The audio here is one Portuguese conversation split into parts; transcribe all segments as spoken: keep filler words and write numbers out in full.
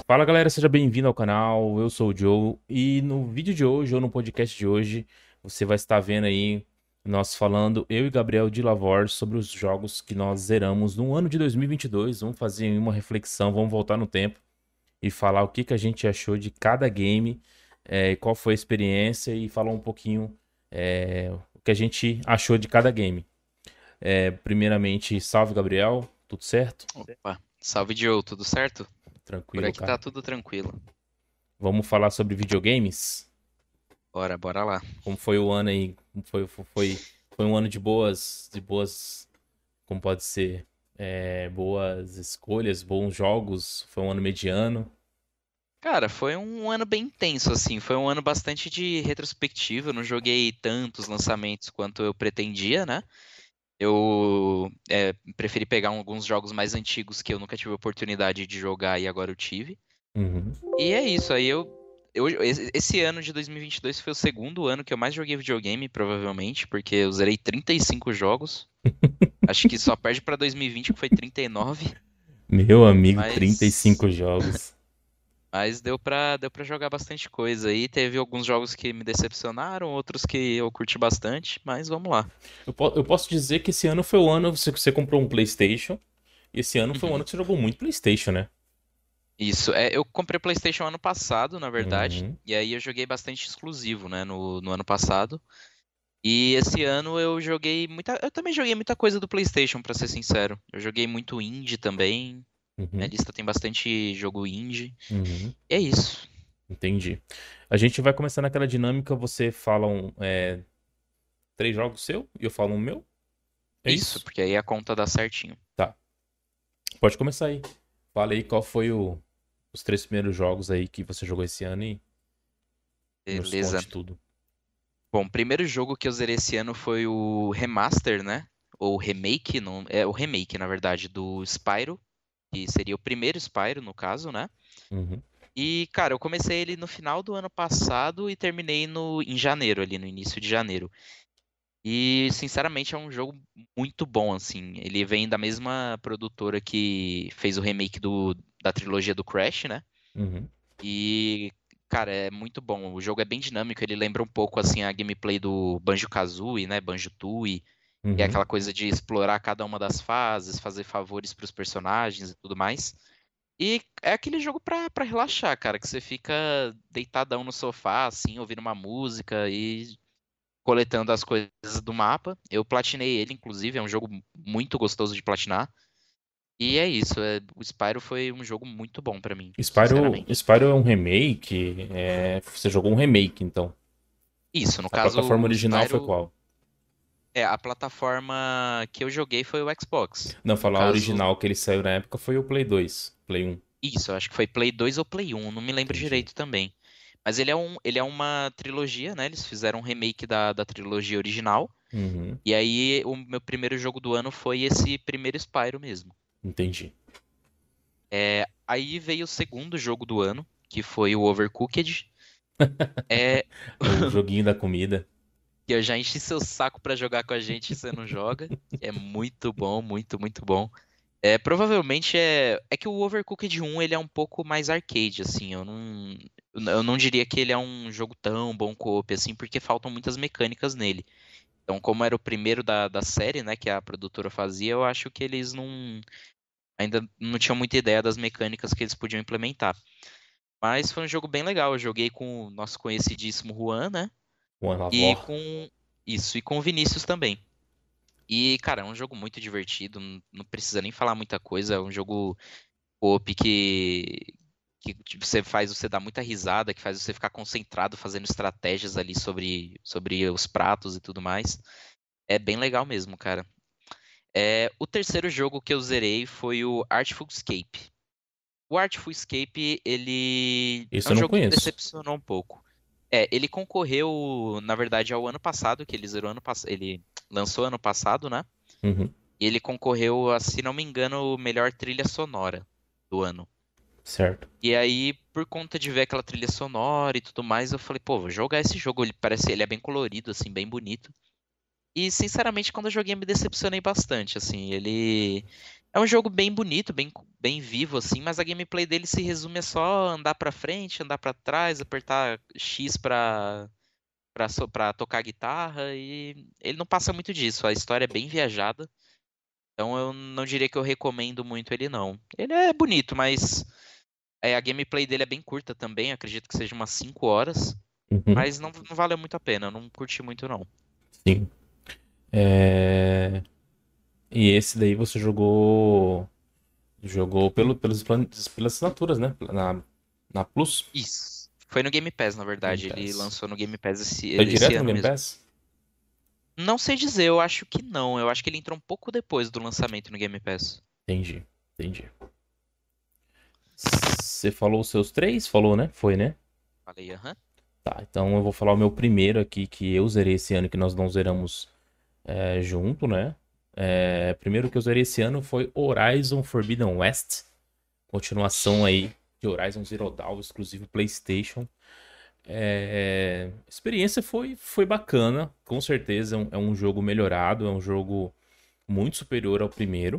Fala galera, seja bem-vindo ao canal. Eu sou o Joe e no vídeo de hoje, ou no podcast de hoje, você vai estar vendo aí nós falando, eu e Gabriel de Lavor, sobre os jogos que nós zeramos no ano de dois mil e vinte e dois. Vamos fazer uma reflexão, vamos voltar no tempo e falar o que que a gente achou de cada game, eh, qual foi a experiência e falar um pouquinho eh, o que a gente achou de cada game. Eh, primeiramente, salve Gabriel, tudo certo? Opa, salve Diogo, tudo certo? Por Tranquilo, aqui tá cara. tudo tranquilo. Vamos falar sobre videogames? Bora, bora lá. Como foi o ano aí? Como Foi, foi, foi um ano de boas, de boas, como pode ser, é, boas escolhas, bons jogos. Foi um ano mediano. Cara, foi um ano bem intenso, assim. Foi um ano bastante de retrospectiva. Eu não joguei tantos lançamentos quanto eu pretendia, né? Eu é, preferi pegar alguns jogos mais antigos que eu nunca tive oportunidade de jogar e agora eu tive. Uhum. E é isso. Aí eu, eu esse esse ano de dois mil e vinte e dois foi o segundo ano que eu mais joguei videogame, provavelmente, porque eu zerei trinta e cinco jogos. Acho que só perde pra dois mil e vinte, que foi trinta e nove. Meu amigo, trinta e Mas cinco jogos. Mas deu pra, deu pra jogar bastante coisa aí. Teve alguns jogos que me decepcionaram, outros que eu curti bastante, mas vamos lá. Eu, po- eu posso dizer que esse ano foi o ano que você, você comprou um PlayStation. E esse ano foi o ano Uhum. que você jogou muito PlayStation, né? Isso, é, eu comprei PlayStation ano passado, na verdade, Uhum. e aí eu joguei bastante exclusivo, né, no, no ano passado. E esse ano eu joguei muita, eu também joguei muita coisa do PlayStation, pra ser sincero. Eu joguei muito indie também. Minha Uhum. lista tem bastante jogo indie. Uhum. E é isso. Entendi. A gente vai começar naquela dinâmica. Você fala um, é, três jogos seu e eu falo um meu. É Isso, isso? porque aí a conta dá certinho. Tá. Pode começar aí. Fala aí qual foi o, os três primeiros jogos aí que você jogou esse ano e, e nos Beleza. conte tudo. Bom, o primeiro jogo que eu zerei esse ano foi o Remaster, né? Ou Remake, não, é o Remake, na verdade, do Spyro, que seria o primeiro Spyro, no caso, né? Uhum. E, cara, eu comecei ele no final do ano passado e terminei no, em janeiro, ali no início de janeiro. E, sinceramente, é um jogo muito bom, assim. Ele vem da mesma produtora que fez o remake do, da trilogia do Crash, né? Uhum. E, cara, é muito bom. O jogo é bem dinâmico, ele lembra um pouco, assim, a gameplay do Banjo-Kazooie, né? Banjo-Tooie. E é Uhum. aquela coisa de explorar cada uma das fases, fazer favores para os personagens e tudo mais. E é aquele jogo pra, pra relaxar, cara, que você fica deitadão no sofá, assim, ouvindo uma música e coletando as coisas do mapa. Eu platinei ele, inclusive, é um jogo muito gostoso de platinar. E é isso, é- o Spyro foi um jogo muito bom pra mim, Spyro, sinceramente. Spyro é um remake. É, você jogou um remake, então. Isso, no A caso, plataforma o original foi Spyro qual? é a plataforma que eu joguei foi o Xbox. Não, No falar a caso, original que ele saiu na época foi o Play dois. Play um. isso, eu acho que foi Play dois ou Play um, não me lembro Entendi. direito também. Mas ele é, um, ele é uma trilogia, né? Eles fizeram um remake da, da trilogia original. Uhum. E aí, o meu primeiro jogo do ano foi esse primeiro Spyro mesmo. Entendi. É, aí veio o segundo jogo do ano, que foi o Overcooked. É, O joguinho da comida. que eu já enchi seu saco pra jogar com a gente e você não joga. É muito bom, muito, muito bom. É, provavelmente é. É que o Overcooked um ele é um pouco mais arcade, assim. Eu não, eu não diria que ele é um jogo tão bom co-op, assim, porque faltam muitas mecânicas nele. Então, como era o primeiro da, da série, né, que a produtora fazia, eu acho que eles não. Ainda não tinham muita ideia das mecânicas que eles podiam implementar. Mas foi um jogo bem legal. Eu joguei com o nosso conhecidíssimo Juan, né? One E Lavor. com. Isso, e com o Vinícius também. E, cara, é um jogo muito divertido, não, não precisa nem falar muita coisa, é um jogo co-op que, que tipo, você faz você dar muita risada, que faz você ficar concentrado fazendo estratégias ali sobre, sobre os pratos e tudo mais. É bem legal mesmo, cara. É, o terceiro jogo que eu zerei foi o Artful Escape. O Artful Escape, ele é Esse um eu não jogo que me conheço. decepcionou um pouco. É, ele concorreu, na verdade, ao ano passado, que ele zerou ano passado, ele lançou ano passado, né? Uhum. E ele concorreu a, se não me engano, melhor trilha sonora do ano. Certo. E aí, por conta de ver aquela trilha sonora e tudo mais, eu falei, pô, vou jogar esse jogo. Ele parece, ele é bem colorido, assim, bem bonito. E, sinceramente, quando eu joguei, eu me decepcionei bastante, assim. Ele É um jogo bem bonito, bem, bem vivo, assim, mas a gameplay dele se resume a só andar pra frente, andar pra trás, apertar X pra, pra, so- pra tocar guitarra, e ele não passa muito disso. A história é bem viajada, então eu não diria que eu recomendo muito ele, não. Ele é bonito, mas é, a gameplay dele é bem curta também, acredito que seja umas cinco horas, Uhum, mas não, não valeu muito a pena, eu não curti muito, não. sim. É, E esse daí você jogou. Jogou pelo, pelos, plan- pelas assinaturas, né? Na, na Plus Isso. Foi no Game Pass, na Game verdade. Ele Pass. lançou no Game Pass esse, Foi esse direto no ano Game mesmo. Pass? Não sei dizer, eu acho que não. Eu acho que ele entrou um pouco depois do lançamento no Game Pass. Entendi, entendi. Você falou os seus três? Falou, né? Foi, né? Falei, aham. Tá, então eu vou falar o meu primeiro aqui, que eu zerei esse ano, que nós não zeramos é, junto, né? É, primeiro que eu zerei esse ano foi Horizon Forbidden West. Continuação aí de Horizon Zero Dawn, exclusivo PlayStation. É, a experiência foi, foi bacana, com certeza. É um, é um jogo melhorado, é um jogo muito superior ao primeiro.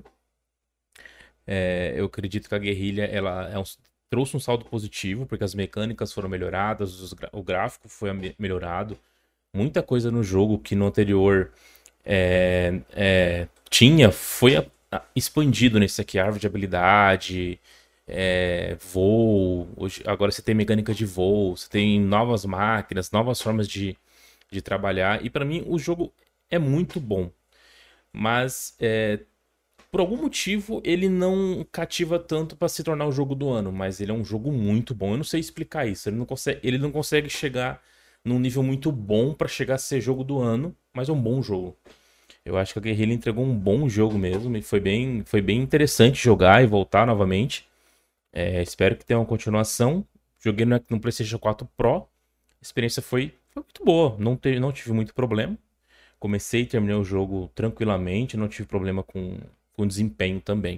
É, eu acredito que a Guerrilla ela é um- trouxe um saldo positivo, porque as mecânicas foram melhoradas, os gra- o gráfico foi ame- melhorado. Muita coisa no jogo que no anterior é, é, tinha foi a- a- expandido nesse aqui, árvore de habilidade, é, voo. Hoje, agora você tem mecânica de voo, você tem novas máquinas, novas formas de, de trabalhar. E para mim o jogo é muito bom. Mas é, por algum motivo ele não cativa tanto para se tornar o jogo do ano. Mas ele é um jogo muito bom. Eu não sei explicar isso. Ele não consegue, ele não consegue chegar num nível muito bom para chegar a ser jogo do ano, mas é um bom jogo. Eu acho que a Guerrilla entregou um bom jogo mesmo e foi bem, foi bem interessante jogar e voltar novamente. É, espero que tenha uma continuação. Joguei no, no PlayStation quatro Pro. A experiência foi, foi muito boa. Não, te, não tive muito problema. Comecei e terminei o jogo tranquilamente. Não tive problema com, com desempenho também.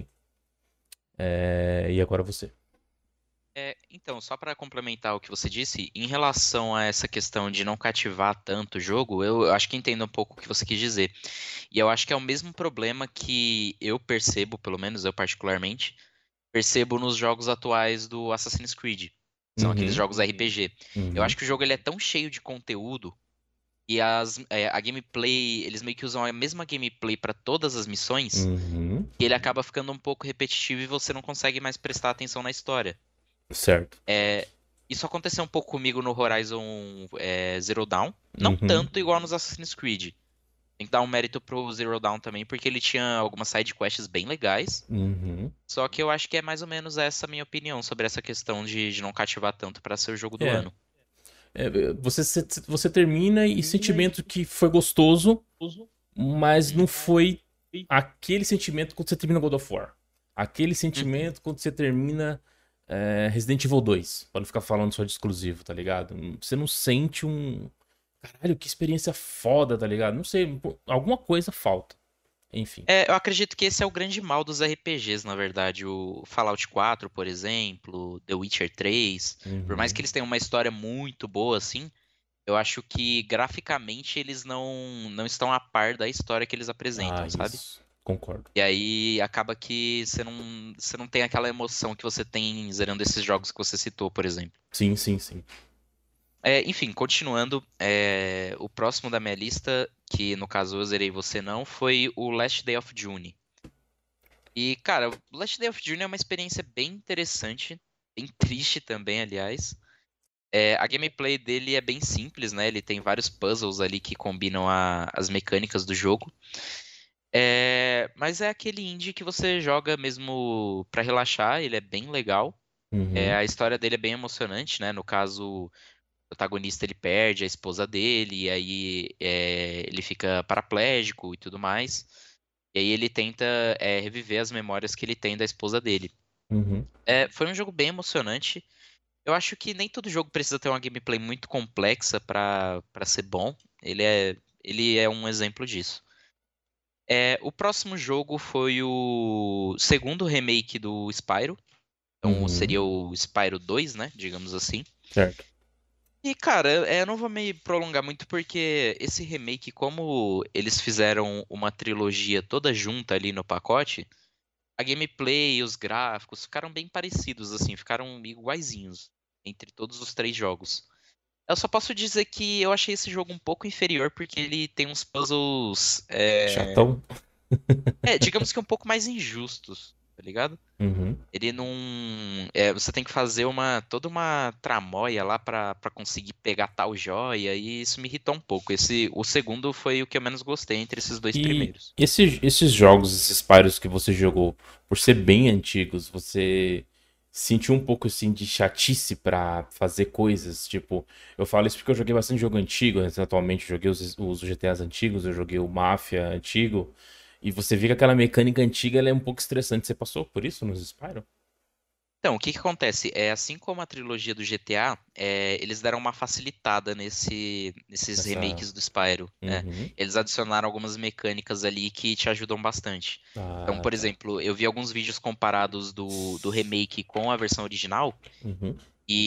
É, e agora você. É, então, só para complementar o que você disse, em relação a essa questão de não cativar tanto o jogo, eu, eu acho que entendo um pouco o que você quis dizer. E eu acho que é o mesmo problema que eu percebo, pelo menos eu particularmente, percebo nos jogos atuais do Assassin's Creed. São aqueles Uhum, jogos R P G. Eu uhum, acho que o jogo ele é tão cheio de conteúdo e as, é, a gameplay, eles meio que usam a mesma gameplay para todas as missões, uhum. que ele acaba ficando um pouco repetitivo e você não consegue mais prestar atenção na história. Certo. É, isso aconteceu um pouco comigo no Horizon é, Zero Dawn, não Uhum, tanto igual nos Assassin's Creed. Tem que dar um mérito pro Zero Dawn também, porque ele tinha algumas side quests bem legais. uhum. Só que eu acho que é mais ou menos essa a minha opinião sobre essa questão de, de não cativar tanto para ser o jogo do É. ano. É, você, você termina e sentimento que foi gostoso, mas Uhum, não foi aquele sentimento quando você termina God of War. Aquele uhum. sentimento quando você termina é, Resident Evil dois. Pra não ficar falando só de exclusivo, tá ligado? Você não sente um. Caralho, que experiência foda, tá ligado? Não sei, alguma coisa falta. Enfim. É, eu acredito que esse é o grande mal dos R P Gs, na verdade. O Fallout quatro, por exemplo, The Witcher três. Por mais que Uhum. eles tenham uma história muito boa, assim, eu acho que graficamente eles não, não estão a par da história que eles Ah, apresentam, sabe? isso. Concordo. E aí acaba que você não, você não tem aquela emoção que você tem zerando esses jogos que você citou, por exemplo. Sim, sim, sim. É, enfim, continuando, é, o próximo da minha lista, que no caso eu zerei você não, foi o Last Day of June. E, cara, o Last Day of June é uma experiência bem interessante, bem triste também, aliás. É, a gameplay dele é bem simples, né? Ele tem vários puzzles ali que combinam a- as mecânicas do jogo. É, mas é aquele indie que você joga mesmo pra relaxar, ele é bem legal. É, Uhum. a história dele é bem emocionante, né? No caso, o protagonista ele perde a esposa dele, e aí é, ele fica paraplégico e tudo mais. E aí ele tenta é, reviver as memórias que ele tem da esposa dele. Uhum. É, foi um jogo bem emocionante. Eu acho que nem todo jogo precisa ter uma gameplay muito complexa pra para ser bom. Ele é, ele é um exemplo disso. É, o próximo jogo foi o segundo remake do Spyro. Então Uhum. seria o Spyro dois, né? Digamos assim. Certo. E, cara, é, eu não vou me prolongar muito porque esse remake, como eles fizeram uma trilogia toda junta ali no pacote, A gameplay e os gráficos ficaram bem parecidos, assim, ficaram iguaizinhos entre todos os três jogos. Eu só posso dizer que eu achei esse jogo um pouco inferior porque ele tem uns puzzles, é, Chatão. é, digamos que um pouco mais injustos, tá ligado? Uhum. Ele não, é, você tem que fazer uma toda uma tramóia lá pra para conseguir pegar tal joia e isso me irritou um pouco. Esse, o segundo foi o que eu menos gostei entre esses dois E primeiros. esses, esses jogos, esses Spyros que você jogou, por ser bem antigos, você sentiu um pouco assim de chatice pra fazer coisas? Tipo, eu falo isso porque eu joguei bastante jogo antigo, né? Atualmente eu joguei os, os G T As antigos, eu joguei o Mafia antigo, e você vê que aquela mecânica antiga ela é um pouco estressante. Você passou por isso nos Spyro? Então, o que que acontece? É, assim como a trilogia do G T A, é, eles deram uma facilitada nesse, nesses Nessa. remakes do Spyro, né? Uhum. Eles adicionaram algumas mecânicas ali que te ajudam bastante. Então, Ah, por tá. exemplo, eu vi alguns vídeos comparados do, do remake com a versão original, Uhum.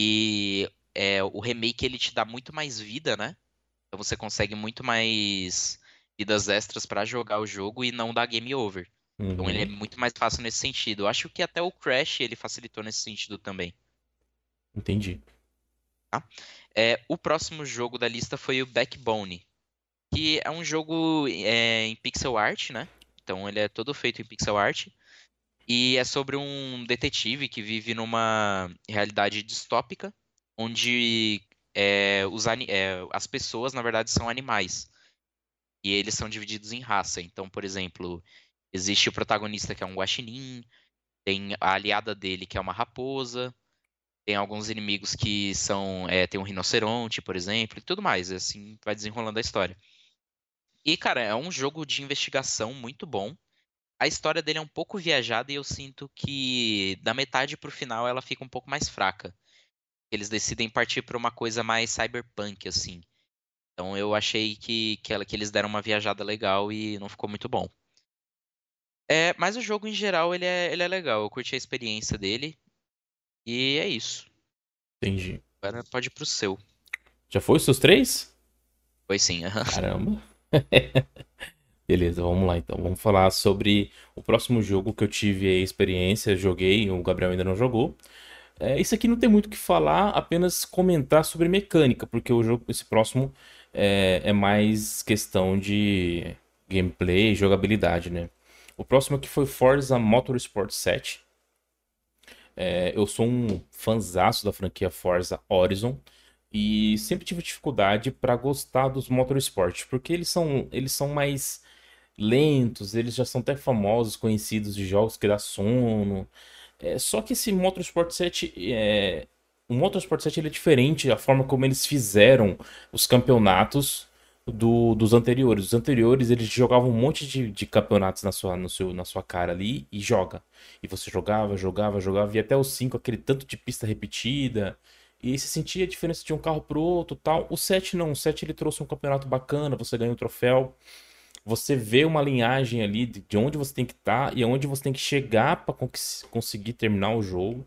e é, o remake ele te dá muito mais vida, né? Então você consegue muito mais vidas extras pra jogar o jogo e não dar game over. Então ele é Uhum. muito mais fácil nesse sentido. Eu acho que até o Crash ele facilitou nesse sentido também. Entendi. Tá? É, o próximo jogo da lista foi o Backbone, que é um jogo é, em pixel art, né? Então ele é todo feito em pixel art e é sobre um detetive que vive numa realidade distópica, onde é, os ani- é, as pessoas, na verdade, são animais. E eles são divididos em raça. Então, por exemplo, existe o protagonista que é um guaxinim, tem a aliada dele que é uma raposa, tem alguns inimigos que são, é, tem um rinoceronte, por exemplo, e tudo mais. E assim vai desenrolando a história. E, cara, é um jogo de investigação muito bom. A história dele é um pouco viajada e eu sinto que da metade pro final ela fica um pouco mais fraca. Eles decidem partir para uma coisa mais cyberpunk, assim. Então eu achei que, que, ela- que eles deram uma viajada legal e não ficou muito bom. É, mas o jogo em geral ele é, ele é legal. Eu curti a experiência dele e é isso. Entendi. Agora pode ir pro seu. Já foi os seus três? Foi sim, aham. Caramba. Beleza, vamos lá então. Vamos falar sobre o próximo jogo que eu tive a experiência, joguei, o Gabriel ainda não jogou. É, isso aqui não tem muito o que falar, apenas comentar sobre mecânica, porque o jogo, esse próximo, é, é mais questão de gameplay, jogabilidade, né? O próximo aqui foi Forza Motorsport sete. É, eu sou um fanzaço da franquia Forza Horizon e sempre tive dificuldade para gostar dos Motorsport, porque eles são, eles são mais lentos, eles já são até famosos, conhecidos de jogos que dá sono. É, só que esse Motorsport sete, é, o Motorsport sete ele é diferente, a forma como eles fizeram os campeonatos do- dos anteriores. Os anteriores eles jogavam um monte de, de campeonatos na sua, no seu, na sua cara ali e joga. E você jogava, jogava, jogava, e até os cinco aquele tanto de pista repetida. E você sentia a diferença de um carro pro outro tal. O sete não, o sete ele trouxe um campeonato bacana, você ganha um troféu. Você vê uma linhagem ali de de onde você tem que estar e aonde você tem que chegar para conseguir terminar o jogo.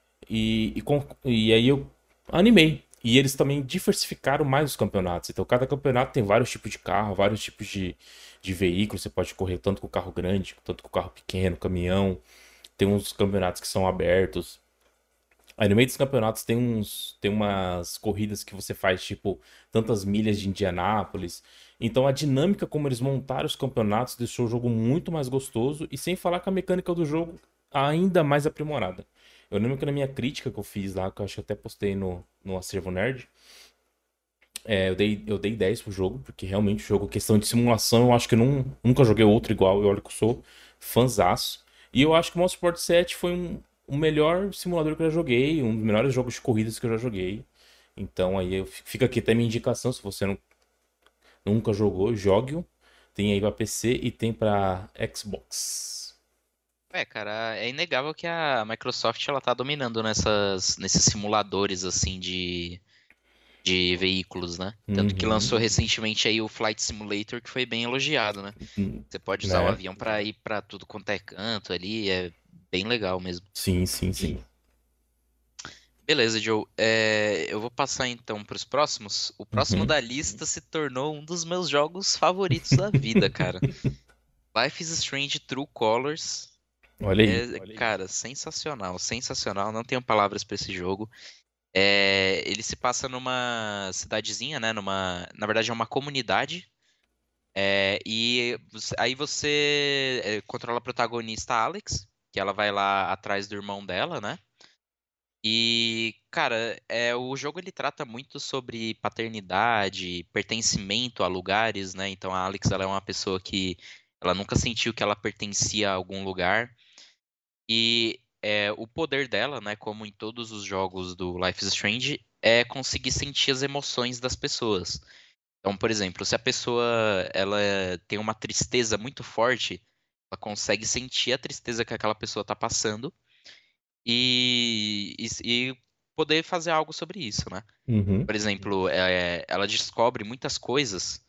E, e, com- e aí eu animei. E eles também diversificaram mais os campeonatos. Então, cada campeonato tem vários tipos de carro, vários tipos de, de veículos. Você pode correr tanto com o carro grande, tanto com o carro pequeno, caminhão. Tem uns campeonatos que são abertos. Aí no meio dos campeonatos tem uns, tem umas corridas que você faz, tipo, tantas milhas de Indianápolis. Então a dinâmica como eles montaram os campeonatos deixou o jogo muito mais gostoso e sem falar que a mecânica do jogo ainda mais aprimorada. Eu lembro que na minha crítica que eu fiz lá, que eu acho que eu até postei no, no Acervo Nerd, é, eu dei, eu dei dez pro jogo, porque realmente o jogo, questão de simulação, eu acho que eu não, nunca joguei outro igual, e olha que eu sou fanzaço. E eu acho que o Motorsport sete foi um, o melhor simulador que eu já joguei, um dos melhores jogos de corridas que eu já joguei. Então aí eu, fica aqui até minha indicação, se você não, nunca jogou, jogue-o. Tem aí pra P C e tem pra Xbox. É, cara, é inegável que a Microsoft ela tá dominando nessas, nesses simuladores assim de, de veículos, né? Tanto que Uhum. lançou recentemente aí o Flight Simulator, que foi bem elogiado, né? Hum, Você pode usar o Né? avião pra ir pra tudo quanto é canto ali, é bem legal mesmo. Sim, sim, sim. Beleza, Joe. É, eu vou passar então para os próximos. O próximo Uhum. da lista se tornou um dos meus jogos favoritos da vida, cara. Life is Strange True Colors. Olha aí. É, cara, sensacional, sensacional. Não tenho palavras pra esse jogo. É, ele se passa numa cidadezinha, né? Numa, na verdade, é uma comunidade. É, e você- aí você é, controla a protagonista Alex, que ela vai lá atrás do irmão dela, né? E, cara, é, o jogo ele trata muito sobre paternidade, pertencimento a lugares, né? Então a Alex ela é uma pessoa que ela nunca sentiu que ela pertencia a algum lugar. E é, o poder dela, né, como em todos os jogos do Life is Strange, é conseguir sentir as emoções das pessoas. Então, por exemplo, se a pessoa ela tem uma tristeza muito forte, ela consegue sentir a tristeza que aquela pessoa está passando e, e, e poder fazer algo sobre isso, né? Uhum, Por exemplo, é, ela descobre muitas coisas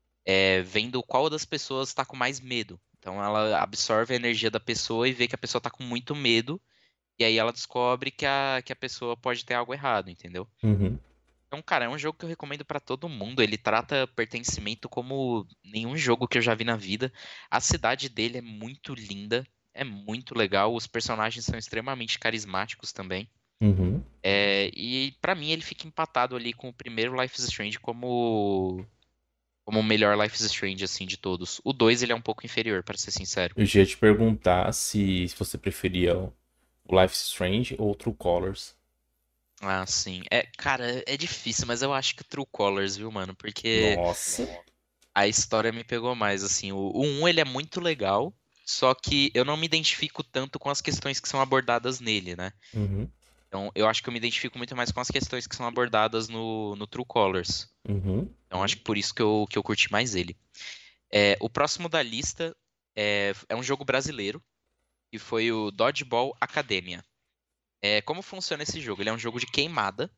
é, vendo qual das pessoas está com mais medo. Então, ela absorve a energia da pessoa e vê que a pessoa está com muito medo. E aí ela descobre que a, que a pessoa pode ter algo errado, entendeu? uhum, Então, cara, é um jogo que eu recomendo pra todo mundo. Ele trata pertencimento como nenhum jogo que eu já vi na vida. A cidade dele é muito linda, é muito legal. Os personagens são extremamente carismáticos também. uhum. É, e pra mim ele fica empatado ali com o primeiro Life is Strange como como o melhor Life is Strange assim de todos. O dois ele é um pouco inferior, pra ser sincero. Eu já ia te perguntar se, se você preferia o Life is Strange ou True Colors. Ah, sim. É, cara, é difícil, mas eu acho que o True Colors, viu, mano? Porque Nossa. a história me pegou mais, assim. O, o um, ele é muito legal, só que eu não me identifico tanto com as questões que são abordadas nele, né? Uhum, Então, eu acho que eu me identifico muito mais com as questões que são abordadas no, no True Colors. uhum. Então, acho que por isso que eu, que eu curti mais ele. É, o próximo da lista é, é um jogo brasileiro, que foi o Dodgeball Academia. É, como funciona esse jogo? Ele é um jogo de queimada.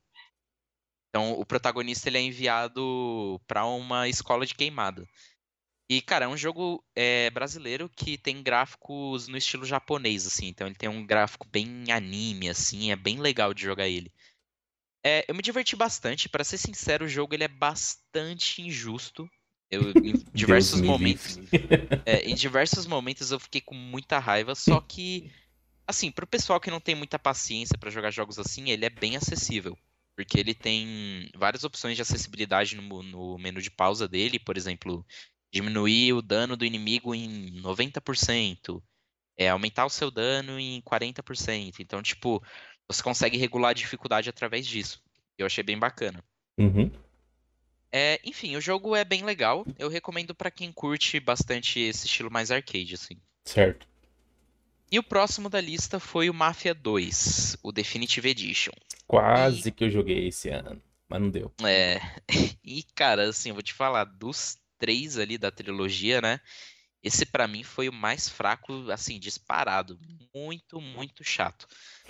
Então, o protagonista ele é enviado para uma escola de queimada. E, cara, é um jogo é, brasileiro que tem gráficos no estilo japonês, assim. Então ele tem um gráfico bem anime, assim. É bem legal de jogar ele. É, eu me diverti bastante. Pra ser sincero, o jogo ele é bastante injusto. Eu, em Deus diversos me momentos, livre. é, em diversos momentos eu fiquei com muita raiva. Só que, assim, pro pessoal que não tem muita paciência pra jogar jogos assim, ele é bem acessível. Porque ele tem várias opções de acessibilidade no, no menu de pausa dele, por exemplo, diminuir o dano do inimigo em noventa por cento, é, aumentar o seu dano em quarenta por cento. Então, tipo, você consegue regular a dificuldade através disso. Eu achei bem bacana. Uhum, É, enfim, o jogo é bem legal. Eu recomendo pra quem curte bastante esse estilo mais arcade, assim. certo. E o próximo da lista foi o Mafia dois, o Definitive Edition. E, Quase que eu joguei esse ano, mas não deu. é, e cara, assim, eu vou te falar, dos três ali da trilogia, né? Esse pra mim foi o mais fraco, assim, disparado. Muito, muito chato.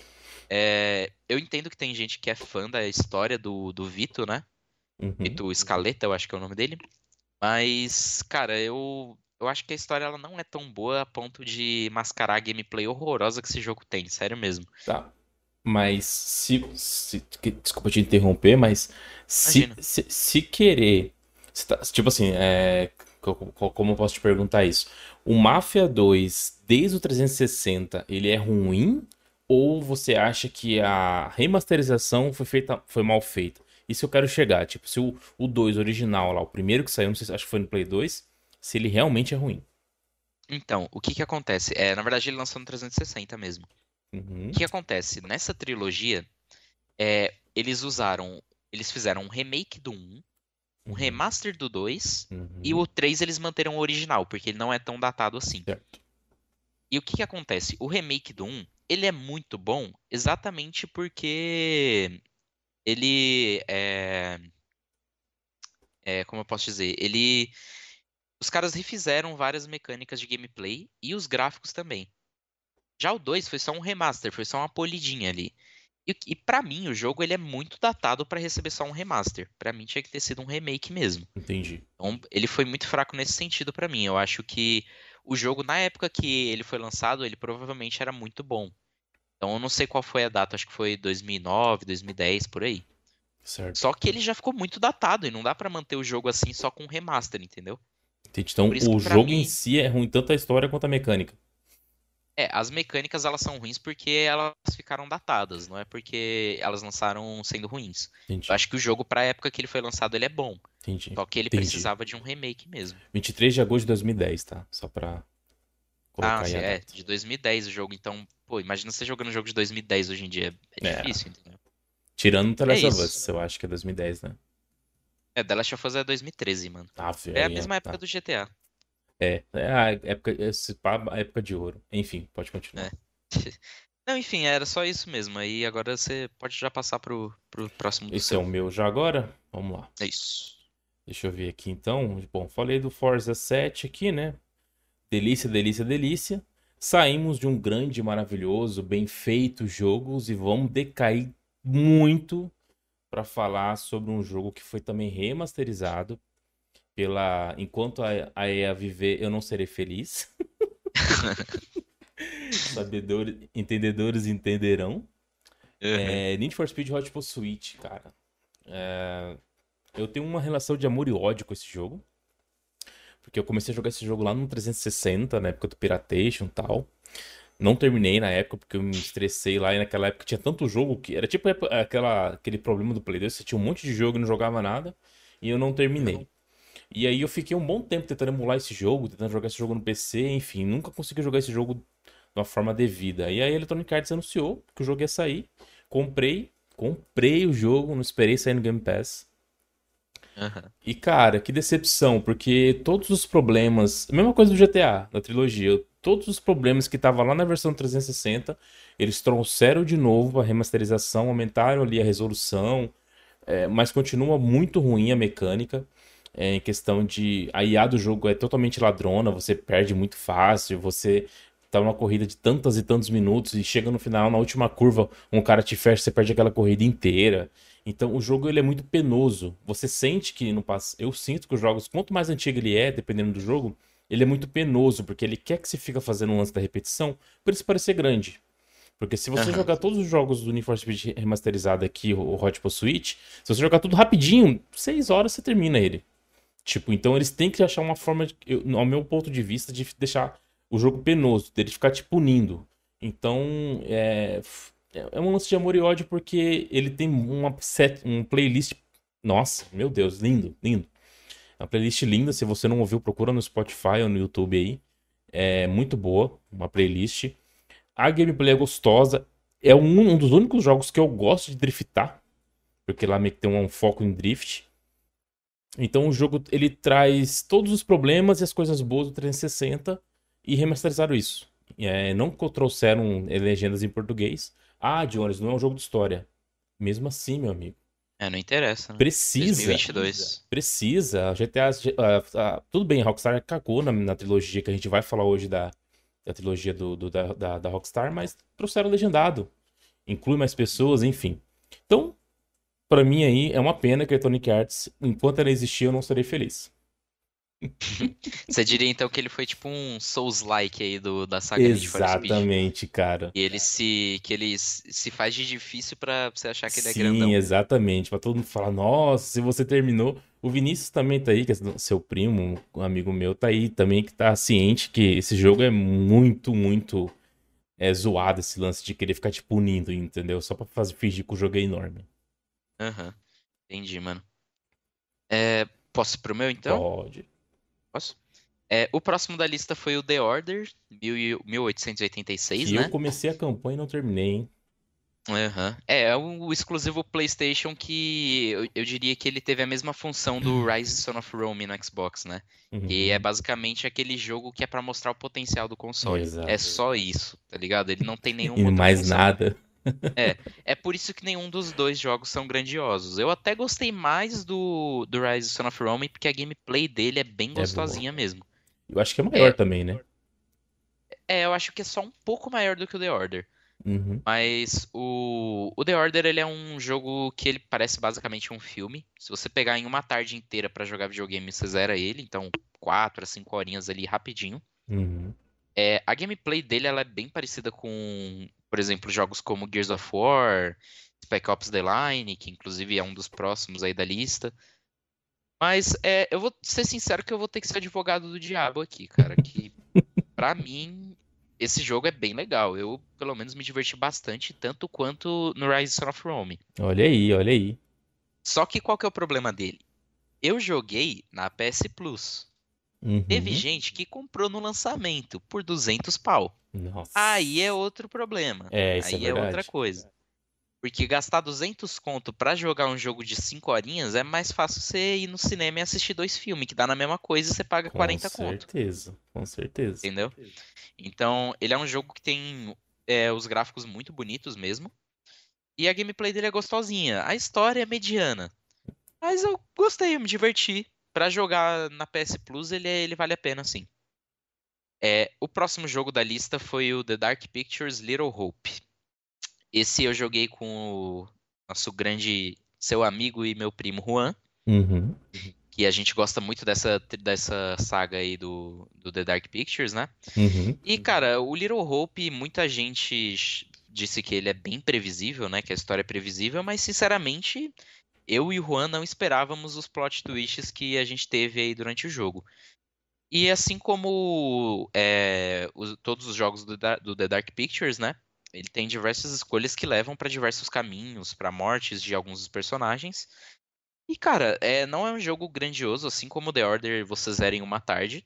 É, eu entendo que tem gente que é fã da história do, do Vito, né? Uhum. Vito Scaletta, eu acho que é o nome dele. Mas, cara, eu, eu acho que a história ela não é tão boa a ponto de mascarar a gameplay horrorosa que esse jogo tem, sério mesmo. Tá. Mas se, se- que- desculpa te interromper, mas se, Imagina. se, se querer. Se tá- tipo assim, é, co- co- como eu posso te perguntar isso? O Mafia dois, desde o trezentos e sessenta, ele é ruim? Ou você acha que a remasterização foi feita, foi mal feita? Isso eu quero chegar. Tipo, se o, o dois original lá, o primeiro que saiu, não sei se acho que foi no Play dois, se ele realmente é ruim. Então, o que que acontece? É, na verdade, ele lançou no trezentos e sessenta mesmo. O Uhum, que que acontece? Nessa trilogia, é, eles usaram. Eles fizeram um remake do um, um uhum, remaster do dois, e uhum. o três eles manteram o original, porque ele não é tão datado assim. Certo. E o que que acontece? O remake do um, ele é muito bom exatamente porque ele é, é, como eu posso dizer, ele os caras refizeram várias mecânicas de gameplay e os gráficos também. Já o dois foi só um remaster, foi só uma polidinha ali. E, e para mim, o jogo ele é muito datado para receber só um remaster. Pra mim tinha que ter sido um remake mesmo. Entendi. Então, ele foi muito fraco nesse sentido pra mim. Eu acho que o jogo, na época que ele foi lançado, ele provavelmente era muito bom. Então, eu não sei qual foi a data, acho que foi dois mil e nove, dois mil e dez, por aí. Certo. Só que ele já ficou muito datado e não dá pra manter o jogo assim só com um remaster, entendeu? Entendi. Então, Por isso o que pra jogo em mim, si é ruim tanto a história quanto a mecânica. É, as mecânicas elas são ruins porque elas ficaram datadas, não é porque elas lançaram sendo ruins. Eu Entendi, acho que o jogo, pra época que ele foi lançado, ele é bom. entendi, Só que ele entendi. precisava de um remake mesmo. vinte e três de agosto de dois mil e dez, tá? Só pra Ah, colocar aí sim, a é, data. de dois mil e dez o jogo, então, pô, imagina você jogando um jogo de dois mil e dez hoje em dia. É É, difícil, entendeu? tirando o The É Last of Us, isso. eu acho que é dois mil e dez, né? É, The Last of Us é dois mil e treze, mano. Ah, É a aí é, mesma época tá. do G T A, É, é a época, esse pá, a época de ouro. Enfim, pode né? continuar. Não, enfim, era só isso mesmo. Aí agora você pode já passar pro, pro próximo do Esse é seu. o meu já agora. Vamos lá. É isso. Deixa eu ver aqui então. Bom, falei do Forza sete aqui, né? Delícia, delícia, delícia. Saímos de um grande, maravilhoso, bem feito jogos e vamos decair muito para falar sobre um jogo que foi também remasterizado pela Enquanto a a E A viver, eu não serei feliz. Sabedores, entendedores entenderão. Uhum. É Need for Speed Hot Pursuit, cara. Eu tenho uma relação de amor e ódio com esse jogo. Porque eu comecei a jogar esse jogo lá no trezentos e sessenta, na época do Piratation e tal. Não terminei na época porque eu me estressei lá e naquela época tinha tanto jogo que era tipo aquela, aquele problema do Play dois, você tinha um monte de jogo e não jogava nada e eu não terminei. E aí eu fiquei um bom tempo tentando emular esse jogo, tentando jogar esse jogo no P C, enfim, nunca consegui jogar esse jogo de uma forma devida. E aí a Electronic Arts anunciou que o jogo ia sair, comprei, comprei o jogo, não esperei sair no Game Pass. Aham. E cara, que decepção, porque todos os problemas, a mesma coisa do G T A, da trilogia, todos os problemas que estavam lá na versão trezentos e sessenta, eles trouxeram de novo a remasterização, aumentaram ali a resolução, é, mas continua muito ruim a mecânica, é, em questão de a I A do jogo é totalmente ladrona, você perde muito fácil, você tá numa corrida de tantas e tantos minutos e chega no final, na última curva, um cara te fecha, você perde aquela corrida inteira. Então o jogo ele é muito penoso. Você sente que no pass... eu sinto que os jogos, quanto mais antigo ele é, dependendo do jogo, ele é muito penoso, porque ele quer que você fica fazendo um lance da repetição, para ele parecer grande. Porque se você Aham. jogar todos os jogos do Need for Speed remasterizado aqui, o Hot Pursuit, se você jogar tudo rapidinho, seis horas você termina ele. Tipo, então eles têm que achar uma forma, de, eu, ao meu ponto de vista, de deixar o jogo penoso, dele ficar te punindo. Então, é, é um lance de amor e ódio porque ele tem uma set, um playlist. Nossa, meu Deus, lindo, lindo. É uma playlist linda. Se você não ouviu, procura no Spotify ou no YouTube aí. É muito boa, uma playlist. A gameplay é gostosa. É um, um dos únicos jogos que eu gosto de driftar, porque lá meio que tem um foco em drift. Então o jogo ele traz todos os problemas e as coisas boas do trezentos e sessenta e remasterizaram isso. É, não co- trouxeram eh, legendas em português. Ah, Jones, não é um jogo de história. Mesmo assim, meu amigo. É, não interessa, né? Precisa. dois mil e vinte e dois. Precisa. A G T A. ah, ah, tudo bem, a Rockstar cagou na, na trilogia que a gente vai falar hoje da, da trilogia do, do- da, da, da Rockstar, mas trouxeram legendado. Inclui mais pessoas, enfim. Então, pra mim aí, é uma pena que a Electronic Arts, enquanto ela existir, eu não serei feliz. Você diria então que ele foi tipo um Souls-like aí do, da saga Need for Speed. Exatamente, cara. E ele se, que ele s- se faz de difícil pra você achar que ele é Sim, grandão. exatamente. Pra todo mundo falar, nossa, se você terminou. O Vinícius também tá aí, que é seu primo, um amigo meu, tá aí também, que tá ciente que esse jogo é muito, muito é, zoado, esse lance de querer ficar te punindo, entendeu? Só pra fazer, fingir que o jogo é enorme. Aham, entendi, mano. É, posso ir pro meu então? Pode. Posso? É, o próximo da lista foi o The Order, mil e- mil oitocentos e oitenta e seis, Que eu né? comecei a campanha e não terminei, hein? Aham. É, é o exclusivo PlayStation que eu, eu diria que ele teve a mesma função do Rise Son of Rome no Xbox, né? Que é Uhum. basicamente aquele jogo que é pra mostrar o potencial do console. É Exato. só isso, tá ligado? Ele não tem E nenhuma outra mais função. nada. É, é por isso que nenhum dos dois jogos são grandiosos. Eu até gostei mais do, do Rise Son of Rome, porque a gameplay dele é bem É boa. gostosinha mesmo. Eu acho que é maior É, também, né? é, eu acho que é só um pouco maior do que o The Order. Uhum. Mas o, o The Order, ele é um jogo que ele parece basicamente um filme. Se você pegar em uma tarde inteira pra jogar videogame, você zera ele. Então, quatro a cinco horinhas ali rapidinho. Uhum. É, a gameplay dele, ela é bem parecida com, por exemplo, jogos como Gears of War, Spec Ops The Line, que inclusive é um dos próximos aí da lista. Mas é, eu vou ser sincero que eu vou ter que ser advogado do diabo aqui, cara. Que pra mim esse jogo é bem legal. Eu, pelo menos, me diverti bastante, tanto quanto no Rise of Rome. Olha aí, olha aí. Só que qual que é o problema dele? Eu joguei na P S Plus. Teve Uhum. gente que comprou no lançamento por duzentos pau. Aí é Nossa. outro problema. É, isso é Aí é outra verdade. coisa. Porque gastar duzentos conto pra jogar um jogo de cinco horinhas é mais fácil você ir no cinema e assistir dois filmes, que dá na mesma coisa e você paga Com quarenta conto. certeza, com certeza. Entendeu? Então, ele é um jogo que tem é, os gráficos muito bonitos mesmo. E a gameplay dele é gostosinha. A história é mediana. Mas eu gostei, eu me diverti. Pra jogar na P S Plus, ele, é- ele vale a pena, sim. É, o próximo jogo da lista foi o The Dark Pictures Little Hope. Esse eu joguei com o nosso grande, seu amigo e meu primo Juan, Uhum. que a gente gosta muito dessa, dessa saga aí do, do The Dark Pictures, né? Uhum. E, cara, o Little Hope, muita gente disse que ele é bem previsível, né? Que a história é previsível, mas sinceramente, eu e o Juan não esperávamos os plot twists que a gente teve aí durante o jogo. E assim como é, os- todos os jogos do, Da- do The Dark Pictures, né? Ele tem diversas escolhas que levam para diversos caminhos, para mortes de alguns dos personagens. E, cara, é, não é um jogo grandioso, assim como The Order você zera em uma tarde.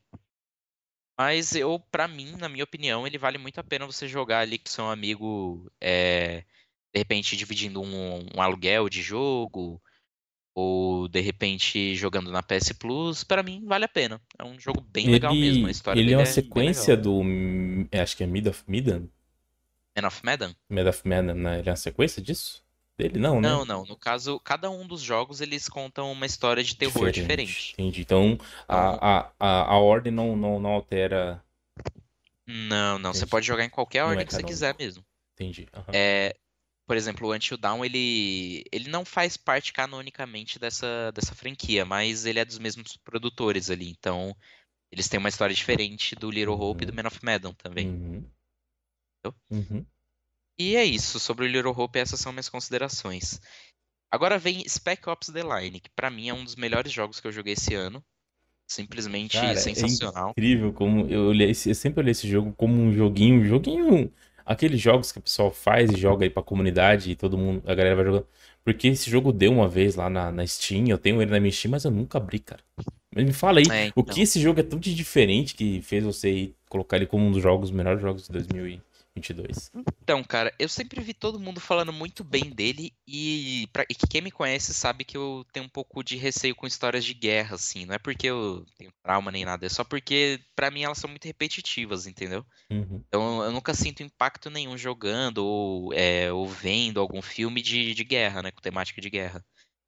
Mas eu, pra mim, na minha opinião, ele vale muito a pena você jogar ali com seu amigo, é, de repente dividindo um, um aluguel de jogo, ou de repente jogando na P S Plus. Pra mim, vale a pena. É um jogo bem legal mesmo. A Ele, história ele é dele uma é bem sequência legal. do. hum, Acho que é Mid of Medan? Man of Medan? Mid of Medan, né? Ele é uma sequência disso? Dele não, né? Não, não. No caso, cada um dos jogos eles contam uma história de terror Diferente. diferente. Entendi. Então Então, a, a, a, a ordem não, não, não altera. não, não. Você Entendi. pode jogar em qualquer Não é ordem que você quiser canônico. mesmo. Entendi. Aham. É, por exemplo, o Until Dawn, ele, ele não faz parte canonicamente dessa, dessa franquia, mas ele é dos mesmos produtores ali. Então, eles têm uma história diferente do Little Hope e do Uhum. Man of Medan também. Uhum. Entendeu? Uhum. E é isso, sobre o Little Hope, essas são minhas considerações. Agora vem Spec Ops The Line, que pra mim é um dos melhores jogos que eu joguei esse ano. Simplesmente Cara, é sensacional. incrível como eu, olhei esse- eu sempre olhei esse jogo como um joguinho, um joguinho, aqueles jogos que o pessoal faz e joga aí pra comunidade e todo mundo, a galera vai jogando. Porque esse jogo deu uma vez lá na, na Steam, eu tenho ele na minha Steam, mas eu nunca abri, cara. Mas me fala aí, É, o que então. esse jogo é tão de diferente que fez você ir colocar ele como um dos jogos, os melhores jogos de dois mil e vinte e dois? Então, cara, eu sempre vi todo mundo falando muito bem dele e, pra, e que quem me conhece sabe que eu tenho um pouco de receio com histórias de guerra, assim. Não é porque eu tenho trauma nem nada, é só porque pra mim elas são muito repetitivas, entendeu? Uhum. Então eu nunca sinto impacto nenhum jogando ou, é, ou vendo algum filme de, de guerra, né, com temática de guerra.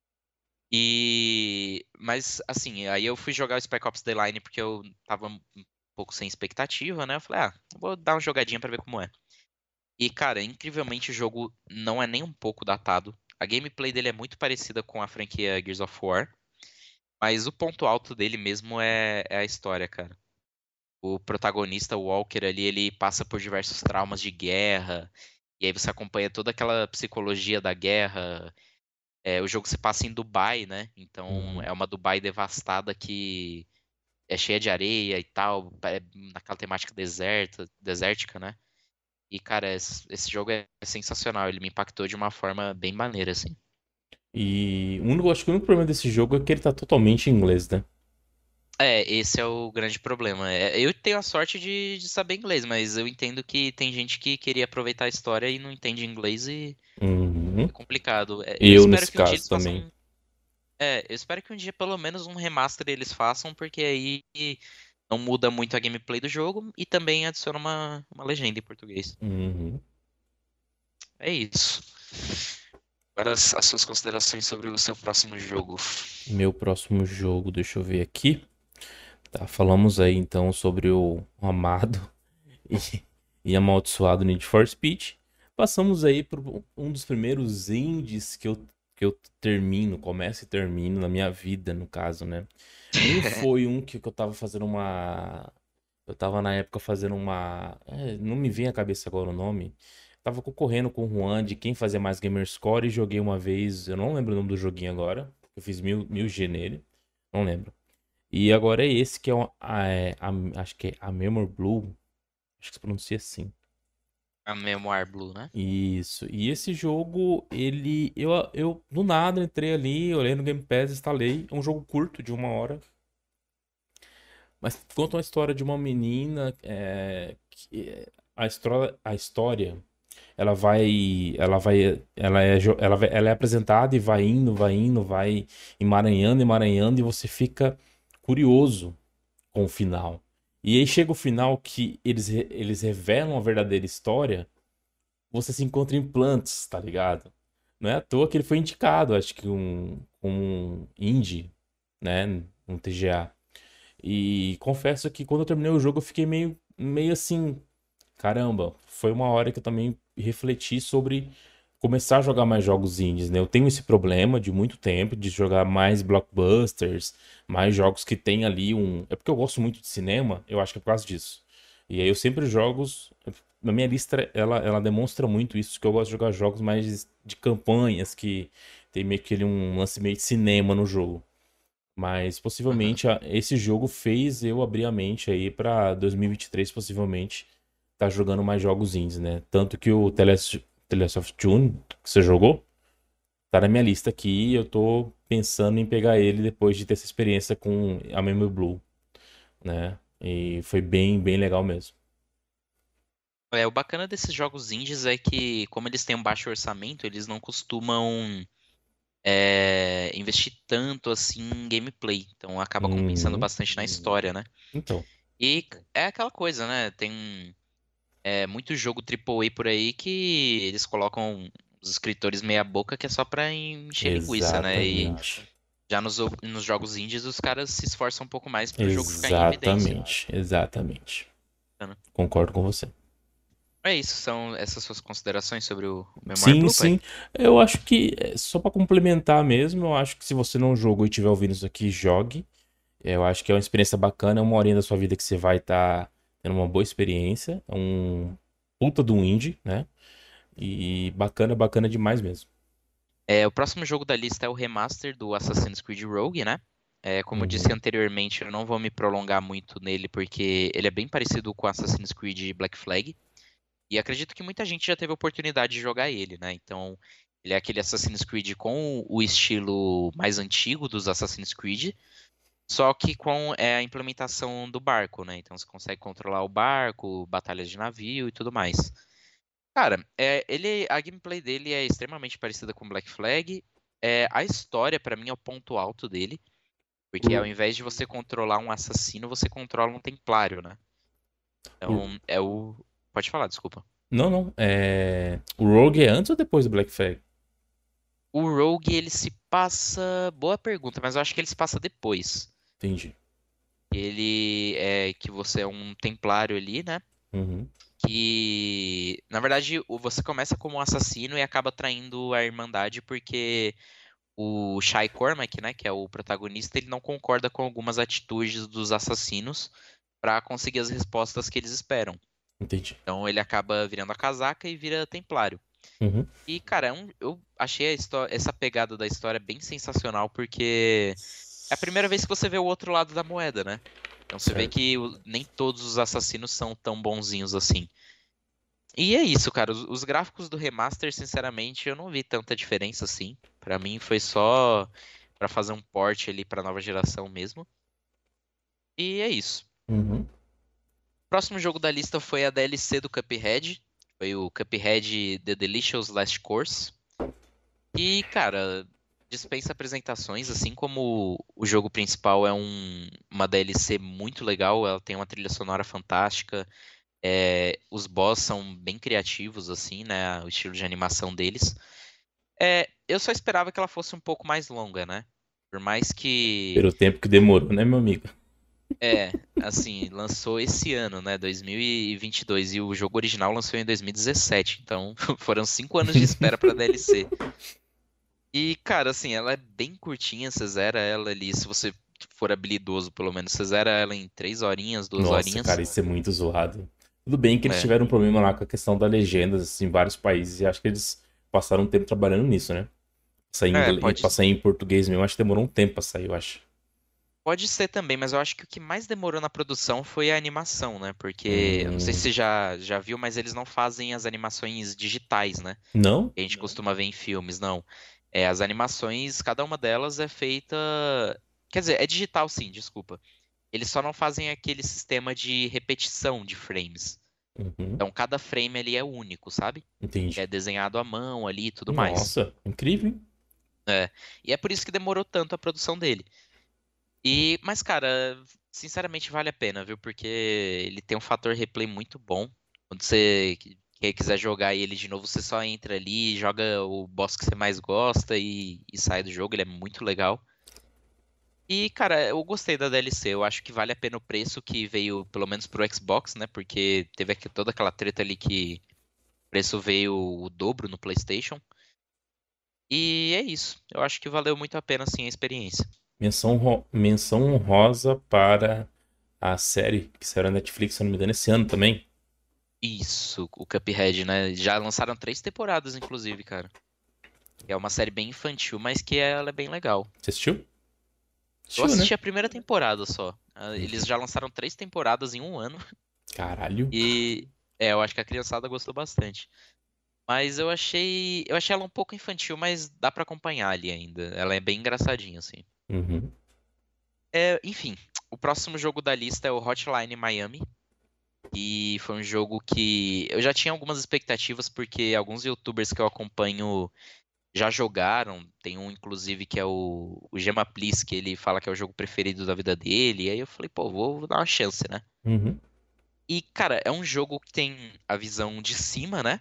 E, mas assim, aí eu fui jogar o Spec Ops The Line porque eu tava um pouco sem expectativa, né? Eu falei, ah, vou dar uma jogadinha pra ver como é. E, cara, incrivelmente o jogo não é nem um pouco datado. A gameplay dele é muito parecida com a franquia Gears of War, mas o ponto alto dele mesmo é, é a história, cara. O protagonista, o Walker ali, ele passa por diversos traumas de guerra, e aí você acompanha toda aquela psicologia da guerra. É, o jogo se passa em Dubai, né? Então Uhum. é uma Dubai devastada que é cheia de areia e tal, é naquela temática deserta, desértica, né? E, cara, esse, esse jogo é sensacional. Ele me impactou de uma forma bem maneira, assim. E o único, acho que o único problema desse jogo é que ele tá totalmente em inglês, né? É, esse é o grande problema. É, eu tenho a sorte de, de saber inglês, mas eu entendo que tem gente que queria aproveitar a história e não entende inglês e Uhum. é complicado. É, eu Eu, espero nesse que um dia caso, eles também. façam. É, eu espero que um dia pelo menos um remaster eles façam, porque aí não muda muito a gameplay do jogo e também adiciona uma, uma legenda em português. Uhum. É isso. Agora as, as suas considerações sobre o seu próximo jogo. Meu próximo jogo, deixa eu ver aqui. Tá, falamos aí então sobre o amado e, e amaldiçoado Need for Speed. Passamos aí por um dos primeiros indies que eu, que eu termino, começo e termino na minha vida, no caso, né? Um foi um que, que eu tava fazendo uma. Eu tava na época fazendo uma. É, não me vem à cabeça agora o nome. Tava concorrendo com o Juan de quem fazia mais Gamerscore e joguei uma vez. Eu não lembro o nome do joguinho agora. Eu fiz mil, mil G nele. Não lembro. E agora é esse que é, um, a, é a- acho que é a Memory Blue. Acho que se pronuncia assim. A Memoir Blue, né? Isso. E esse jogo, ele. Eu, eu do nada entrei ali, olhei no Game Pass, instalei. É um jogo curto, de uma hora. Mas conta uma história de uma menina. É, que, é, a história, a história, ela vai. Ela vai. Ela é, jo- ela vai- ela é apresentada e vai indo, vai indo, vai emaranhando, emaranhando, e você fica curioso com o final. E aí chega o final que eles, re- eles revelam a verdadeira história. Você se encontra em Plants, tá ligado? Não é à toa que ele foi indicado, acho que um, um indie, né? Um T G A. E confesso que quando eu terminei o jogo eu fiquei meio, meio assim, caramba, foi uma hora que eu também refleti sobre começar a jogar mais jogos indies, né? Eu tenho esse problema de muito tempo de jogar mais blockbusters, mais jogos que tem ali um. É porque eu gosto muito de cinema, eu acho que é por causa disso. E aí eu sempre jogos. Na minha lista, ela, ela demonstra muito isso, que eu gosto de jogar jogos mais de campanhas, que tem meio que ele um lance meio de cinema no jogo. Mas Uhum. possivelmente a- esse jogo fez eu abrir a mente aí pra dois mil e vinte e três, possivelmente tá jogando mais jogos indies, né? Tanto que o The Last, The Last of June, que você jogou, tá na minha lista aqui e eu tô pensando em pegar ele depois de ter essa experiência com a Memory Blue, né? E foi bem, bem legal mesmo. É, o bacana desses jogos indies é que, como eles têm um baixo orçamento, eles não costumam é, investir tanto assim em gameplay. Então acaba compensando Uhum. bastante na história, né? Então, E é aquela coisa, né? Tem é, muito jogo triplo A por aí que eles colocam os escritores meia boca que é só pra encher linguiça, né? E exatamente. já nos, o- nos jogos indies os caras se esforçam um pouco mais pro jogo ficar em evidência, Exatamente, exatamente. né? Concordo com você. É isso, são essas suas considerações sobre o Memoir Sim, Blue, pai? sim. Eu acho que, é, só pra complementar mesmo, eu acho que se você não jogou e estiver ouvindo isso aqui, jogue. Eu acho que é uma experiência bacana, é uma horinha da sua vida que você vai estar tendo uma boa experiência. É um puta do indie, né? E bacana, bacana demais mesmo. É, o próximo jogo da lista é o remaster do Assassin's Creed Rogue, né? É, como eu disse Uhum. anteriormente, eu não vou me prolongar muito nele porque ele é bem parecido com Assassin's Creed Black Flag. E acredito que muita gente já teve a oportunidade de jogar ele, né? Então, ele é aquele Assassin's Creed com o estilo mais antigo dos Assassin's Creed, só que com é, a implementação do barco, né? Então você consegue controlar o barco, batalhas de navio e tudo mais. Cara, é, ele, a gameplay dele é extremamente parecida com Black Flag. É, a história, pra mim, é o ponto alto dele, porque ao O- invés de você controlar um assassino, você controla um templário, né? o- Então, é o. Pode falar, desculpa. Não, não. É... O Rogue é antes ou depois do Black Flag? O Rogue, ele se passa. Boa pergunta, mas eu acho que ele se passa depois. Entendi. Ele é que você é um templário ali, né? Uhum. Que, na verdade, o- você começa como um assassino e acaba traindo a Irmandade porque o Shai Cormac, né, que é o protagonista, ele não concorda com algumas atitudes dos assassinos para conseguir as respostas que eles esperam. Entendi. Então ele acaba virando a casaca e vira templário. Uhum. E, cara, é um- eu achei a histó- essa pegada da história bem sensacional porque é a primeira vez que você vê o outro lado da moeda, né? Então você vê Certo. que o- nem todos os assassinos são tão bonzinhos assim. E é isso, cara. Os, os gráficos do remaster, sinceramente, eu não vi tanta diferença assim. Pra mim foi só pra fazer um port ali pra nova geração mesmo. E é isso. Uhum. Próximo jogo da lista foi a D L C do Cuphead. Foi o Cuphead The Delicious Last Course. E, cara, dispensa apresentações, assim como o jogo principal é um- uma D L C muito legal, ela tem uma trilha sonora fantástica, é, os boss são bem criativos, assim, né, o estilo de animação deles. É, eu só esperava que ela fosse um pouco mais longa, né? Por mais que, Pelo tempo que demorou, né, meu amigo? é, assim, lançou esse ano, né, dois mil e vinte e dois, e o jogo original lançou em dois mil e dezessete, então foram cinco anos de espera pra D L C. E, cara, assim, ela é bem curtinha, você zera ela ali, se você for habilidoso, pelo menos, você zera ela em três horinhas, duas Nossa, horinhas. cara, isso é muito zoado. Tudo bem que eles É, tiveram um problema lá com a questão da legendas assim, em vários países, e acho que eles passaram um tempo trabalhando nisso, né? Sair em é, inglês, pode. pra sair em português mesmo, acho que demorou um tempo pra sair, eu acho. Pode ser também, mas eu acho que o que mais demorou na produção foi a animação, né? Porque, eu não sei se Hum, você já, já viu, mas eles não fazem as animações digitais, né? não? Que a gente costuma ver em filmes, não. É, as animações, cada uma delas é feita. Quer dizer, é digital sim, desculpa. Eles só não fazem aquele sistema de repetição de frames. Uhum, Então, cada frame ali é único, sabe? É entendi. desenhado à mão ali e tudo mais. Nossa, incrível, hein? É. E é por isso que demorou tanto a produção dele. E, mas, cara, sinceramente vale a pena, viu? Porque ele tem um fator replay muito bom. Quando você qui- que- quiser jogar ele de novo, você só entra ali, joga o boss que você mais gosta e, e sai do jogo. Ele é muito legal. E, cara, eu gostei da D L C. Eu acho que vale a pena o preço que veio, pelo menos pro Xbox, né? Porque teve aqui toda aquela treta ali que o preço veio o dobro no PlayStation. E é isso. Eu acho que valeu muito a pena, sim, a experiência. Menção, ro- menção honrosa para a série que saiu na Netflix, se eu não me engano, esse ano também. Isso, o Cuphead, né? Já lançaram três temporadas, inclusive, cara. É uma série bem infantil, mas que ela é bem legal. Você assistiu? Eu Assistiu, né? assisti a primeira temporada só. Ah, eles já lançaram três temporadas em um ano. Caralho. E é, eu acho que a criançada gostou bastante. Mas eu achei, eu achei ela um pouco infantil, mas dá pra acompanhar ali ainda. Ela é bem engraçadinha, assim. Uhum. É, enfim, o próximo jogo da lista é o Hotline Miami. E foi um jogo que eu já tinha algumas expectativas, porque alguns YouTubers que eu acompanho já jogaram. Tem um, inclusive, que é o, o Gema Please, que ele fala que é o jogo preferido da vida dele. E aí eu falei, pô, vou, vou dar uma chance, né? Uhum. E, cara, é um jogo que tem a visão de cima, né?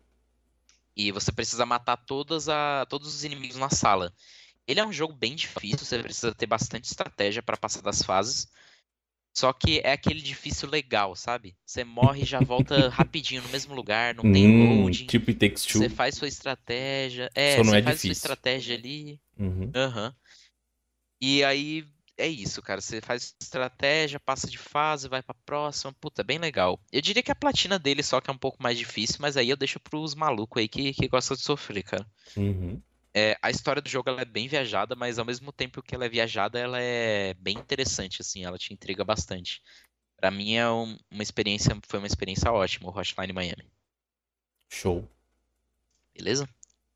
E você precisa matar todas a, todos os inimigos na sala. Ele é um jogo bem difícil, você precisa ter bastante estratégia para passar das fases. Só que é aquele difícil legal, sabe? Você morre e já volta rapidinho no mesmo lugar, não tem Hum, loading. tipo It Takes Você Two, faz sua estratégia. É, só não você é faz a sua difícil. estratégia ali. Uhum. Aham. E aí é isso, cara. Você faz estratégia, passa de fase, vai pra próxima. Puta, é bem legal. Eu diria que a platina dele só que é um pouco mais difícil, mas aí eu deixo pros malucos aí que, que gostam de sofrer, cara. Uhum. É, a história do jogo ela é bem viajada, mas ao mesmo tempo que ela é viajada, ela é bem interessante, assim. Ela te intriga bastante. Pra mim é um- uma experiência, foi uma experiência ótima, o Hotline Miami. Show. Beleza?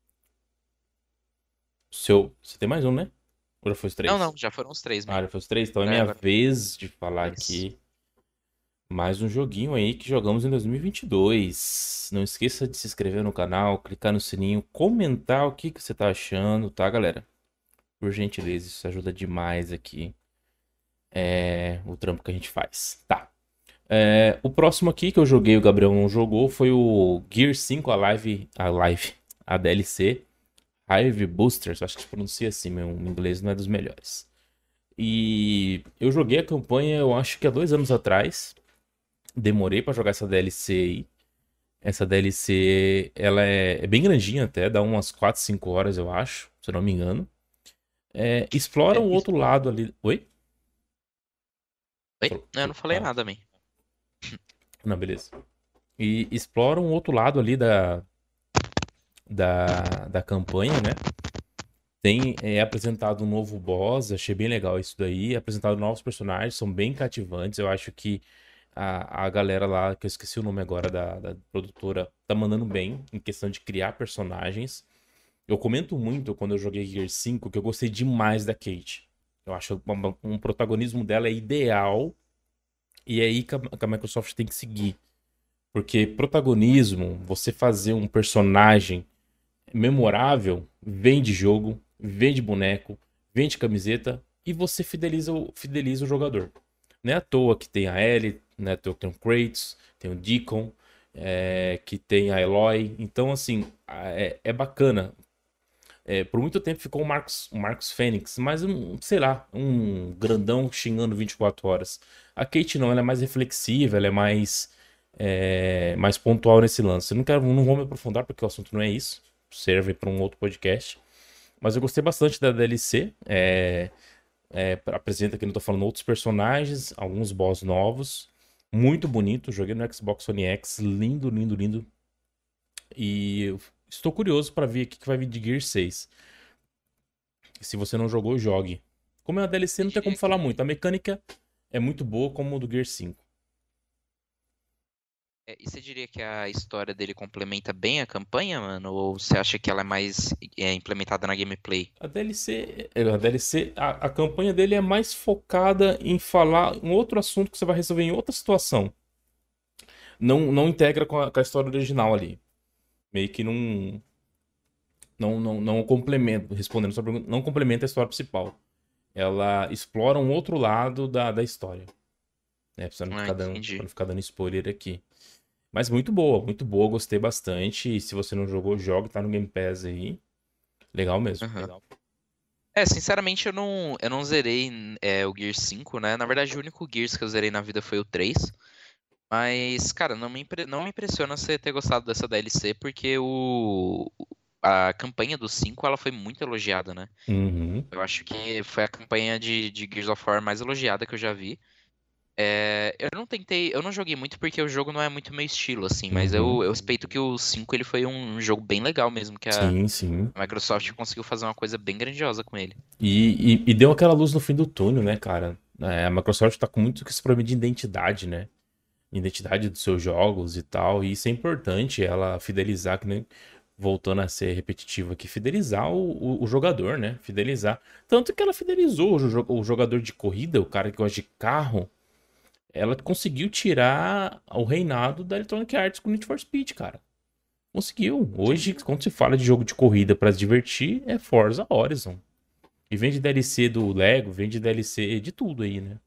Seu, você tem mais um, né? Ou já foi os Não, três? não, já foram os três Ah, mesmo. já foi os três? Então é É, minha agora vez de falar dois. aqui mais um joguinho aí que jogamos em dois mil e vinte e dois. Não esqueça de se inscrever no canal, clicar no sininho, comentar o que que você tá achando, tá, galera? Por gentileza, isso ajuda demais aqui. É o trampo que a gente faz. Tá. É, o próximo aqui que eu joguei, o Gabriel não jogou, foi o Gear cinco, a Live, a Live, a D L C, Hive Boosters, acho que se pronuncia assim, meu inglês não é dos melhores. E eu joguei a campanha, eu acho que há dois anos atrás. Demorei pra jogar essa D L C aí. Essa D L C, ela é, é bem grandinha até, dá umas quatro, cinco horas, eu acho, se eu não me engano. É, explora É, um isso. outro lado ali. Oi? Oi? Falou- Eu não falou- falei Ah, nada também. não, beleza. E explora um outro lado ali da, da, da campanha, né? Tem é, apresentado um novo boss, achei bem legal isso daí. É apresentado novos personagens, são bem cativantes. Eu acho que a, a galera lá, que eu esqueci o nome agora da, da produtora, tá mandando bem em questão de criar personagens. Eu comento muito quando eu joguei Gear cinco que eu gostei demais da Kate. Eu acho uma- um protagonismo dela é ideal e é aí que a, que a Microsoft tem que seguir. Porque protagonismo, você fazer um personagem memorável, vende jogo, vende boneco, vende camiseta e você fideliza o, fideliza o jogador. Não é à toa que tem a Ellie, não é à toa que tem o Kratos, tem o Deacon, é, que tem a Eloy. Então, assim, é, é bacana. É, por muito tempo ficou o Marcos, o Marcos Fênix, mas um, sei lá, um grandão xingando vinte e quatro horas. A Kate não, ela é mais reflexiva, ela é mais, é, mais pontual nesse lance. Eu não quero, não vou me aprofundar porque o assunto não é isso, serve para um outro podcast. Mas eu gostei bastante da D L C. É, é, apresenta aqui, não tô falando, outros personagens, alguns boss novos. Muito bonito, joguei no Xbox One X, lindo, lindo, lindo. E eu estou curioso para ver o que que vai vir de Gear seis. Se você não jogou, jogue. Como é uma D L C, Você não tem como diria falar que, muito. A mecânica é muito boa, como o do Gear cinco. é, e você diria que a história dele complementa bem a campanha, mano? Ou você acha que ela é mais é, implementada na gameplay? A D L C, é, a D L C, a, a campanha dele é mais focada em falar um outro assunto que você vai resolver em outra situação. Não, não integra com a, com a história original ali. Meio que não, não, não, não complementa, respondendo a sua pergunta, não complementa a história principal. Ela explora um outro lado da, da história. Né? Pra não Ah, ficar dando, pra entendi. não ficar dando spoiler aqui. Mas muito boa, muito boa, gostei bastante. E se você não jogou, jogue, tá no Game Pass aí. Legal mesmo. Aham. É, sinceramente, eu não, eu não zerei é, o Gear cinco, né? Na verdade, o único Gears que eu zerei na vida foi o três. Mas, cara, não me, impre- não me impressiona você ter gostado dessa D L C, porque o, a campanha do cinco ela foi muito elogiada, né? Uhum, Eu acho que foi a campanha de, de Gears of War mais elogiada que eu já vi. É, eu não tentei, eu não joguei muito porque o jogo não é muito meu estilo, assim, mas uhum. eu, eu respeito que o cinco ele foi um jogo bem legal mesmo, que a Sim, sim. a Microsoft conseguiu fazer uma coisa bem grandiosa com ele. E, e, e deu aquela luz no fim do túnel, né, cara? É, a Microsoft tá com muito com esse problema de identidade, né? Identidade dos seus jogos e tal. E isso é importante, ela fidelizar, que nem voltando a ser repetitivo aqui, fidelizar o, o, o jogador, né? Fidelizar. Tanto que ela fidelizou o, jo- o jogador de corrida, o cara que gosta de carro. Ela conseguiu tirar o reinado da Electronic Arts com Need for Speed, cara. Conseguiu. Hoje, Sim. quando se fala de jogo de corrida pra se divertir, é Forza Horizon. E vende D L C do Lego, vende D L C de tudo aí, né?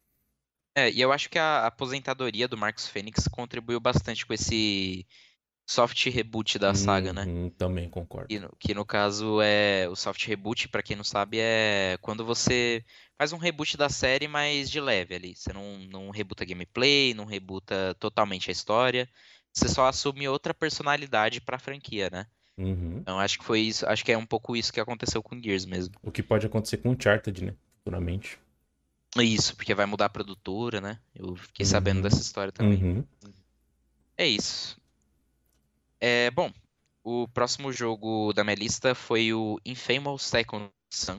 É, e eu acho que a aposentadoria do Marcus Fênix contribuiu bastante com esse soft reboot da saga, né? Uhum, também E concordo. no- que no caso é o soft reboot, pra quem não sabe, é quando você faz um reboot da série, mas de leve ali. Você não, não rebuta a gameplay, não rebuta totalmente a história. Você só assume outra personalidade pra franquia, né? Uhum. Então acho que foi isso, acho que é um pouco isso que aconteceu com Gears mesmo. O que pode acontecer com o Uncharted, né? Futuramente. Isso, porque vai mudar a produtora, né? Eu fiquei sabendo Uhum. dessa história também. Uhum. É isso. É, bom, o próximo jogo da minha lista foi o Infamous Second Son.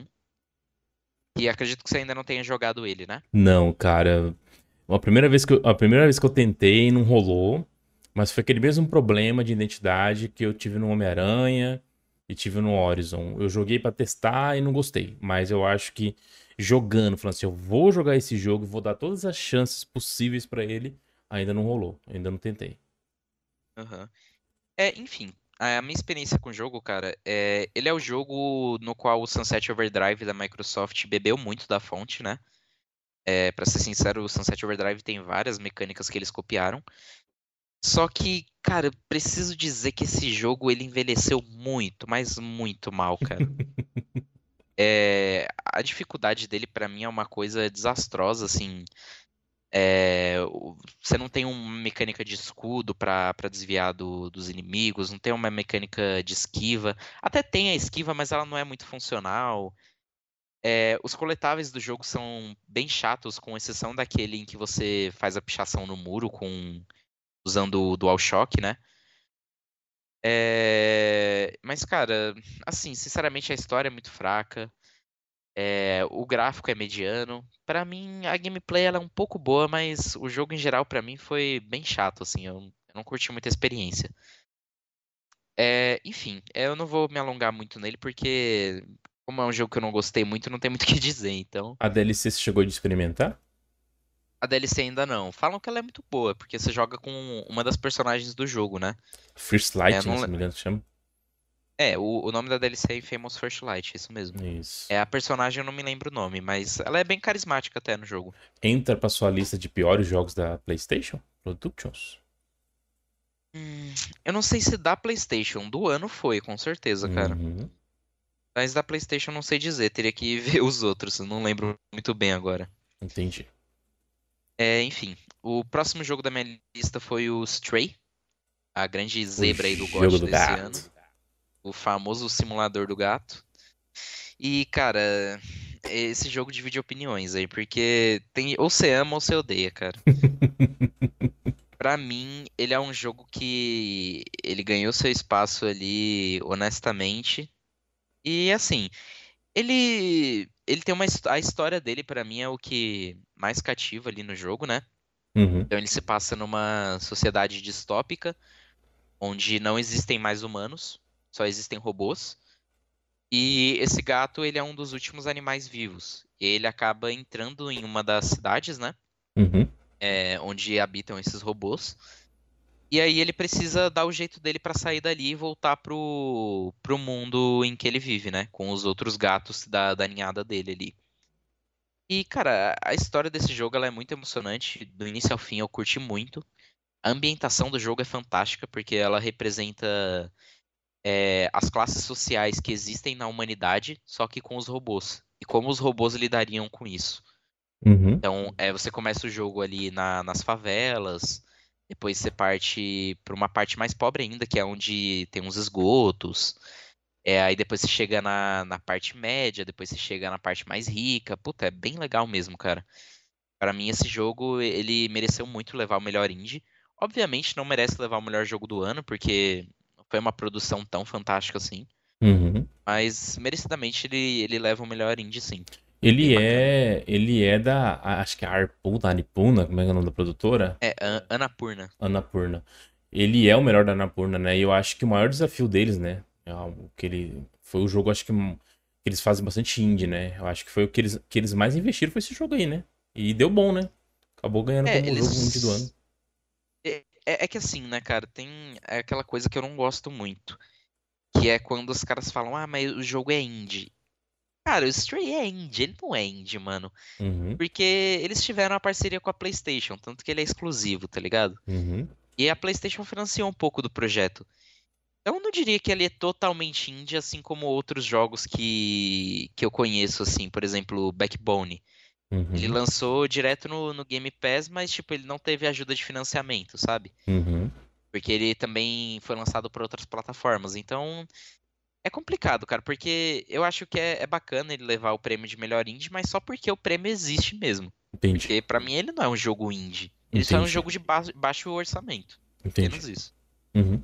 E acredito que você ainda não tenha jogado ele, né? Não, cara. A primeira vez que eu, a primeira vez que eu tentei não rolou, mas foi aquele mesmo problema de identidade que eu tive no Homem-Aranha e tive no Horizon. Eu joguei pra testar e não gostei, mas eu acho que jogando, falando assim, eu vou jogar esse jogo e vou dar todas as chances possíveis pra ele, ainda não rolou, ainda não tentei. Aham. É, enfim, a minha experiência com o jogo, cara, é, ele é o jogo no qual o Sunset Overdrive da Microsoft bebeu muito da fonte, né? É, para ser sincero, o Sunset Overdrive tem várias mecânicas que eles copiaram. Só que, cara, eu preciso dizer que esse jogo ele envelheceu muito, mas muito mal, cara. É, a dificuldade dele pra mim é uma coisa desastrosa, assim. É, o- você não tem uma mecânica de escudo pra pra desviar do- dos inimigos, não tem uma mecânica de esquiva. Até tem a esquiva, mas ela não é muito funcional. É, os coletáveis do jogo são bem chatos, com exceção daquele em que você faz a pichação no muro com usando o DualShock, né? É, mas, cara, assim, sinceramente a história é muito fraca. É, o gráfico é mediano. Pra mim, a gameplay ela é um pouco boa, mas o jogo em geral pra mim foi bem chato, assim. Eu, eu não curti muita experiência. É, enfim, é, eu não vou me alongar muito nele porque, como é um jogo que eu não gostei muito, não tem muito o que dizer. Então, A D L C você chegou de experimentar? a D L C ainda não. Falam que ela é muito boa porque você joga com uma das personagens do jogo, né? First É, Light, né, não, se le- não me engano, chama. é o, o nome da D L C é Infamous First Light, isso mesmo. Isso. É a personagem, eu não me lembro o nome, mas ela é bem carismática até no jogo. Entra pra sua lista de piores jogos da PlayStation Productions. Hum, eu não sei se da PlayStation, do ano foi, com certeza, cara. Uhum. Mas da PlayStation eu não sei dizer, teria que ver os outros, eu não lembro muito bem agora. Entendi. É, enfim, o próximo jogo da minha lista foi o Stray, a grande O zebra aí do jogo GOT do desse ano, gato. o famoso simulador do gato. E, cara, esse jogo divide opiniões aí, porque tem ou você ama ou você odeia, cara. Pra mim, ele é um jogo que ele ganhou seu espaço ali honestamente. E assim, Ele, ele tem uma, his- a história dele pra mim é o que mais cativa ali no jogo, né? Uhum, Então ele se passa numa sociedade distópica, onde não existem mais humanos, só existem robôs. E esse gato, ele é um dos últimos animais vivos. E ele acaba entrando em uma das cidades, né? uhum, É, onde habitam esses robôs. E aí ele precisa dar o jeito dele pra sair dali e voltar pro, pro mundo em que ele vive, né? Com os outros gatos da, da ninhada dele ali. E, cara, a história desse jogo ela é muito emocionante. Do início ao fim eu curti muito. A ambientação do jogo é fantástica, porque ela representa é, as classes sociais que existem na humanidade, só que com os robôs. E como os robôs lidariam com isso. uhum, Então, é, você começa o jogo ali na- nas favelas, depois você parte para uma parte mais pobre ainda, que é onde tem uns esgotos. É, aí depois você chega na, na parte média, depois você chega na parte mais rica. Puta, é bem legal mesmo, cara. Pra mim, esse jogo, ele mereceu muito levar o melhor indie. Obviamente, não merece levar o melhor jogo do ano, porque não foi uma produção tão fantástica assim. uhum. Mas, merecidamente, ele, ele leva o melhor indie, sim. Bem Ele bacana. é, ele é da, a- acho que é a Arpuna, Anipuna, como é que é o nome da produtora? É, An- Annapurna. Annapurna. Ele é o melhor da Annapurna, né? E eu acho que o maior desafio deles, né? É algo que ele foi o jogo, acho que, que eles fazem bastante indie, né? Eu acho que foi o que eles, que eles mais investiram foi esse jogo aí, né? E deu bom, né? Acabou ganhando É, como o jogo indie do ano. eles. É, é é que assim, né, cara, tem é aquela coisa que eu não gosto muito. Que é quando os caras falam, ah, mas o jogo é indie. Cara, o Stray é indie, ele não é indie, mano. Uhum, Porque eles tiveram uma parceria com a PlayStation, tanto que ele é exclusivo, tá ligado? uhum, E a PlayStation financiou um pouco do projeto. Então, eu não diria que ele é totalmente indie, assim como outros jogos que, que eu conheço, assim, por exemplo, Backbone. Ele uhum, lançou direto no, no Game Pass, mas, tipo, ele não teve ajuda de financiamento, sabe? uhum. Porque ele também foi lançado por outras plataformas. Então, é complicado, cara, porque eu acho que é, é bacana ele levar o prêmio de melhor indie, mas só porque o prêmio existe mesmo. Entendi, Porque, pra mim, ele não é um jogo indie. Ele só é um entendi, jogo de ba- baixo orçamento. entendi. Apenas isso. Uhum.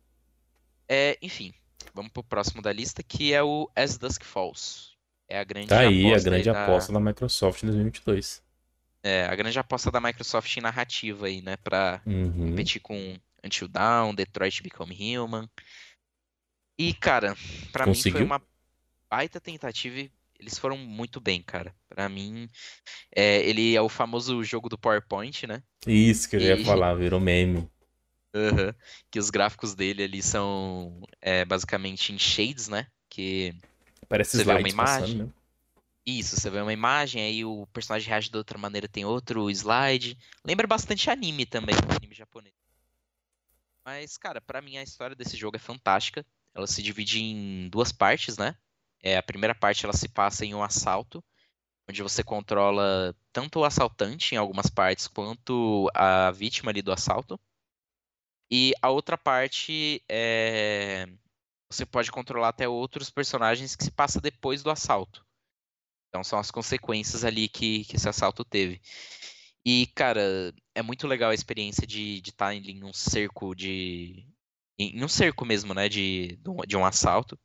É, enfim, vamos pro próximo da lista, que é o As Dusk Falls. É a Tá grande aí a aposta aí grande da, aposta da Microsoft em dois mil e vinte e dois. é, a grande aposta da Microsoft em narrativa aí, né, pra Uhum. competir com Until Dawn, Detroit Become Human. E, cara, pra mim foi Conseguiu? uma baita tentativa e eles foram muito bem, cara. Pra mim, é, ele é o famoso jogo do PowerPoint, né? Isso que eu ia E falar, virou meme. aham, que os gráficos dele ali são é, basicamente em shades, né? Que Parece você vê uma slides passando, imagem. né? Isso, você vê uma imagem, aí o personagem reage de outra maneira, tem outro slide. Lembra bastante anime também, anime japonês. Mas, cara, pra mim a história desse jogo é fantástica. Ela se divide em duas partes, né? É, a primeira parte ela se passa em um assalto, onde você controla tanto o assaltante em algumas partes quanto a vítima ali do assalto. E a outra parte é você pode controlar até outros personagens que se passa depois do assalto. Então são as consequências ali que, que esse assalto teve. E, cara, é muito legal a experiência de de estar em um cerco de. Em em um cerco mesmo, né? De, de um de um assalto.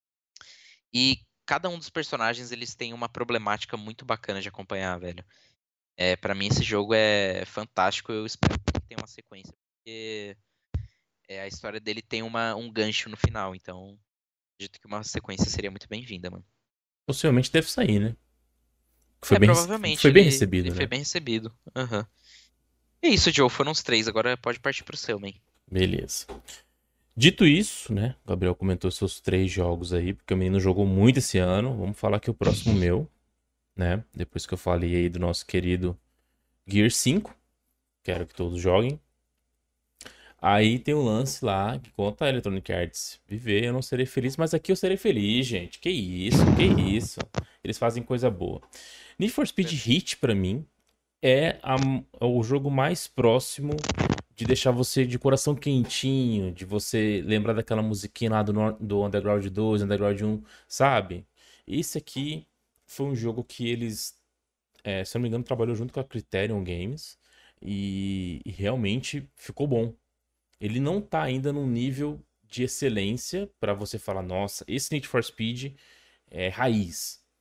E cada um dos personagens, eles têm uma problemática muito bacana de acompanhar, velho. É, para mim, esse jogo é fantástico. Eu espero que tenha uma sequência. Porque é, a história dele tem uma, um gancho no final. Então, acredito que uma sequência seria muito bem-vinda, mano. Possivelmente deve sair, né? Foi É, bem, rece- provavelmente foi bem ele, ele recebido, foi né? bem recebido. Aham. É isso, Joe. Foram os três. Agora pode partir pro seu, man. Beleza. Dito isso, né? O Gabriel comentou seus três jogos aí, porque o menino jogou muito esse ano. Vamos falar que o próximo meu, né? Depois que eu falei aí do nosso querido Gear cinco, quero que todos joguem. Aí tem um lance lá que conta a Electronic Arts. Viver, eu não serei feliz, mas aqui eu serei feliz, gente. Que isso, que isso. Eles fazem coisa boa. Need for Speed Heat, pra mim, é, a- é o jogo mais próximo de deixar você de coração quentinho, de você lembrar daquela musiquinha lá do, Nor- do Underground dois, Underground um, sabe? Esse aqui foi um jogo que eles, é, se eu não me engano, trabalhou junto com a Criterion Games e, e realmente ficou bom. Ele não tá ainda num nível de excelência pra você falar, nossa, esse Need for Speed é raiz.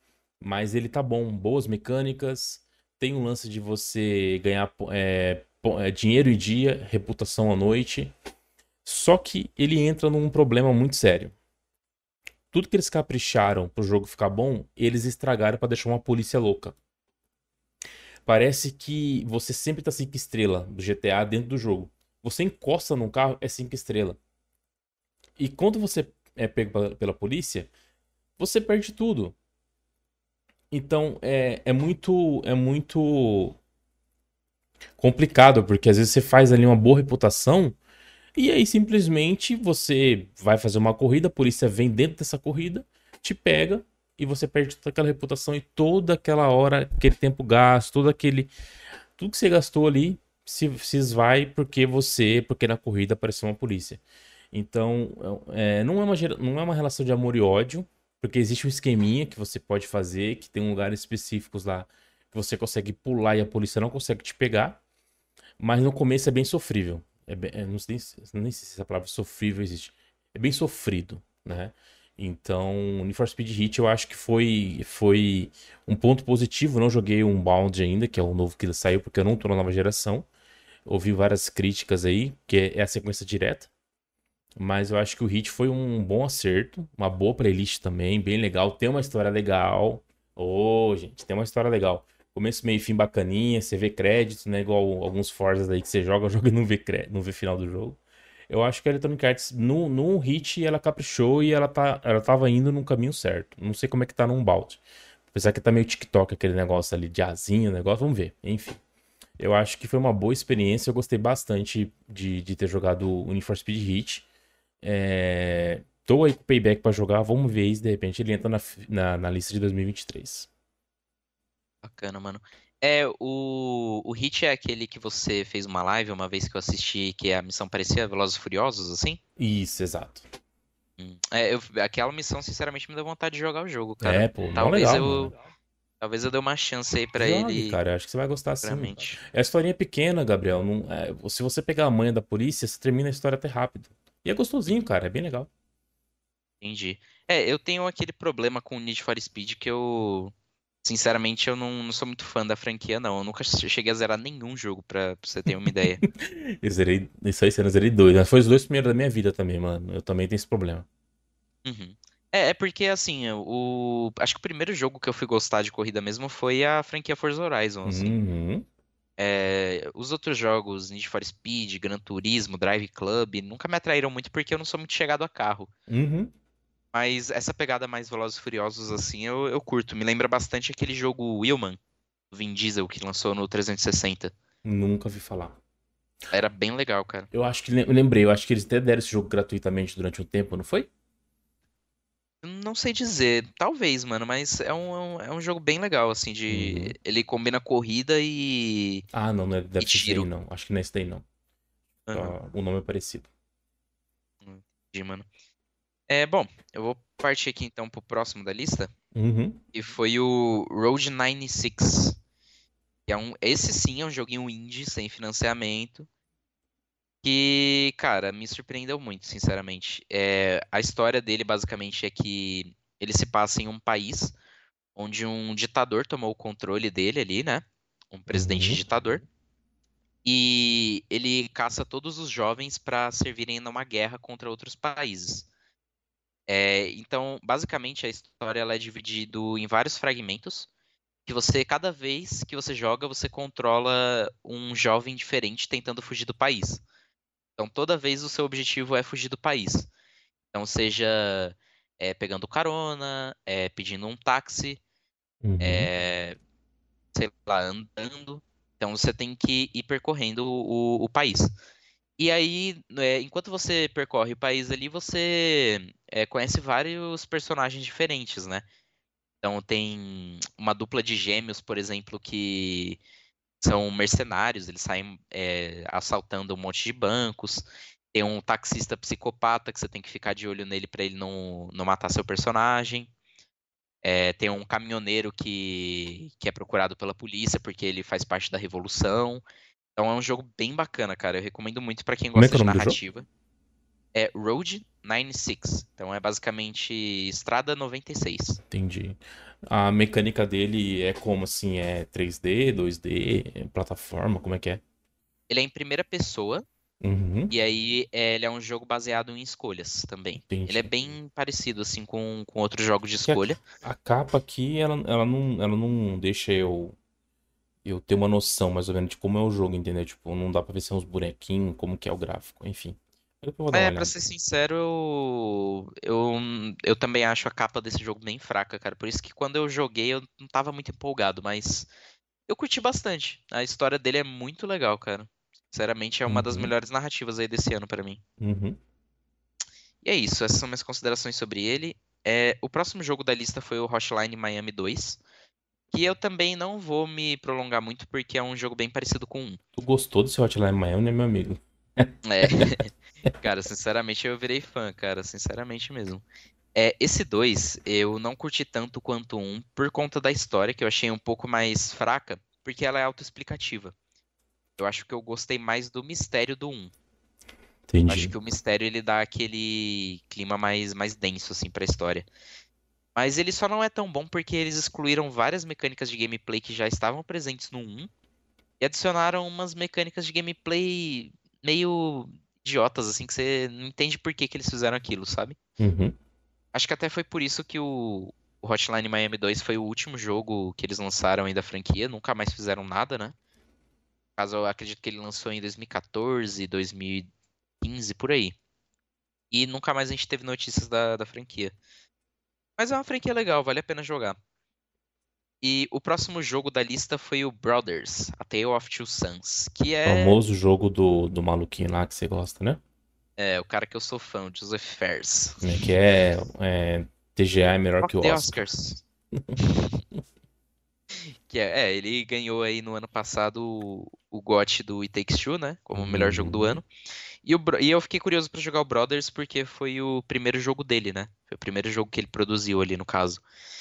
Mas ele tá bom, boas mecânicas, tem um lance de você ganhar po- é, po- é, dinheiro e dia, reputação à noite. Só que ele entra num problema muito sério. Tudo que eles capricharam pro jogo ficar bom, eles estragaram pra deixar uma polícia louca. Parece que você sempre tá cinco estrelas do G T A dentro do jogo. Você encosta num carro, é cinco estrelas. E quando você é pego pela, pela polícia, você perde tudo. Então é, é muito é muito complicado, porque às vezes você faz ali uma boa reputação e aí simplesmente você vai fazer uma corrida, a polícia vem dentro dessa corrida, te pega e você perde toda aquela reputação e toda aquela hora, aquele tempo gasto, todo aquele tudo que você gastou ali se, se esvai porque você, porque na corrida apareceu uma polícia. Então, é, não é uma, gera- não é uma relação de amor e ódio, porque existe um esqueminha que você pode fazer, que tem um lugares específicos lá que você consegue pular e a polícia não consegue te pegar, mas no começo é bem sofrível. É bem- é, não sei, nem sei se essa palavra sofrível existe. É bem sofrido, né? Então, Need for Speed Heat eu acho que foi, foi um ponto positivo. Não joguei o Unbound ainda, que é o novo que saiu, porque eu não tô na nova geração. Ouvi várias críticas aí, que é é a sequência direta. Mas eu acho que o Hit foi um bom acerto, uma boa playlist também, bem legal. Tem uma história legal. Ô, gente, tem uma história legal. Começo, meio e fim bacaninha, você vê créditos, né? Igual alguns Forzas aí que você joga, joga e não vê, cré- não vê final do jogo. Eu acho que a Electronic Arts, no, no Hit, ela caprichou e ela, tá, ela tava indo no caminho certo. Não sei como é que tá no Unbound. Apesar que tá meio TikTok aquele negócio ali de asinha, negócio, vamos ver. Enfim. Eu acho que foi uma boa experiência. Eu gostei bastante de, de ter jogado o Need for Speed Heat. É... Tô aí com o Payback pra jogar, vamos ver se de repente ele entra na, fi- na, na lista de dois mil e vinte e três. Bacana, mano. É, o, o Hit é aquele que você fez uma live uma vez que eu assisti, que a missão parecia Velozes e Furiosos, assim? Isso, exato. Hum. É, eu, aquela missão, sinceramente, me deu vontade de jogar o jogo, cara. É, pô, mó Talvez legal, mano. eu, talvez eu dê uma chance aí pra Jogue, ele cara, acho que você vai gostar sim. futuramente. É a historinha pequena, Gabriel. Não, é, se você pegar a manha da polícia, você termina a história até rápido. E é gostosinho, Uhum, cara, é bem legal. entendi. É, eu tenho aquele problema com o Need for Speed que eu, sinceramente, eu não, não sou muito fã da franquia, não. Eu nunca cheguei a zerar nenhum jogo, pra, pra você ter uma ideia. Eu zerei, isso aí, eu zerei dois. Mas foi os dois primeiros da minha vida também, mano. Eu também tenho esse problema. Uhum. É, é porque, assim, o, acho que o primeiro jogo que eu fui gostar de corrida mesmo foi a franquia Forza Horizon, assim. Uhum, É, os outros jogos, Need for Speed, Gran Turismo, Drive Club, nunca me atraíram muito porque eu não sou muito chegado a carro. uhum. Mas essa pegada mais Velozes e Furiosos, assim, eu, eu curto. Me lembra bastante aquele jogo Wheelman, do Vin Diesel, que lançou no trezentos e sessenta. Nunca vi falar. Era bem legal, cara. Eu acho que lem- eu lembrei, eu acho que eles até deram esse jogo gratuitamente durante um tempo, não foi? Não sei dizer, talvez, mano, mas é um, é um, é um jogo bem legal, assim, de... Uhum. Ele combina corrida e, Ah, não, não é- e deve ser esse daí tiro. não. Acho que não é esse daí não. Aham, Só o nome é parecido. entendi, mano. É, bom, eu vou partir aqui então pro próximo da lista, Uhum. e foi o Road noventa e seis. Que é um, esse sim é um joguinho indie, sem financiamento, que, cara, me surpreendeu muito, sinceramente. É, a história dele, basicamente, é que ele se passa em um país onde um ditador tomou o controle dele ali, né? Um presidente Uhum. ditador. E ele caça todos os jovens para servirem numa guerra contra outros países. É, então, basicamente, a história ela é dividida em vários fragmentos, que você, cada vez que você joga, você controla um jovem diferente tentando fugir do país. Então, toda vez o seu objetivo é fugir do país. Então, seja é, pegando carona, é, pedindo um táxi, Uhum. é, sei lá, andando. Então, você tem que ir percorrendo o, o país. E aí, é, enquanto você percorre o país ali, você é, conhece vários personagens diferentes, né? Então, tem uma dupla de gêmeos, por exemplo, que são mercenários, eles saem é, assaltando um monte de bancos. Tem um taxista psicopata que você tem que ficar de olho nele para ele não, não matar seu personagem. É, tem um caminhoneiro que, que é procurado pela polícia porque ele faz parte da revolução. Então é um jogo bem bacana, cara. Eu recomendo muito para quem Como é que gosta é o de nome do jogo? narrativa. É Road noventa e seis. Então é basicamente Estrada noventa e seis. Entendi. A mecânica dele é como assim? É três D, dois D, é plataforma, como é que é? Ele é em primeira pessoa. Uhum, E aí, é, ele é um jogo baseado em escolhas também. Ele é entendi. bem parecido, assim, com, com outros jogos de Que a, escolha. a capa aqui, ela, ela não, ela não deixa eu, eu ter uma noção mais ou menos de como é o jogo, entendeu? Tipo, não dá pra ver se é uns bonequinhos, como que é o gráfico, enfim. Mas depois eu vou dar uma É, pra olhada. ser sincero, eu, eu, eu também acho a capa desse jogo bem fraca, cara. Por isso que quando eu joguei, eu não tava muito empolgado, mas eu curti bastante. A história dele é muito legal, cara. Sinceramente, é uma das Uhum, melhores narrativas aí desse ano pra mim. uhum. E é isso, essas são minhas considerações sobre ele. É, o próximo jogo da lista foi o Hotline Miami dois. Que eu também não vou me prolongar muito, porque é um jogo bem parecido com um. Tu gostou desse Hotline Miami, né, meu amigo? É, cara, sinceramente eu virei fã, cara, sinceramente mesmo. É, esse dois eu não curti tanto quanto um, por conta da história, que eu achei um pouco mais fraca, porque ela é autoexplicativa. Eu acho que eu gostei mais do mistério do um. Eu acho Entendi. que o mistério ele dá aquele clima mais, mais denso, assim, pra história. Mas ele só não é tão bom porque eles excluíram várias mecânicas de gameplay que já estavam presentes no um. E adicionaram umas mecânicas de gameplay meio idiotas, assim, que você não entende por que que eles fizeram aquilo, sabe? Uhum. Acho que até foi por isso que o, o Hotline Miami dois foi o último jogo que eles lançaram aí da franquia. Nunca mais fizeram nada, né? Caso eu acredito que ele lançou em dois mil e quatorze, dois mil e quinze, por aí. E nunca mais a gente teve notícias da, da franquia. Mas é uma franquia legal, vale a pena jogar. E o próximo jogo da lista foi o Brothers, A Tale of Two Sons, que é Famoso jogo do, do maluquinho lá que você gosta, né? É, o cara que eu sou fã, o Joseph Fares. Né, que é, é T G A é melhor Fuck que o the Oscar. Oscars. Que é, é, ele ganhou aí no ano passado o, o G O T do It Takes Two, né? Como o melhor jogo do Uhum. ano. E, o, Bro- e eu fiquei curioso pra jogar o Brothers porque foi o primeiro jogo dele, né? Foi o primeiro jogo que ele produziu ali, no caso.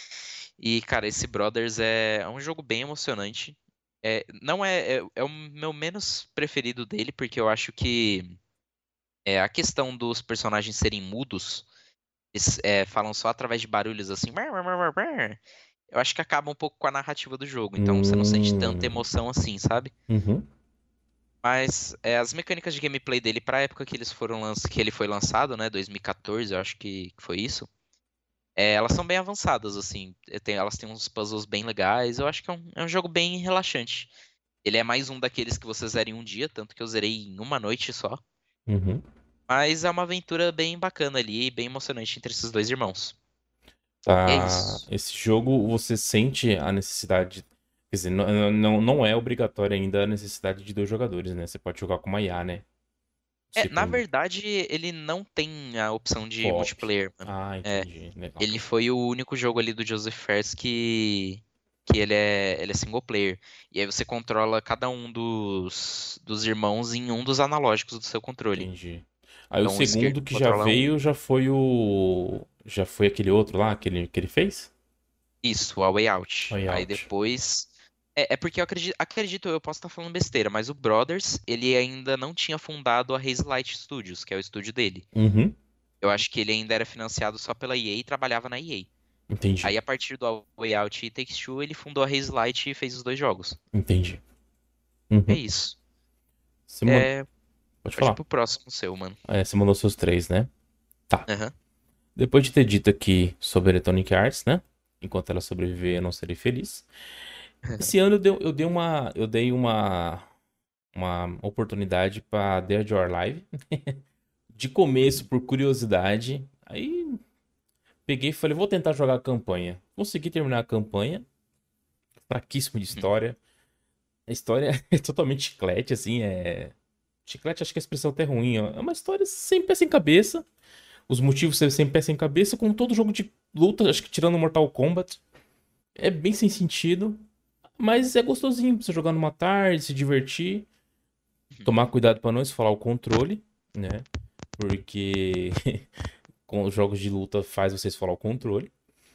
E, cara, esse Brothers é, é um jogo bem emocionante. É, não é, é, é o meu menos preferido dele, porque eu acho que é, a questão dos personagens serem mudos. Eles é, falam só através de barulhos assim. "Bar, bar, bar, bar, bar". Eu acho que acaba um pouco com a narrativa do jogo. Então você não sente tanta Hum. emoção assim, sabe? Uhum. Mas é, as mecânicas de gameplay dele, pra época que eles foram lanç... que ele foi lançado, né? dois mil e quatorze, eu acho que que foi isso. É, elas são bem avançadas, assim. É, tem- elas têm uns puzzles bem legais. Eu acho que é um, é um jogo bem relaxante. Ele é mais um daqueles que você zera em um dia, tanto que eu zerei em uma noite só. Uhum. Mas é uma aventura bem bacana ali, bem emocionante entre esses dois irmãos. E é Tá. isso. Esse jogo você sente a necessidade. Quer dizer, não, não, não é obrigatório ainda a necessidade de dois jogadores, né? Você pode jogar com uma I A, né? É, na Tipo, verdade, ele não tem a opção de co-op. multiplayer, mano. Ah, É, entendi. Legal. ele foi o único jogo ali do Joseph Fares que, que ele é, ele é single player. E aí você controla cada um dos, dos irmãos em um dos analógicos do seu controle. Entendi. Aí o Então o esquerdo segundo que já controla um. veio já foi o. Já foi aquele outro lá que ele, que ele fez? Isso, a Way Out. Way Aí Out. depois. É, é porque eu acredito, acredito, eu posso estar falando besteira, mas o Brothers, ele ainda não tinha fundado a Haze Light Studios, que é o estúdio dele. Uhum. Eu acho que ele ainda era financiado só pela E A e trabalhava na E A. Entendi. Aí, a partir do A Way Out e Takes Two, ele fundou a Haze Light e fez os dois jogos. Entendi. É Uhum. isso. Você man... É, Pode pode ir falar. pro próximo seu, mano. É, você mandou seus três, né? Tá. Aham. Depois de ter dito aqui sobre a Electronic Arts, né? Enquanto ela sobreviver, eu não serei feliz. Esse ano eu dei, eu dei uma, eu dei uma, uma oportunidade pra Dead or Alive. De começo, por curiosidade. Aí peguei e falei, vou tentar jogar a campanha. Consegui terminar a campanha. Fraquíssimo de história. A história é totalmente chiclete, assim, é... Chiclete, acho que a expressão é até ruim. Ó. É uma história sem pé sem cabeça. Os motivos serem sem pé sem cabeça, como todo jogo de luta, acho que tirando Mortal Kombat. É bem sem sentido, mas é gostosinho pra você jogar numa tarde, se divertir. Tomar cuidado pra não esfolar o controle, né? Porque com os jogos de luta faz você esfolar o controle.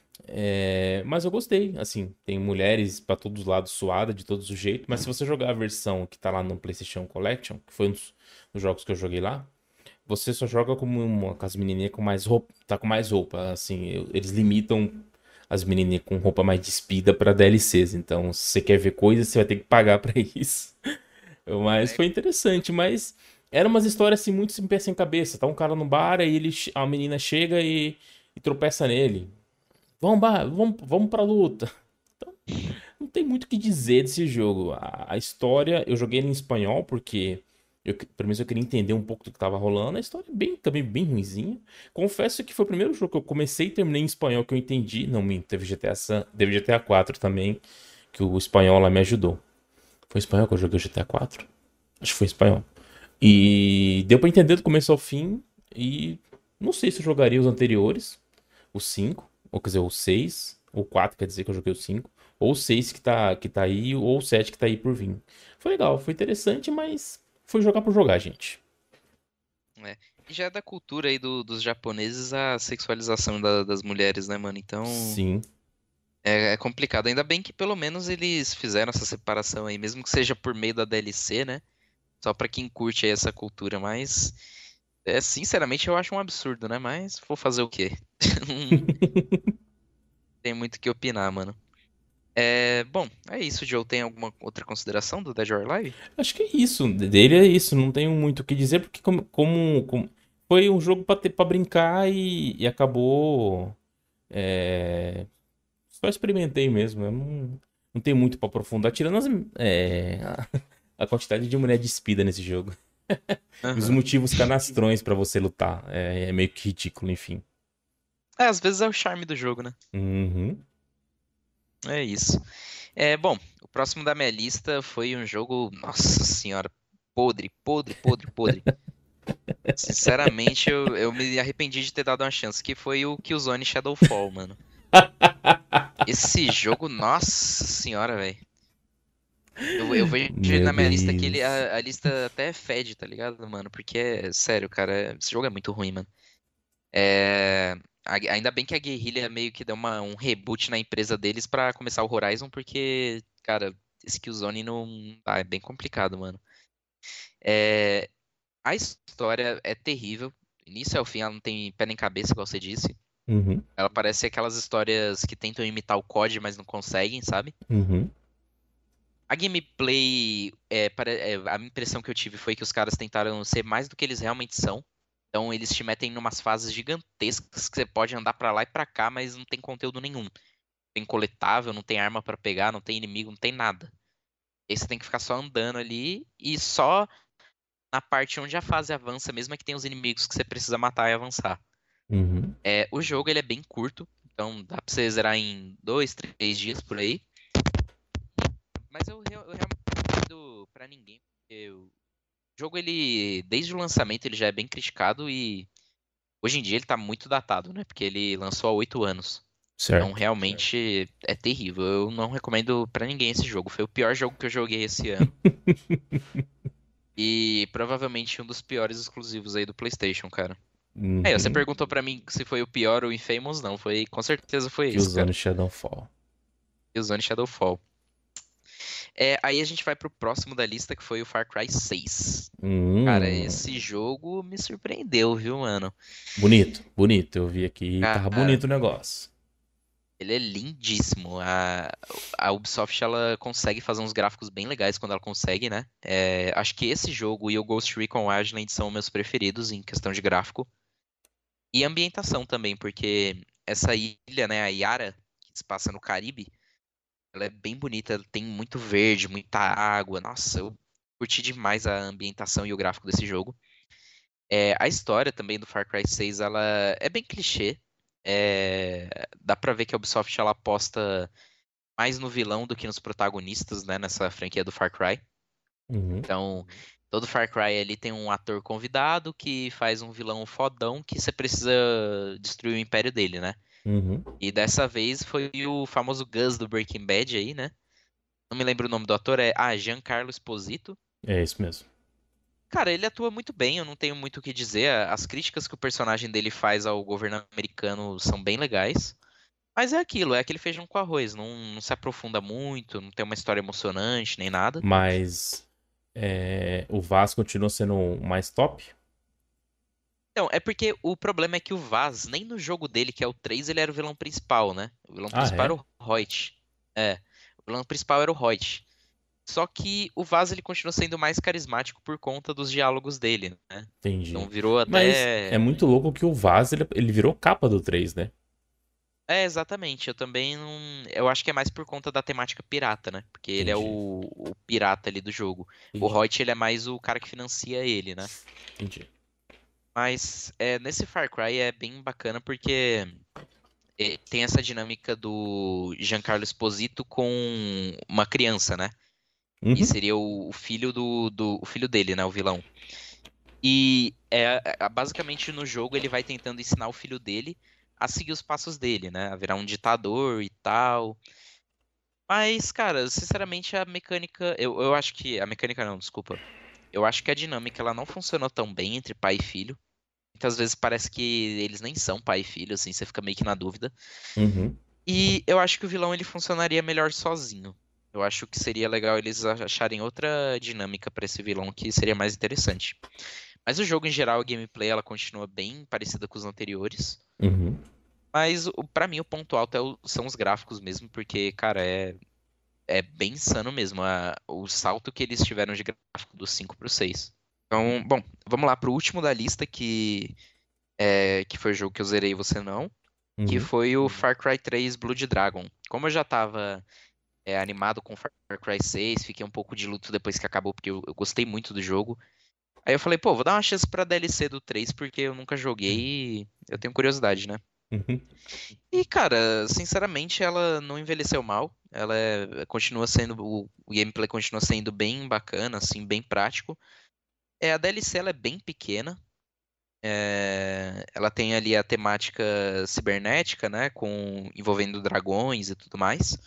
É, mas eu gostei, assim, tem mulheres pra todos os lados suada de todos os jeitos, mas se você jogar a versão que tá lá no PlayStation Collection, que foi um dos, dos jogos que eu joguei lá, você só joga como uma, com as menininhas com mais roupa, tá com mais roupa, assim, eu- eles limitam as menininhas com roupa mais despida pra D L Cs, então se você quer ver coisas, você vai ter que pagar pra isso. Mas É, foi interessante, mas eram umas histórias assim muito sem pé sem cabeça. Tá um cara no bar e ele, che- a menina chega e, e tropeça nele. Vamos, ba- vamos, vamos pra luta. Não tem muito o que dizer desse jogo. A, a história, eu joguei ele em espanhol porque eu, que- pelo menos eu queria entender um pouco do que tava rolando. A história é bem, também bem ruinzinha. Confesso que foi o primeiro jogo que eu comecei e terminei em espanhol que eu entendi. Não, minto, teve G T A, San- teve G T A quatro também, que o espanhol lá me ajudou. Foi em espanhol que eu joguei o G T A quatro? Acho que foi em espanhol. E deu pra entender do começo ao fim. E não sei se eu jogaria os anteriores, o cinco, ou quer dizer, o seis, ou quatro, quer dizer que eu joguei o cinco, ou o seis que tá, que tá aí, ou o sete que tá aí por vir. Foi legal, foi interessante, mas foi jogar por jogar, gente. é. E já é da cultura aí do- dos japoneses a sexualização da- das mulheres, né, mano? Então Sim. é, é complicado. Ainda bem que pelo menos eles fizeram essa separação aí, mesmo que seja por meio da D L C, né? Só pra quem curte aí essa cultura. Mas, é, sinceramente, eu acho um absurdo, né? Mas vou fazer o quê? Não tem muito o que opinar, mano. É, bom, é isso, Joe. Tem alguma outra consideração do Dead or Alive? Acho que é isso. Dele é isso. Não tenho muito o que dizer, porque como, como- como- foi um jogo pra, ter, pra brincar e, e acabou. É, só experimentei mesmo. Eu não, não tenho muito pra aprofundar. Tirando as, é, a, a quantidade de mulher despida nesse jogo. E os Aham. motivos canastrões pra você lutar. É, é meio que ridículo, enfim. É, às vezes é o charme do jogo, né? Uhum. É isso. É, bom, o próximo da minha lista foi um jogo, nossa senhora, podre, podre, podre, podre. Sinceramente, eu, eu me arrependi de ter dado uma chance, que foi o Killzone Shadowfall, mano. Esse jogo, nossa senhora, velho. Eu, eu vejo Meu na minha lista que ele, Deus. a, a lista até fede, tá ligado, mano? Porque, é, sério, cara, esse jogo é muito ruim, mano. É, a- ainda bem que a Guerrilla meio que deu uma, um reboot na empresa deles pra começar o Horizon, porque, cara, esse Killzone não. Ah, é bem complicado, mano. É, a história é terrível. Do início ao fim, ela não tem pé nem cabeça, igual você disse. Uhum. Ela parece aquelas histórias que tentam imitar o C O D, mas não conseguem, sabe? Uhum. A gameplay, é, pare- é, a impressão que eu tive foi que os caras tentaram ser mais do que eles realmente são. Então eles te metem em umas fases gigantescas que você pode andar pra lá e pra cá, mas não tem conteúdo nenhum. Não tem coletável, não tem arma pra pegar, não tem inimigo, não tem nada. E aí você tem que ficar só andando ali e só na parte onde a fase avança, mesmo é que tem os inimigos que você precisa matar e avançar. Uhum. É, o jogo ele é bem curto, então dá pra você zerar em dois, três dias por aí. Mas eu, eu, eu realmente não recomendo pra ninguém, porque o jogo ele, desde o lançamento, ele já é bem criticado e hoje em dia ele tá muito datado, né? Porque ele lançou há oito anos. Então Certo. realmente é terrível. Eu não recomendo pra ninguém esse jogo. Foi o pior jogo que eu joguei esse ano. E provavelmente um dos piores exclusivos aí do PlayStation, cara. É, você Uhum. perguntou pra mim se foi o pior ou o Infamous, não. Foi, com certeza foi esse, Killzone cara. Shadowfall. Killzone Shadowfall. É, aí a gente vai pro próximo da lista, que foi o Far Cry seis. Cara, Hum. esse jogo me surpreendeu, viu, mano? Bonito, bonito. Eu vi aqui, tava Cara, bonito o negócio. ele é lindíssimo. A, a Ubisoft, ela consegue fazer uns gráficos bem legais quando ela consegue, né? É, acho que esse jogo e o Ghost Recon Wildlands são meus preferidos em questão de gráfico. E ambientação também, porque essa ilha, né, a Yara, que se passa no Caribe, ela é bem bonita, ela tem muito verde, muita água. Nossa, eu curti demais a ambientação e o gráfico desse jogo. É, a história também do Far Cry seis, ela é bem clichê. É, dá pra ver que a Ubisoft ela aposta mais no vilão do que nos protagonistas, né, nessa franquia do Far Cry. Uhum. Então, todo Far Cry ali tem um ator convidado que faz um vilão fodão que você precisa destruir o império dele, né? Uhum. E dessa vez foi o famoso Gus do Breaking Bad aí, né? Não me lembro o nome do ator, é ah, Giancarlo Esposito. É isso mesmo. Cara, ele atua muito bem, eu não tenho muito o que dizer. As críticas que o personagem dele faz ao governo americano são bem legais. Mas é aquilo, é aquele feijão com arroz, não, não se aprofunda muito, não tem uma história emocionante nem nada. Mas é, o Vaz continua sendo o mais top? Então, é porque o problema é que o Vaz, nem no jogo dele, que é o três, ele era o vilão principal, né? O vilão Ah, principal era é? o Reut. É, o vilão principal era o Reut. Só que o Vaz, ele continua sendo mais carismático por conta dos diálogos dele, né? Então Entendi. virou Mas é até... muito louco que o Vaz, ele, ele virou capa do três, né? É, exatamente. Eu também não... Eu acho que é mais por conta da temática pirata, né? Porque ele é Entendi. o, o pirata ali do jogo. O Entendi. Reut, ele é mais o cara que financia ele, né? Entendi. Mas é, nesse Far Cry é bem bacana porque é, tem essa dinâmica do Giancarlo Esposito com uma criança, né? E Uhum. seria o, o filho do, do o filho dele, né? O vilão. E é, é, basicamente no jogo ele vai tentando ensinar o filho dele a seguir os passos dele, né? A virar um ditador e tal. Mas, cara, sinceramente a mecânica, eu, eu acho que a mecânica não, desculpa. Eu acho que a dinâmica ela não funcionou tão bem entre pai e filho. Muitas vezes parece que eles nem são pai e filho, assim, você fica meio que na dúvida. Uhum. E eu acho que o vilão ele funcionaria melhor sozinho. Eu acho que seria legal eles acharem outra dinâmica pra esse vilão que seria mais interessante. Mas o jogo em geral, a gameplay ela continua bem parecida com os anteriores. Uhum. Mas o- pra mim o ponto alto é o- são os gráficos mesmo, porque, cara, é, é bem insano mesmo a- o salto que eles tiveram de gráfico do cinco pro seis. Então, bom, vamos lá pro último da lista que é, que foi o jogo que eu zerei e você não, que Uhum. foi o Far Cry três Blood Dragon. Como eu já tava é, animado com Far Cry seis, fiquei um pouco de luto depois que acabou, porque eu, eu gostei muito do jogo. Aí eu falei, pô, vou dar uma chance pra D L C do três, porque eu nunca joguei e eu tenho curiosidade, né? Uhum. E, cara, sinceramente, ela não envelheceu mal. Ela é- continua sendo, o, o gameplay continua sendo bem bacana, assim, bem prático. É, a D L C ela é bem pequena. É, ela tem ali a temática cibernética, né, com envolvendo dragões e tudo mais.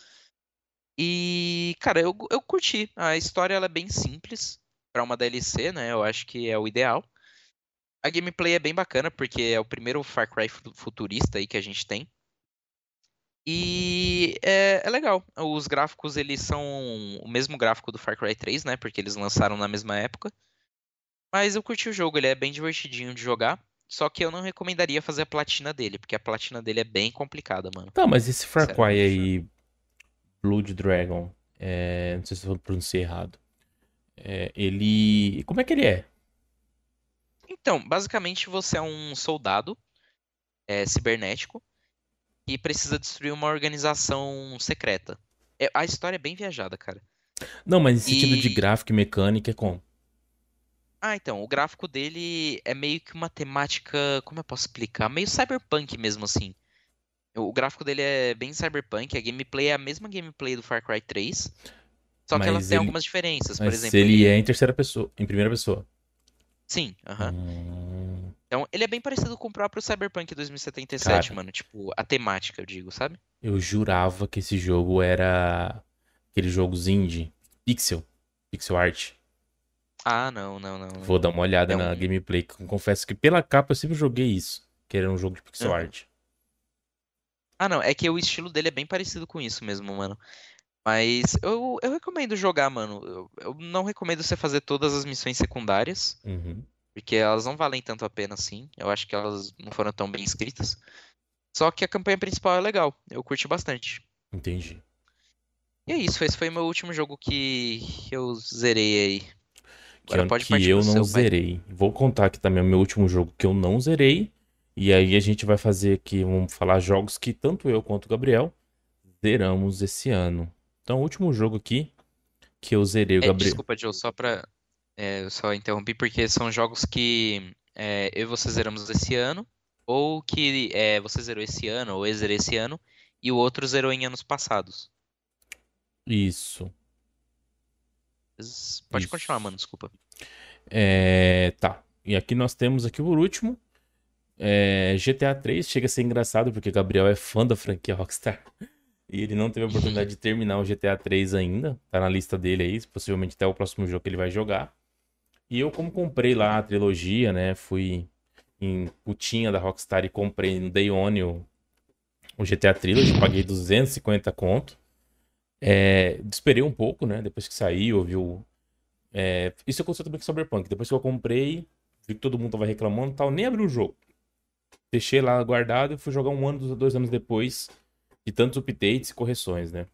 E, cara, eu, eu curti. A história ela é bem simples para uma D L C, né? Eu acho que é o ideal. A gameplay é bem bacana porque é o primeiro Far Cry fu- futurista aí que a gente tem. E é, é legal. Os gráficos eles são o mesmo gráfico do Far Cry três, né? Porque eles lançaram na mesma época. Mas eu curti o jogo, ele é bem divertidinho de jogar. Só que eu não recomendaria fazer a platina dele, porque a platina dele é bem complicada, mano. Tá, mas esse Far Cry Sinceramente. aí, Blood Dragon, é, não sei se eu pronunciei errado. É, ele. Como é que ele é? Então, basicamente você é um soldado é, cibernético que precisa destruir uma organização secreta. É- a história é bem viajada, cara. Não, mas em sentido de E. gráfico e mecânica é como? Ah, então, o gráfico dele é meio que uma temática. Como eu posso explicar? Meio cyberpunk mesmo, assim. O gráfico dele é bem cyberpunk, a gameplay é a mesma gameplay do Far Cry três, só que ela Mas tem ele. algumas diferenças. Por Mas exemplo, ele é ele. em terceira pessoa, em primeira pessoa. Sim, aham. Hum, Então, ele é bem parecido com o próprio Cyberpunk dois mil e setenta e sete, cara, mano. Tipo, a temática, eu digo, sabe? eu jurava que esse jogo era aqueles jogos indie, pixel, pixel art. Ah, não, não, não, não. Vou dar uma olhada É na um. gameplay. Confesso que pela capa eu sempre joguei isso, que era um jogo de pixel Aham. art. Ah, não, é que o estilo dele é bem parecido com isso mesmo, mano. Mas eu, eu recomendo jogar, mano. Eu, eu não recomendo você fazer todas as missões secundárias, Uhum, porque elas não valem tanto a pena assim. Eu acho que elas não foram tão bem escritas. Só que a campanha principal é legal. Eu curti bastante. entendi. E é isso, esse foi meu último jogo que eu zerei aí. Que, Agora eu- pode que partir pro eu não seu, pai. zerei. Vou contar aqui também o meu último jogo que eu não zerei. E aí a gente vai fazer aqui, vamos falar jogos que tanto eu quanto o Gabriel zeramos esse ano. Então, o último jogo aqui que eu zerei, o É, Gabriel. desculpa, Joe, só pra. É, eu só interrompi porque são jogos que é, eu e você zeramos esse ano, ou que é, você zerou esse ano, ou eu zerei esse ano, e o outro zerou em anos passados. Isso, Mas pode continuar, isso. mano, desculpa. É, tá. E aqui nós temos aqui o último. É, G T A três chega a ser engraçado porque Gabriel é fã da franquia Rockstar. E ele não teve a oportunidade de terminar o G T A três ainda. Tá na lista dele aí, possivelmente até o próximo jogo que ele vai jogar. E eu, como comprei lá a trilogia, né? Fui em putinha da Rockstar e comprei no Day One o, o G T A Trilogy, paguei duzentos e cinquenta conto. É, esperei um pouco, né? Depois que saiu, ouvi o. É, isso aconteceu também com o Cyberpunk. Depois que eu comprei, Vi que todo mundo tava reclamando e tal, nem abri o jogo. Deixei lá guardado e fui jogar um ano, dois anos depois de tantos updates e correções, né?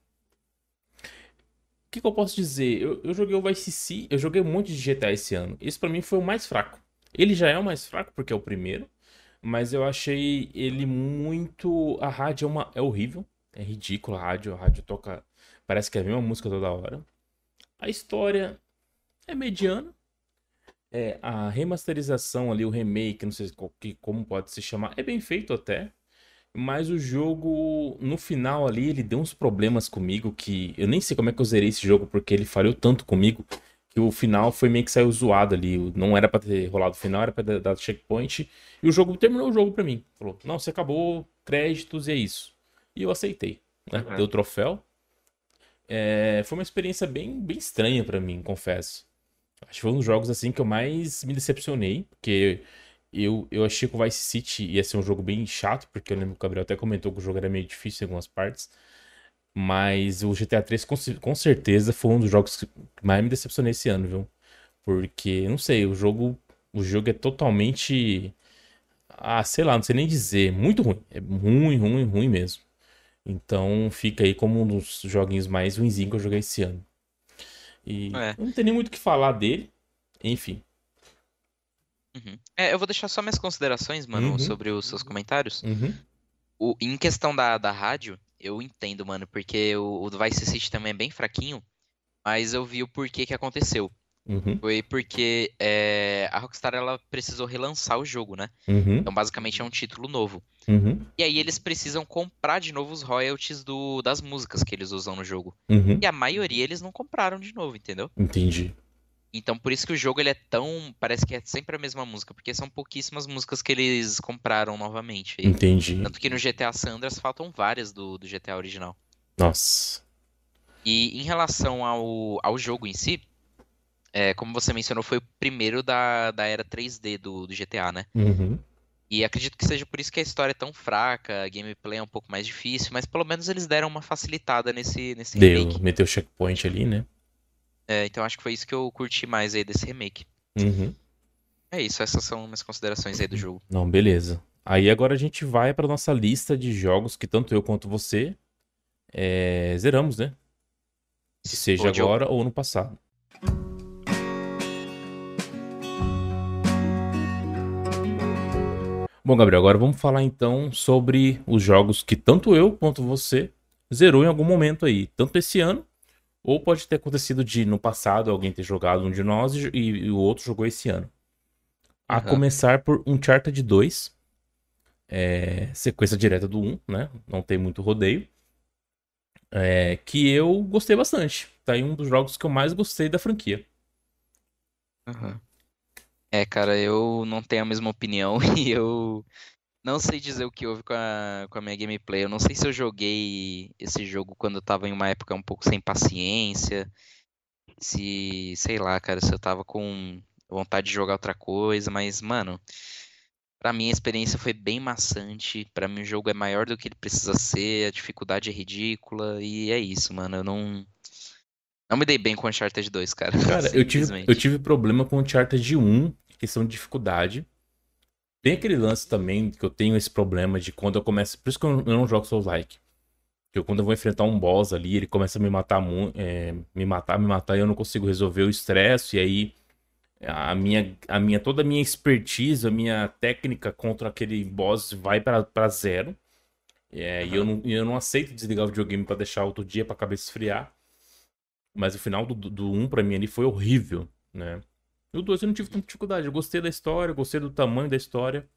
O que, que eu posso dizer? Eu, eu joguei o Vice City, eu joguei um monte de G T A esse ano. Esse pra mim foi o mais fraco. Ele já é o mais fraco porque é o primeiro, mas eu achei ele muito. A rádio é, uma... é horrível, é ridícula a rádio. A rádio toca, parece que é a mesma música toda hora. A história é mediana. É, a remasterização ali, o remake, não sei qual que- como pode se chamar, é bem feito até. Mas o jogo, no final ali, ele deu uns problemas comigo que eu nem sei como é que eu zerei esse jogo, porque ele falhou tanto comigo que o final foi meio que saiu zoado ali. Não era pra ter rolado o final, era pra ter dado checkpoint. E o jogo terminou o jogo pra mim. Falou, não, você acabou, créditos e é isso. E eu aceitei, né? Uhum. Deu troféu. É, foi uma experiência bem, bem estranha pra mim, confesso. Acho que foi um dos jogos assim que eu mais me decepcionei, porque eu, eu achei que o Vice City ia ser um jogo bem chato, porque eu lembro que o Gabriel até comentou que o jogo era meio difícil em algumas partes. Mas o G T A três com, ce- com certeza foi um dos jogos que mais me decepcionei esse ano, viu? Porque, não sei, o jogo, o jogo é totalmente. Ah, sei lá, não sei nem dizer. Muito ruim. É ruim, ruim, ruim mesmo. Então fica aí como um dos joguinhos mais ruinzinhos que eu joguei esse ano. E É. eu não tenho nem muito o que falar dele. Enfim. Uhum. É, eu vou deixar só minhas considerações, mano, Uhum, sobre os seus comentários. uhum, O, em questão da, da rádio, eu entendo, mano, porque o, o do Vice City também é bem fraquinho, mas eu vi o porquê que aconteceu. uhum, Foi porque é, a Rockstar ela precisou relançar o jogo, né? uhum, Então, basicamente, é um título novo. uhum, E aí eles precisam comprar de novo os royalties do, das músicas que eles usam no jogo. uhum. E a maioria eles não compraram de novo, entendeu? Entendi, Então, por isso que o jogo ele é tão. Parece que é sempre a mesma música, porque são pouquíssimas músicas que eles compraram novamente aí. entendi. Tanto que no G T A San Andreas faltam várias do, do G T A original. Nossa. E em relação ao, ao jogo em si, é, como você mencionou, foi o primeiro da, da era três D do, do G T A, né? Uhum. E acredito que seja por isso que a história é tão fraca, a gameplay é um pouco mais difícil, mas pelo menos eles deram uma facilitada nesse, nesse Deu, remake. meteu o checkpoint ali, né? É, então acho que foi isso que eu curti mais aí desse remake. Uhum. É isso, essas são minhas considerações aí do jogo. Não, beleza. Aí agora a gente vai para nossa lista de jogos que tanto eu quanto você é, zeramos, né? Que seja Ô, Diogo. agora ou no passado. Bom, Gabriel, agora vamos falar então sobre os jogos que tanto eu quanto você zerou em algum momento aí, tanto esse ano, ou pode ter acontecido de no passado alguém ter jogado um de nós e, e o outro jogou esse ano. A Aham. começar por Uncharted dois, é, sequência direta do um, né? Não tem muito rodeio. É, que eu gostei bastante. Tá aí um dos jogos que eu mais gostei da franquia. Aham. É, cara, eu não tenho a mesma opinião e eu não sei dizer o que houve com a, com a minha gameplay. Eu não sei se eu joguei esse jogo quando eu tava em uma época um pouco sem paciência, se, sei lá, cara, se eu tava com vontade de jogar outra coisa, mas, mano, pra mim a experiência foi bem maçante. Pra mim o jogo é maior do que ele precisa ser, a dificuldade é ridícula e é isso, mano. Eu não, não me dei bem com Uncharted dois, cara, Cara, eu tive, eu simplesmente. tive problema com o Uncharted um, questão de dificuldade. Tem aquele lance também que eu tenho esse problema de quando eu começo. Por isso que eu não eu não jogo Souls-like. Que eu, quando eu vou enfrentar um boss ali, ele começa a me matar, mu- é, me matar, me matar, e eu não consigo resolver o estresse. E aí a minha, a minha, toda a minha expertise, a minha técnica contra aquele boss vai pra pra zero. É, e eu Aham. não, e eu não aceito desligar o videogame pra deixar outro dia pra cabeça esfriar. Mas o final do, do, do um pra mim ali foi horrível, né? E o dois eu não tive tanta dificuldade. Eu gostei da história, gostei do tamanho da história.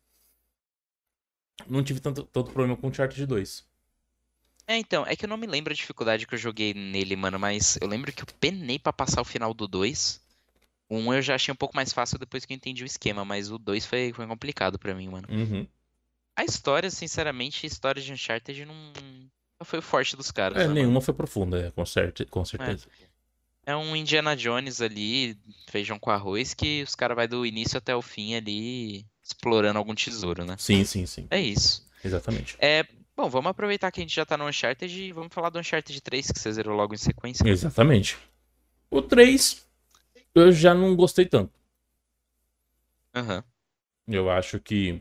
Não tive tanto, tanto problema com o Uncharted dois. É, então, é que eu não me lembro a dificuldade que eu joguei nele, mano, mas eu lembro que eu penei pra passar o final do dois. O um eu já achei um pouco mais fácil depois que eu entendi o esquema, mas o dois foi, foi complicado pra mim, mano. Uhum. A história, sinceramente, a história de Uncharted não, não foi o forte dos caras, É, né, mano? nenhuma foi profunda, é, com, certe, com É, certeza. é um Indiana Jones ali, feijão com arroz, que os caras vai do início até o fim ali explorando algum tesouro, né? Sim, sim, sim. É isso. Exatamente. É, bom, vamos aproveitar que a gente já tá no Uncharted e vamos falar do Uncharted três, que você zerou logo em sequência, mano. Exatamente. O três eu já não gostei tanto. Aham. Eu acho que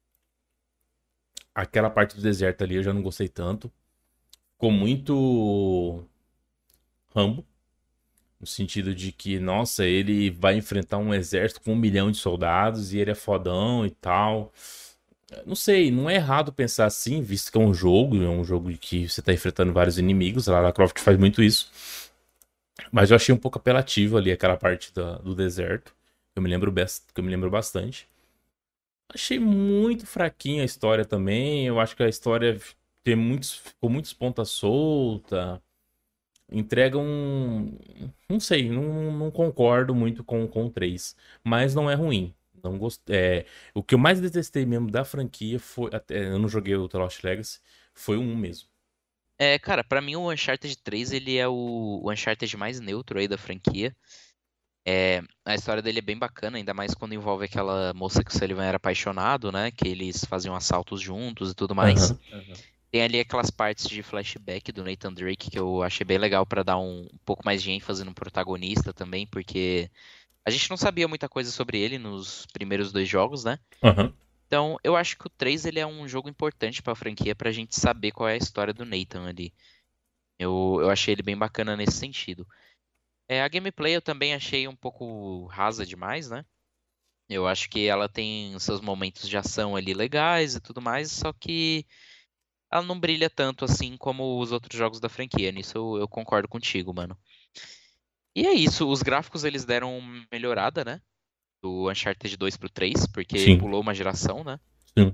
aquela parte do deserto ali eu já não gostei tanto. Ficou muito Rambo, no sentido de que, nossa, ele vai enfrentar um exército com um milhão de soldados e ele é fodão e tal. Não sei, não é errado pensar assim, visto que é um jogo, é um jogo que você tá enfrentando vários inimigos. A Lara Croft faz muito isso. Mas eu achei um pouco apelativo ali aquela parte da- do deserto. Eu me lembro, best- que eu me lembro bastante. Achei muito fraquinha a história também. Eu acho que a história tem muitos, ficou muitos pontas solta. Entrega um. Não sei, não, não concordo muito com, com o três. Mas não é ruim. Não gost... é, o que eu mais detestei mesmo da franquia foi. Até, eu não joguei o The Lost Legacy. Foi o um mesmo. É, cara, pra mim o Uncharted três ele é o, o Uncharted mais neutro aí da franquia. É, a história dele é bem bacana, ainda mais quando envolve aquela moça que o Sullivan era apaixonado, né? Que eles faziam assaltos juntos e tudo mais. Aham. Tem ali aquelas partes de flashback do Nathan Drake que eu achei bem legal pra dar um, um pouco mais de ênfase no protagonista também, porque a gente não sabia muita coisa sobre ele nos primeiros dois jogos, né? Aham. Então, eu acho que o três ele é um jogo importante pra franquia pra gente saber qual é a história do Nathan ali. Eu, eu achei ele bem bacana nesse sentido. É, a gameplay eu também achei um pouco rasa demais, né? Eu acho que ela tem seus momentos de ação ali legais e tudo mais, só que ela não brilha tanto assim como os outros jogos da franquia. Nisso eu, eu concordo contigo, mano. E é isso, os gráficos eles deram uma melhorada, né? Do Uncharted dois pro três, porque Sim, pulou uma geração, né? sim.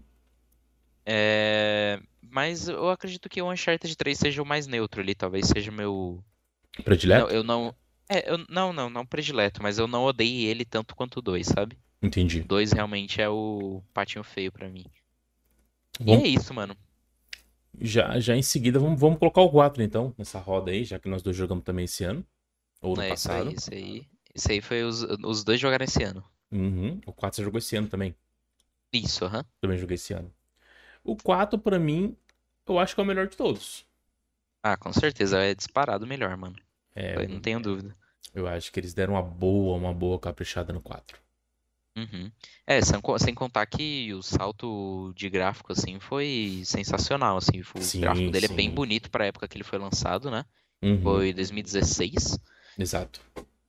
É, mas eu acredito que o Uncharted três seja o mais neutro ali, talvez seja o meu. Não, Predileto? eu não. É, eu... não, não, não predileto, mas eu não odeio ele tanto quanto o dois, sabe? O Entendi. dois realmente é o patinho feio pra mim. E é Vamos, isso, mano. já, já em seguida, vamos, vamos colocar o quatro então, nessa roda aí, já que nós dois jogamos também esse ano, ou no É isso aí, passado. isso aí. Isso aí foi os, os dois jogaram esse ano. Uhum. O quatro você jogou esse ano também. Isso, aham. Também joguei esse ano. O quatro pra mim, eu acho que é o melhor de todos. Ah, com certeza é disparado o melhor, mano. É, Aí não tenho dúvida. eu acho que eles deram uma boa, uma boa caprichada no quatro. Uhum. É, sem, co- sem contar que o salto de gráfico, assim, foi sensacional, assim. O gráfico Sim, dele é bem sim. bonito pra época que ele foi lançado, né? Uhum. Foi dois mil e dezesseis. Exato.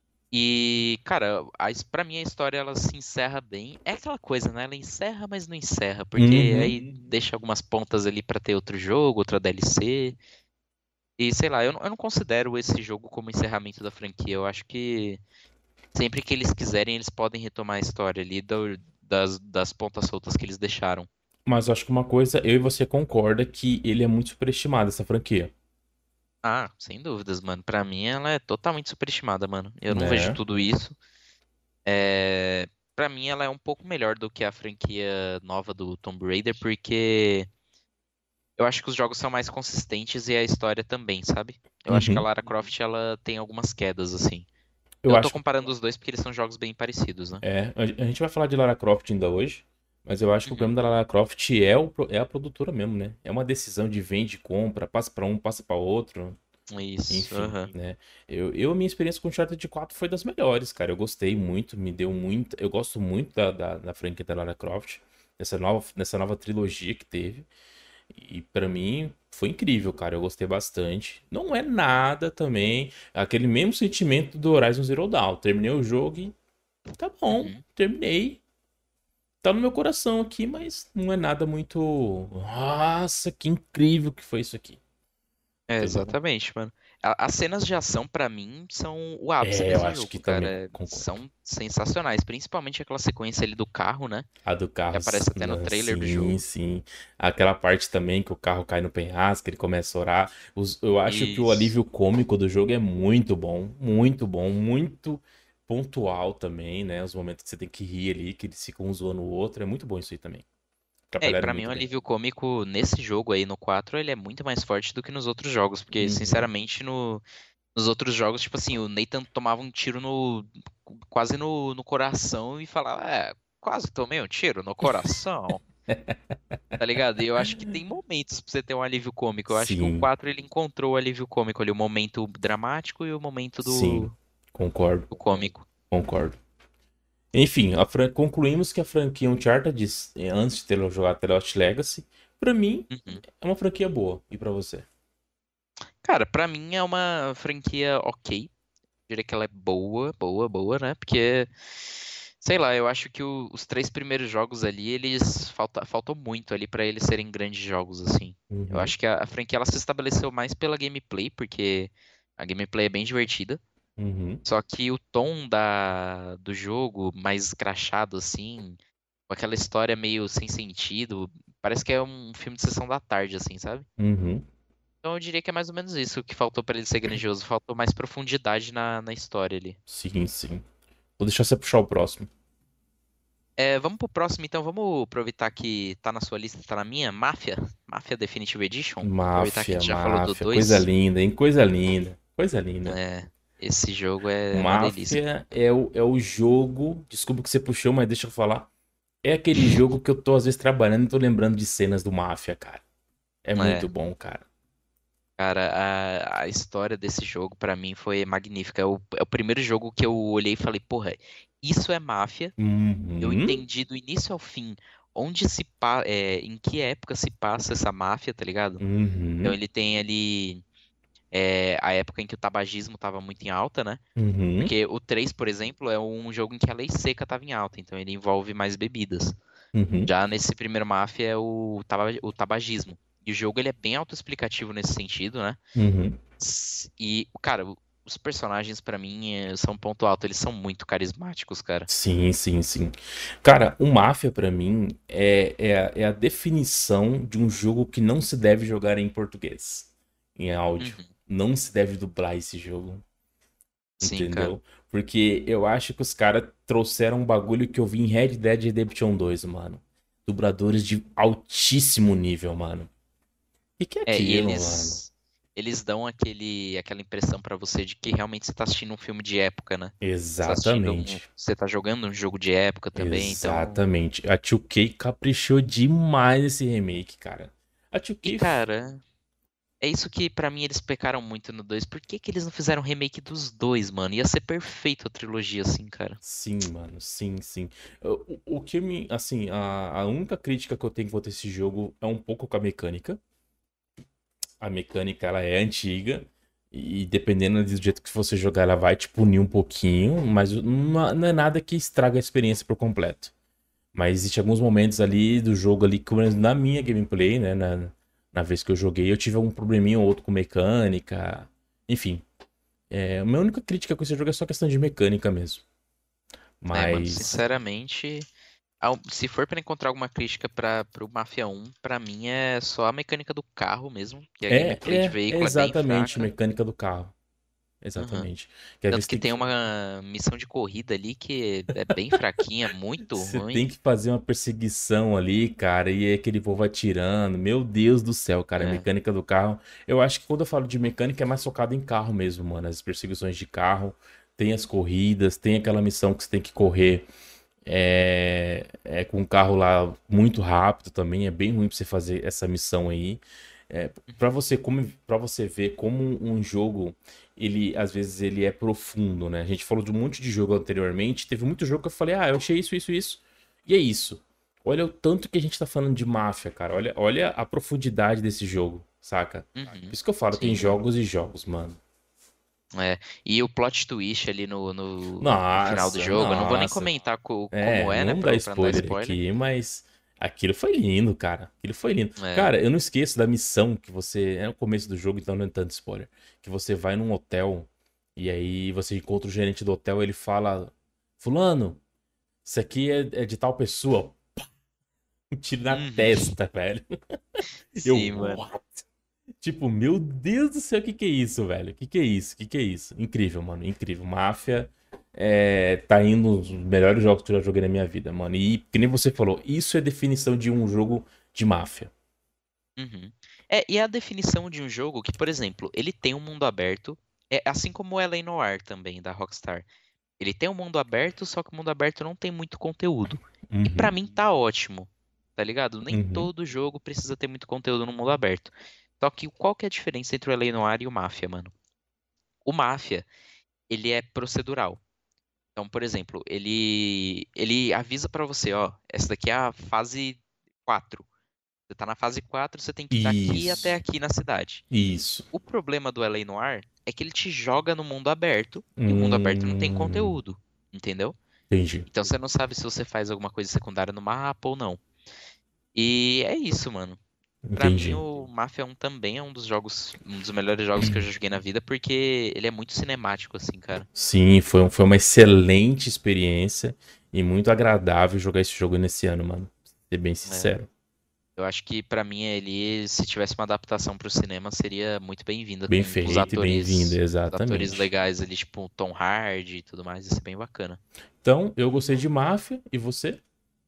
E, cara, a, his- pra mim a história ela se encerra bem. É aquela coisa, né? Ela encerra, mas não encerra, porque Uhum. aí deixa algumas pontas ali pra ter outro jogo, outra D L C. E sei lá, eu não, eu não considero esse jogo como encerramento da franquia. Eu acho que sempre que eles quiserem, eles podem retomar a história ali do- das, das pontas soltas que eles deixaram. Mas eu acho que uma coisa, eu e você concorda que ele é muito superestimado, essa franquia. Ah, sem dúvidas, mano. Pra mim ela é totalmente superestimada, mano. Eu não vejo Né? tudo isso. É... Pra mim ela é um pouco melhor do que a franquia nova do Tomb Raider, porque eu acho que os jogos são mais consistentes e a história também, sabe? Eu acho que a Uhum. Lara Croft ela tem algumas quedas, assim. Eu Eu tô acho que comparando os dois porque eles são jogos bem parecidos, né? é. A a gente vai falar de Lara Croft ainda hoje, mas eu acho que o Uhum. problema da Lara Croft é, o, pro- é a produtora mesmo, né? É uma decisão de vende, compra, passa pra um, passa pra outro. Isso, Enfim, aham. né? Eu, eu, minha experiência com Uncharted quatro foi das melhores, cara. Eu gostei muito, me deu muito. Eu gosto muito da, da, da franquia da Lara Croft, dessa nova, dessa nova trilogia que teve. E pra mim foi incrível, cara. Eu gostei bastante. Não é nada também aquele mesmo sentimento do Horizon Zero Dawn. Terminei o jogo e tá bom, Uhum. terminei. Tá no meu coração aqui, mas não é nada muito. Nossa, que incrível que foi isso aqui. É, Entendeu? exatamente, mano. A- As cenas de ação, pra mim, são o ápice É, eu desse acho que jogo, também cara. concordo. São sensacionais. Principalmente aquela sequência ali do carro, né? A do Que carro, aparece até no não, trailer do sim, jogo. sim. Aquela parte também que o carro cai no penhasco, ele começa a orar. Os- eu acho que o Isso. alívio cômico do jogo é muito bom, muito bom, muito pontual também, né? Os momentos que você tem que rir ali, que eles ficam um zoando o outro, é muito bom isso aí também. É, e Trabalharam pra mim o muito bem. alívio cômico nesse jogo aí, no quatro ele é muito mais forte do que nos outros jogos. Porque, Uhum. sinceramente, no, nos outros jogos, tipo assim, o Nathan tomava um tiro no, quase no, no coração e falava, é, quase tomei um tiro no coração. Tá ligado? E eu acho que tem momentos pra você ter um alívio cômico. Eu acho que o Sim, quatro ele encontrou o alívio cômico ali, o momento dramático e o momento sim, do, concordo, do cômico. concordo. Enfim, a fran- concluímos que a franquia Uncharted, eh, antes de ter jogado The Lost Legacy, pra mim, Uhum. é uma franquia boa. E pra você? Cara, pra mim é uma franquia ok. Diria que ela é boa, boa, boa, né? Porque, sei lá, eu acho que o- os três primeiros jogos ali, eles falta, faltou muito ali pra eles serem grandes jogos, assim. Eu Uhum, acho que a, a franquia ela se estabeleceu mais pela gameplay, porque a gameplay é bem divertida. uhum, Só que o tom da, do jogo, mais crachado, assim, com aquela história meio sem sentido, parece que é um filme de sessão da tarde, assim, sabe? uhum. Então eu diria que é mais ou menos isso que faltou pra ele ser grandioso. Faltou mais profundidade na, na história ali. Sim, sim. Vou deixar você puxar o próximo. É, vamos pro próximo, então. Vamos aproveitar que tá na sua lista, tá na minha. Máfia. Máfia Definitive Edition. Aproveitar que a Máfia, gente já falou do máfia. Coisa dois. linda, hein? Coisa linda. Coisa linda. É, esse jogo é uma delícia. Máfia é o, é o jogo. Desculpa que você puxou, mas deixa eu falar. É aquele jogo que eu tô às vezes trabalhando e tô lembrando de cenas do Máfia, cara. É muito É, bom, cara. cara, a, a história desse jogo pra mim foi magnífica. É o, é o primeiro jogo que eu olhei e falei, porra, isso é Máfia. Eu Uhum, entendi do início ao fim onde se pa... é, em que época se passa essa máfia, tá ligado? Então uhum, ele tem ali é, a época em que o tabagismo estava muito em alta, né? uhum, Porque o três, por exemplo, é um jogo em que a lei seca estava em alta, então ele envolve mais bebidas. uhum, Já nesse primeiro Máfia é o, taba- o tabagismo. E o jogo ele é bem autoexplicativo nesse sentido, né? uhum. S- E, cara, o- os personagens pra mim é, são um ponto alto, eles são muito carismáticos, cara. Sim, sim, sim. Cara, o Máfia pra mim é, é, a- é a definição de um jogo que não se deve jogar em português, em áudio. Uhum. Não se deve dublar esse jogo, Sim, cara. entendeu? Porque eu acho que os caras trouxeram um bagulho que eu vi em Red Dead Redemption dois, mano. Dubladores de altíssimo nível, mano. O que que é É, e aquilo, mano? eles eles dão aquele aquela impressão pra você de que realmente você tá assistindo um filme de época, né? Você tá assistindo um, Exatamente. você tá jogando um jogo de época também, então. Exatamente. A dois K caprichou demais esse remake, cara. A E dois K. cara, é isso que pra mim eles pecaram muito no dois. Por que que eles não fizeram um remake dos dois, mano? Ia ser perfeito a trilogia assim, cara. Sim, mano, sim, sim. O, o o que me. Assim, a, a única crítica que eu tenho contra esse jogo é um pouco com a mecânica. A mecânica, ela é antiga. E dependendo do jeito que você jogar, ela vai te punir um pouquinho. Mas não, não é nada que estraga a experiência por completo. Mas existe alguns momentos ali do jogo ali, que, pelo menos na minha gameplay, né? Na, na vez que eu joguei, eu tive algum probleminha ou outro com mecânica. Enfim. É, a minha única crítica com esse jogo é só questão de mecânica mesmo. É, mano, Mas. sinceramente, ao- se for pra encontrar alguma crítica para pro Mafia um, pra mim é só a mecânica do carro mesmo, que a É, gameplay de é, é veículo é bem exatamente fraca. mecânica do carro. Aham. Exatamente. Que às vezes Tanto que tem que, tem uma missão de corrida ali que é bem fraquinha, muito você ruim. tem que fazer uma perseguição ali, cara, e aí aquele povo atirando. Meu Deus do céu, cara, a É. mecânica do carro. Eu acho que quando eu falo de mecânica é mais focado em carro mesmo, mano. As perseguições de carro, tem as corridas, tem aquela missão que você tem que correr é, é com um carro lá muito rápido também. É bem ruim pra você fazer essa missão aí. É, para você como para você ver como um jogo ele às vezes ele é profundo, né? A gente falou de um monte de jogo anteriormente, teve muito jogo que eu falei: "Ah, eu achei isso, isso, isso". E é isso. Olha o tanto que a gente tá falando de máfia, cara. Olha, olha a profundidade desse jogo, saca? Por Uhum. isso que eu falo, tem Sim, mano. jogos e jogos, mano. É. E o plot twist ali no, no, no final do Nossa, jogo, eu não vou nem nossa. comentar co- como É, é, né, não dá pra, pra não dar spoiler spoiler. aqui, mas aquilo foi lindo, cara. Aquilo foi lindo. É. Cara, eu não esqueço da missão que você. É no começo do jogo, então não é tanto spoiler. Que você vai num hotel e aí você encontra o gerente do hotel e ele fala: Fulano, isso aqui é, é de tal pessoa. Um tiro na Uhum. testa, velho. Eu, Sim, mano. what? Tipo, meu Deus do céu, o que que é isso, velho? O que que é isso? O que que é isso? Incrível, mano, incrível. Máfia é, tá indo nos melhores jogos que eu já joguei na minha vida, mano. E que nem você falou, isso é definição de um jogo de máfia. Uhum. É, e a definição de um jogo que, por exemplo, ele tem um mundo aberto, é assim como o L A. Noire também, da Rockstar. Ele tem um mundo aberto, só que o mundo aberto não tem muito conteúdo. E pra Uhum, mim tá ótimo, tá ligado? Nem uhum, todo jogo precisa ter muito conteúdo no mundo aberto. Só que qual que é a diferença entre o L A. Noire e o Mafia, mano? O Mafia, ele é procedural. Então, por exemplo, ele ele avisa pra você, ó, essa daqui é a fase quatro. Você tá na fase quatro, você tem que ir daqui até Isso, aqui na cidade. isso. O problema do L A Noire é que ele te joga no mundo aberto e o mundo aberto não tem Hum, conteúdo, entendeu? entendi, Então você não sabe se você faz alguma coisa secundária no mapa ou não. E é isso, mano. Pra mim, entendi. o Mafia um também é um dos jogos, um dos melhores jogos que eu já joguei na vida, porque ele é muito cinemático, assim, cara. Sim, foi, um- foi uma excelente experiência e muito agradável jogar esse jogo nesse ano, mano. Pra ser bem É, sincero. eu acho que pra mim ele, se tivesse uma adaptação pro cinema, seria muito bem-vinda Bem com, com os feito e bem-vindo, atores, os atores exatamente. legais ali, tipo o Tom Hardy e tudo mais, ia ser bem bacana. Então, eu gostei de Máfia e você?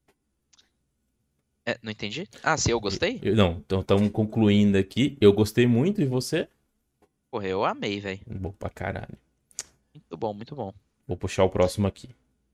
É, não entendi? Ah, se eu gostei? Eu- não, então estamos concluindo aqui. Eu gostei muito e você? Porra, eu amei, velho. Bom pra caralho. Muito bom, muito bom. Vou puxar o próximo aqui.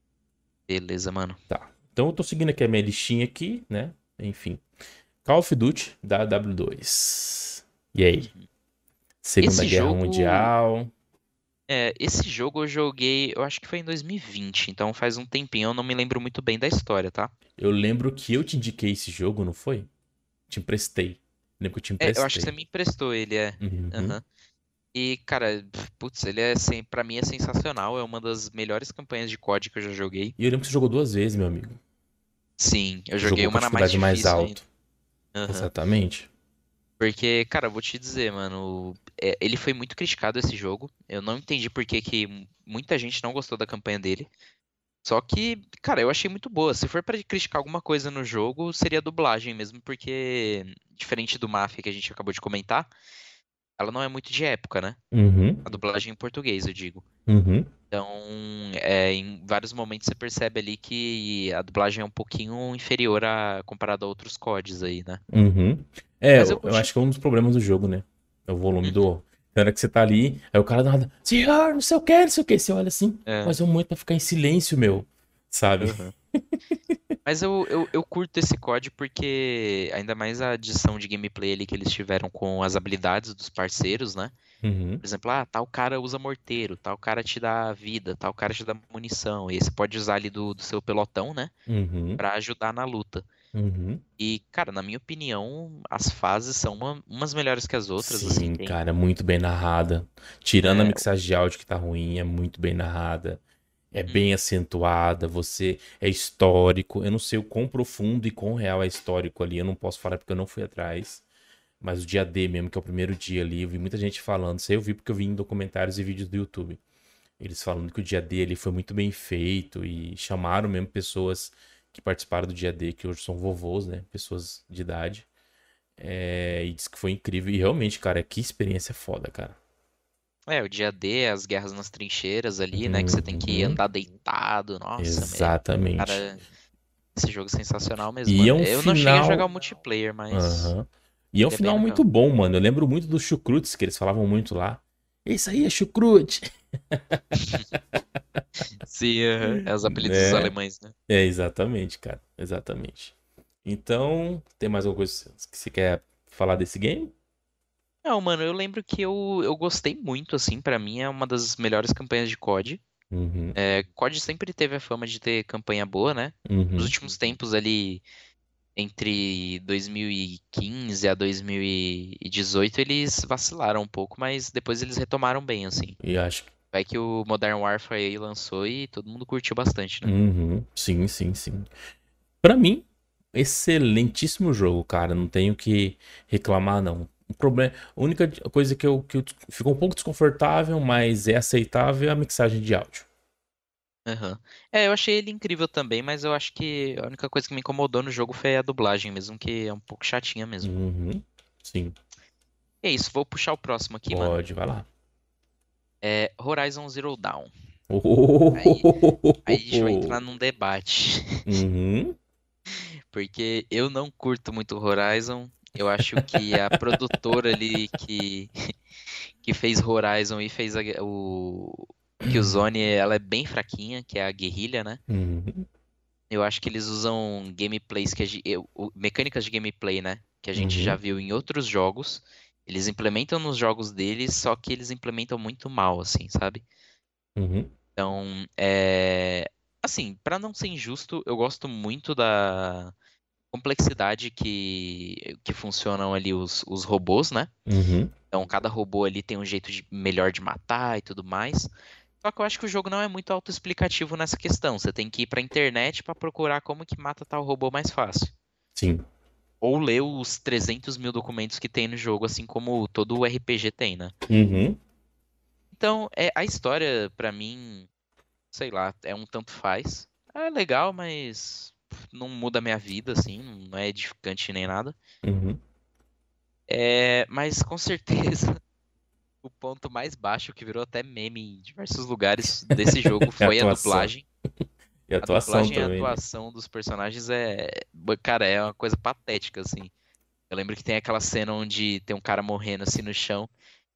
Beleza, mano. Tá. Então eu tô seguindo aqui a minha listinha aqui, né? Enfim. Call of Duty da W dois. E aí? Segunda Esse Guerra jogo, Mundial. é, esse jogo eu joguei, eu acho que foi em dois mil e vinte, então faz um tempinho, eu não me lembro muito bem da história, tá? Eu lembro que eu te indiquei esse jogo, não foi? Te emprestei. Lembro que eu te É, eu acho que você emprestei. me emprestou ele, é. Uhum. Aham. E, cara, putz, ele é, sem, pra mim é sensacional, é uma das melhores campanhas de C O D que eu já joguei. E eu lembro que você jogou duas vezes, meu amigo. Sim, eu Você joguei jogou com a uma na mais dificuldade mais difícil ainda. alta. Aham. Exatamente. Porque, cara, eu vou te dizer, mano, é, ele foi muito criticado esse jogo. Eu não entendi por que que muita gente não gostou da campanha dele. Só que, cara, eu achei muito boa. Se for pra criticar alguma coisa no jogo, seria a dublagem mesmo, porque diferente do Mafia que a gente acabou de comentar, ela não é muito de época, né? Uhum. A dublagem em português, eu digo. Uhum. Então, é, em vários momentos você percebe ali que a dublagem é um pouquinho inferior a comparado a outros codes aí, né? Uhum. É, Mas eu eu eu curti. acho que é um dos problemas do jogo, né? É o volume Uhum, do. Na hora que você tá ali, aí o cara dá nada. Senhor, não sei o que, não sei o que. Você olha assim, é, mas é um momento pra ficar em silêncio, meu. Sabe? uhum. Mas eu, eu, eu curto esse C O D porque, ainda mais a adição de gameplay ali que eles tiveram com as habilidades dos parceiros, né? Uhum. Por exemplo, ah, tal cara usa morteiro, tal cara te dá vida, tal cara te dá munição. E aí você pode usar ali do, do seu pelotão, né? Uhum. Pra ajudar na luta. Uhum. E, cara, na minha opinião, as fases são uma- umas melhores que as outras, assim, Sim, tem. cara, muito bem narrada. Tirando a É, mixagem de áudio que tá ruim, é muito bem narrada. É bem uhum, acentuada, você é histórico. Eu não sei o quão profundo e quão real é histórico ali. Eu não posso falar porque eu não fui atrás. Mas o dia D mesmo, que é o primeiro dia ali, eu vi muita gente falando. Isso aí eu vi porque eu vi em documentários e vídeos do YouTube. Eles falando que o dia D ali foi muito bem feito e chamaram mesmo pessoas que participaram do dia D, que hoje são vovôs, né? Pessoas de idade. É, e disse que foi incrível. E realmente, cara, que experiência foda, cara. é, o dia D, as guerras nas trincheiras ali, né? Que você tem que Uhum. andar deitado. Nossa, é, Exatamente. cara, esse jogo é sensacional mesmo, E é mano. um Eu não cheguei a jogar final. o multiplayer, mas Aham. E é um ele é bem final muito legal. bom, mano. Eu lembro muito dos chucrutes que eles falavam muito lá. Isso aí é chucrute. Sim, aham, é os apelidos dos Né? alemães, né? É, exatamente, cara. Exatamente. Então, tem mais alguma coisa que você quer falar desse game? Não, mano, eu lembro que eu, eu gostei muito, assim, pra mim é uma das melhores campanhas de C O D. Uhum, É, C O D sempre teve a fama de ter campanha boa, né? Nos uhum, últimos tempos ali, entre dois mil e quinze a dois mil e dezoito, eles vacilaram um pouco, mas depois eles retomaram bem, assim. e acho que. Vai que o Modern Warfare aí lançou e todo mundo curtiu bastante, né? Uhum, sim, sim, sim. Pra mim, excelentíssimo jogo, cara. Não tenho que reclamar, não. O problema, a única coisa que eu, que eu fico um pouco desconfortável, mas é aceitável, é a mixagem de áudio. Aham. É, eu achei ele incrível também, mas eu acho que a única coisa que me incomodou no jogo foi a dublagem mesmo, que é um pouco chatinha mesmo. Uhum, sim, É isso, vou puxar o próximo aqui, mano. pode, vai lá. É Horizon Zero Dawn. Aí, aí a gente vai entrar num debate, Uhum, porque eu não curto muito Horizon. Eu acho que a produtora ali que, que fez Horizon e fez a- o Killzone, ela é bem fraquinha, que é a guerrilha, né? uhum, Eu acho que eles usam gameplays que a ge- eu- o- mecânicas de gameplay, né? Que a gente já uhum, viu em outros jogos. Eles implementam nos jogos deles, só que eles implementam muito mal, assim, sabe? uhum. Então, é... assim, pra não ser injusto, eu gosto muito da complexidade que, que funcionam ali os, os robôs, né? Uhum. Então, cada robô ali tem um jeito de- melhor de matar e tudo mais. Só que eu acho que o jogo não é muito autoexplicativo nessa questão. Você tem que ir pra internet pra procurar como que mata tal robô mais fácil. Sim. Ou ler os trezentos mil documentos que tem no jogo, assim como todo o R P G tem, né? Uhum. Então, é, a história, pra mim, sei lá, é um tanto faz. É legal, mas não muda a minha vida, assim, não é edificante nem nada. Uhum. É, mas com certeza o ponto mais baixo, que virou até meme em diversos lugares desse jogo, É a foi a atuação. dublagem. E a A atuação dublagem e a também, né? atuação dos personagens é, cara, é uma coisa patética, assim. Eu lembro que tem aquela cena onde tem um cara morrendo assim no chão.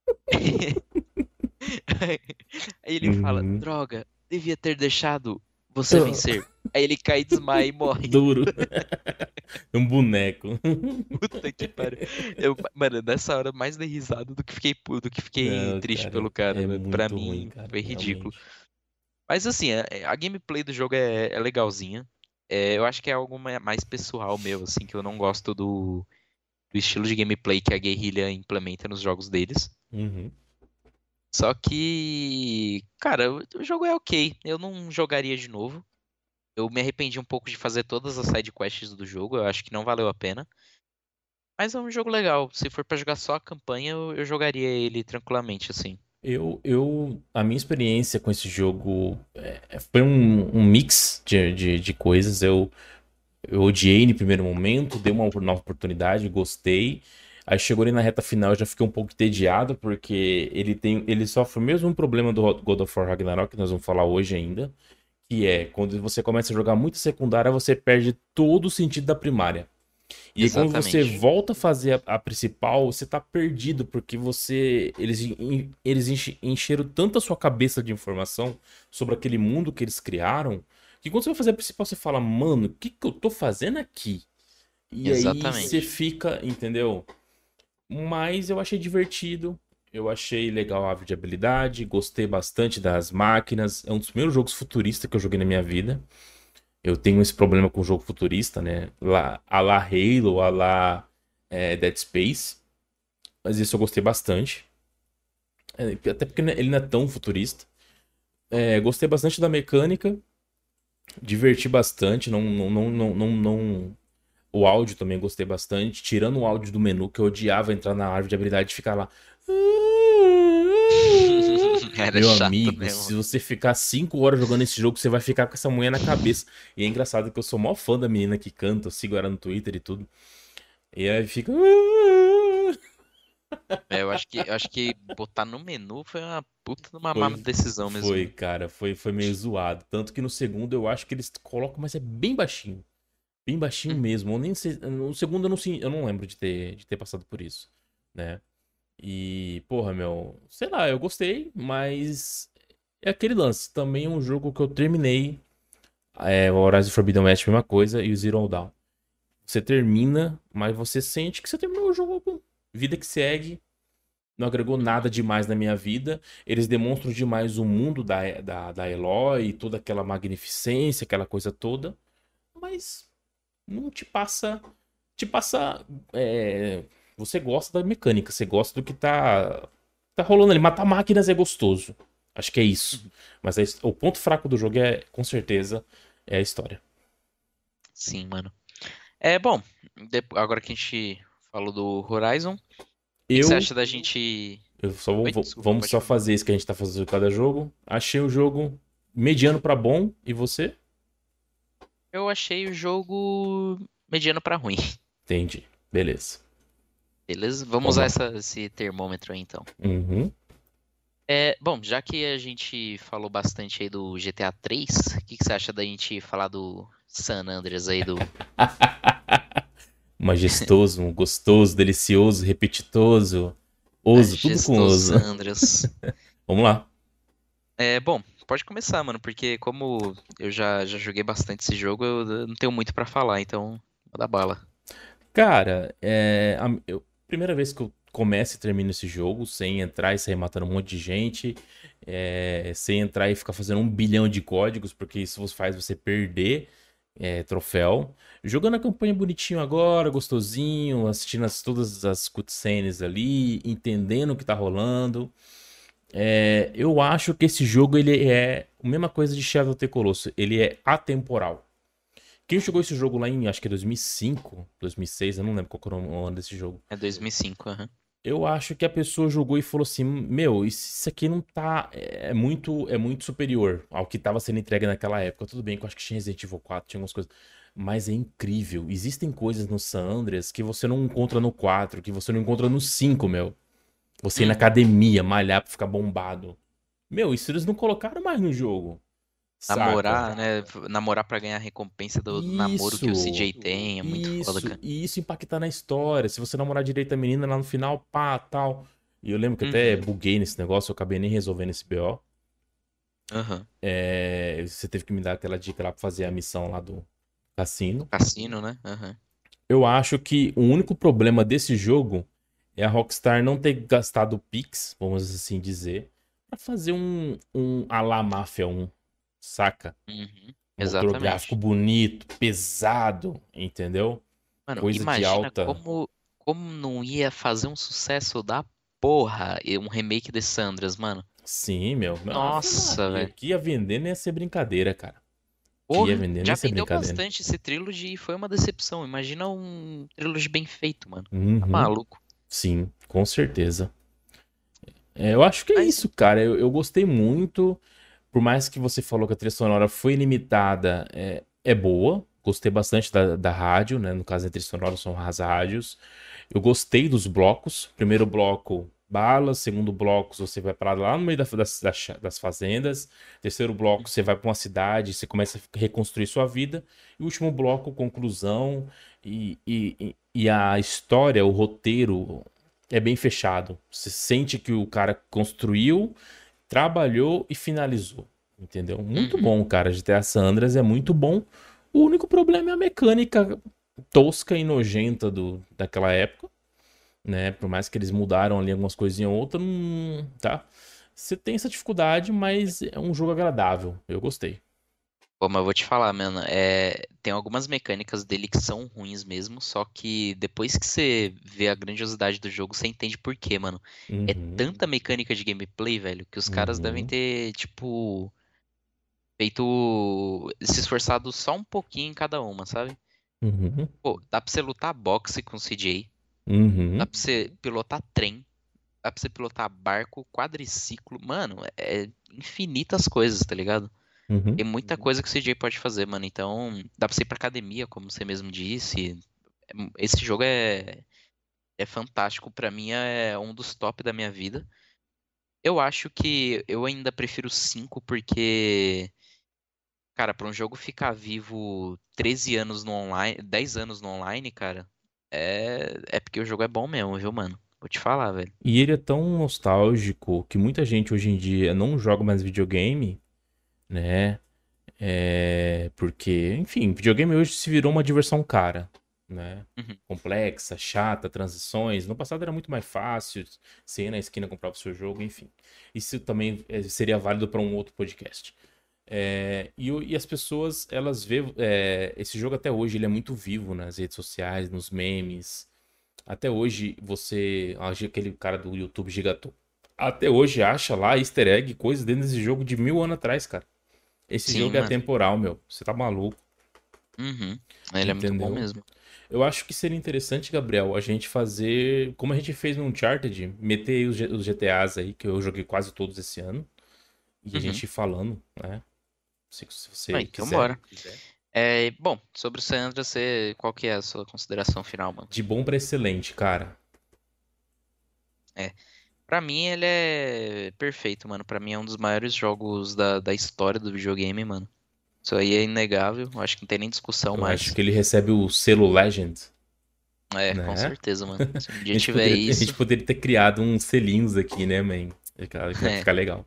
Aí ele fala: Uhum. Droga, devia ter deixado você vencer. Aí ele cai, desmaia e morre. Duro. Um boneco. Puta que pariu. Eu, mano, nessa hora eu mais dei risada do que fiquei, pu- do que fiquei Não, triste cara, pelo cara, é velho. Pra muito ruim, mim cara, foi ridículo. realmente. Mas assim, a, a gameplay do jogo é, é legalzinha. É, eu acho que é algo ma- mais pessoal meu, assim, que eu não gosto do, do estilo de gameplay que a Guerrilla implementa nos jogos deles. Uhum. Só que, cara, o o jogo é ok. Eu não jogaria de novo. Eu me arrependi um pouco de fazer todas as side quests do jogo. Eu acho que não valeu a pena. Mas é um jogo legal. Se for pra jogar só a campanha, eu, eu jogaria ele tranquilamente, assim. Eu, eu, a minha experiência com esse jogo é, foi um, um mix de, de, de coisas. Eu, eu odiei no primeiro momento, dei uma nova oportunidade, gostei. Aí chegou ali na reta final, eu já fiquei um pouco entediado, porque ele tem, ele sofre o mesmo problema do God of War Ragnarok, que nós vamos falar hoje ainda, que é quando você começa a jogar muito secundária, você perde todo o sentido da primária. E aí, quando você Exatamente. volta a fazer a, a principal, você tá perdido, porque você. Eles, en- eles enche- encheram tanto a sua cabeça de informação sobre aquele mundo que eles criaram, que quando você vai fazer a principal, você fala, mano, o que que eu tô fazendo aqui? E aí você Exatamente. fica, entendeu? Mas eu achei divertido. Eu achei legal a árvore de habilidade, gostei bastante das máquinas. É um dos primeiros jogos futuristas que eu joguei na minha vida. Eu tenho esse problema com o jogo futurista, né? Lá, a la Halo, a la é, Dead Space. Mas isso eu gostei bastante. É, até porque ele não é tão futurista. É, gostei bastante da mecânica. Diverti bastante. Não, não, não, não, não, não- O áudio também gostei bastante. Tirando o áudio do menu, que eu odiava entrar na árvore de habilidade e ficar lá. Era Meu chato amigo, se mesmo. você ficar cinco horas jogando esse jogo, você vai ficar com essa mulher na cabeça. E é engraçado que eu sou maior fã da menina que canta, eu sigo ela no Twitter e tudo. E aí fica. É, eu acho que, eu acho que botar no menu foi uma puta de uma má Foi, decisão mesmo, foi, viu? cara, foi, foi meio zoado. Tanto que no segundo eu acho que eles colocam, mas é bem baixinho. Bem baixinho Uhum. mesmo. Eu nem sei, no segundo eu não, sei- eu não lembro de ter, de ter passado por isso, né? E, porra, meu, sei lá, eu gostei, mas é aquele lance. Também é um jogo que eu terminei. É, o Horizon Forbidden West, mesma coisa, e o Zero Dawn. Você termina, mas você sente que você terminou o jogo. Vida que segue. Não agregou nada demais na minha vida. Eles demonstram demais o mundo da, da, da Eloy, toda aquela magnificência, aquela coisa toda. Mas não te passa. Te passa. é, Você gosta da mecânica, você gosta do que tá, tá rolando ali. Matar máquinas é gostoso. Acho que é isso. Uhum. Mas a his- o ponto fraco do jogo é, com certeza, é a história. Sim, mano. É, bom, de- agora que a gente falou do Horizon, o que que você Eu acha da gente. Eu só vou, Oi, vou- desculpa, vamos pode só falar. fazer isso que a gente tá fazendo em cada jogo. Achei o jogo mediano pra bom. E você? Eu achei o jogo mediano pra ruim. Entendi. Beleza. Beleza? Vamos Vamos usar lá. essa- esse termômetro aí então. Uhum. É, bom, já que a gente falou bastante aí do G T A três, o que que você acha da gente falar do San Andreas aí do. Majestoso, gostoso, delicioso, repetitoso. Oso, tudo com Majestoso oso. San Andreas? Vamos lá. É, bom, pode começar, mano, porque como eu já, já joguei bastante esse jogo, eu eu não tenho muito pra falar, então, manda bala. Cara, é, a eu- primeira vez que eu começa e termina esse jogo, sem entrar e sair matando um monte de gente, é, sem entrar e ficar fazendo um bilhão de códigos, porque isso faz você perder é, troféu. Jogando a campanha bonitinho agora, gostosinho, assistindo as, todas as cutscenes ali, entendendo o que tá rolando. É, eu acho que esse jogo ele é a mesma coisa de Shadow of the Colossus, ele é atemporal. Quem jogou esse jogo lá em, acho que é dois mil e cinco, dois mil e seis, eu não lembro qual era o ano desse jogo. É dois mil e cinco, aham. Eu acho que a pessoa jogou e falou assim: Meu, isso aqui não tá. É muito, é muito superior ao que estava sendo entregue naquela época. Tudo bem que eu acho que tinha Resident Evil quatro, tinha algumas coisas. Mas é incrível. Existem coisas no San Andreas que você não encontra no quatro, que você não encontra no cinco, meu. Você ir na Uhum. academia, malhar pra ficar bombado. Meu, isso eles não colocaram mais no jogo. Saca? Namorar, né? Namorar pra ganhar a recompensa do namoro que o Isso, C J tem. É muito foda, isso, cara. e isso impactar na história. Se você namorar direito a menina lá no final, pá, tal. E eu lembro que até Uhum. buguei nesse negócio, eu acabei nem resolvendo esse B O. Aham. É, você teve que me dar aquela dica lá pra fazer a missão lá do Do cassino. cassino, né? Aham. Eu acho que o único problema desse jogo é a Rockstar não ter gastado Pix, vamos assim dizer, pra fazer um, um à la Mafia um, saca? Uhum. Motor gráfico Exatamente. bonito, pesado, entendeu? Mano, Coisa de imagina alta. como, como não ia fazer um sucesso da porra e um remake de Sandras, mano. Sim, meu. Ave Nossa, Maria. velho. Que ia vender nem ia ser brincadeira, cara. Que ia Porra, vender nem já ia ser vendeu brincadeira. bastante esse trilogy e foi uma decepção. Imagina um trilogy bem feito, mano. Tá Uhum. maluco. Sim, com certeza. É, eu acho que é Mas, isso, cara. Eu, eu gostei muito. Por mais que você falou que a trilha sonora foi limitada, é, é boa. Gostei bastante da, da rádio, né? No caso, a trilha sonora são as rádios. Eu gostei dos blocos. Primeiro bloco, balas. Segundo bloco, você vai para lá no meio da- das, das, das fazendas. Terceiro bloco, você vai para uma cidade, você começa a reconstruir sua vida. E o último bloco, conclusão. E, e, e e a história, o roteiro é bem fechado. Você sente que o cara construiu, trabalhou e finalizou. Entendeu? Muito uhum, bom, cara. G T A San Andreas é muito bom. O único problema é a mecânica tosca e nojenta do, daquela época, né? Por mais que eles mudaram ali algumas coisinhas ou outra, não, tá? Você tem essa dificuldade, mas é um jogo agradável. Eu gostei. pô, mas eu vou te falar, mano, é, tem algumas mecânicas dele que são ruins mesmo, só que depois que você vê a grandiosidade do jogo, você entende por quê, mano. É Uhum, tanta mecânica de gameplay, velho, que os caras devem uhum, ter, tipo, feito, se esforçado só um pouquinho em cada uma, sabe? uhum, Pô, dá pra você lutar boxe com C J, dá uhum, pra você pilotar trem, dá pra você pilotar barco, quadriciclo, mano, é infinitas coisas, tá ligado? uhum. Tem muita coisa que o C J pode fazer, mano. Então, dá pra você ir pra academia, como você mesmo disse. Esse jogo é, é fantástico. Pra mim, é um dos top da minha vida. Eu acho que eu ainda prefiro cinco porque, cara, pra um jogo ficar vivo treze anos no online, dez anos no online, cara, é, é porque o jogo é bom mesmo, viu, mano? Vou te falar, velho. E ele é tão nostálgico que muita gente hoje em dia não joga mais videogame, né? É, porque, enfim, videogame hoje se virou uma diversão cara, né? Uhum. Complexa, chata, transições. No passado era muito mais fácil, você ia na esquina comprar o seu jogo, enfim. Isso também é, seria válido para um outro podcast. É, e, o- e as pessoas, elas vê é, esse jogo até hoje, ele é muito vivo nas redes sociais, nos memes. Até hoje, você, aquele cara do YouTube Gigaton, até hoje acha lá easter egg, coisas dentro desse jogo de mil anos atrás, cara. Esse Sim, jogo é mano. atemporal, meu. Você tá maluco, Uhum. Ele é muito bom entendeu? mesmo. Eu acho que seria interessante, Gabriel, a gente fazer, como a gente fez no Uncharted, meter aí os, G- os G T As aí, que eu joguei quase todos esse ano, e a Uhum. gente ir falando, né? Se, se Ah, você então quiser. bora. É, bom, sobre o Sandra, você, qual que é a sua consideração final, mano? De bom pra excelente, cara. É, pra mim ele é perfeito, mano. Pra mim é um dos maiores jogos da, da história do videogame, mano. Isso aí é inegável, eu acho que não tem nem discussão Eu acho mais. que ele recebe o selo Legend, É, com né? certeza, mano. Se um A dia gente tiver poderia, ter- a isso, gente poderia ter criado uns selinhos aqui, né, man? Fica, é. fica legal.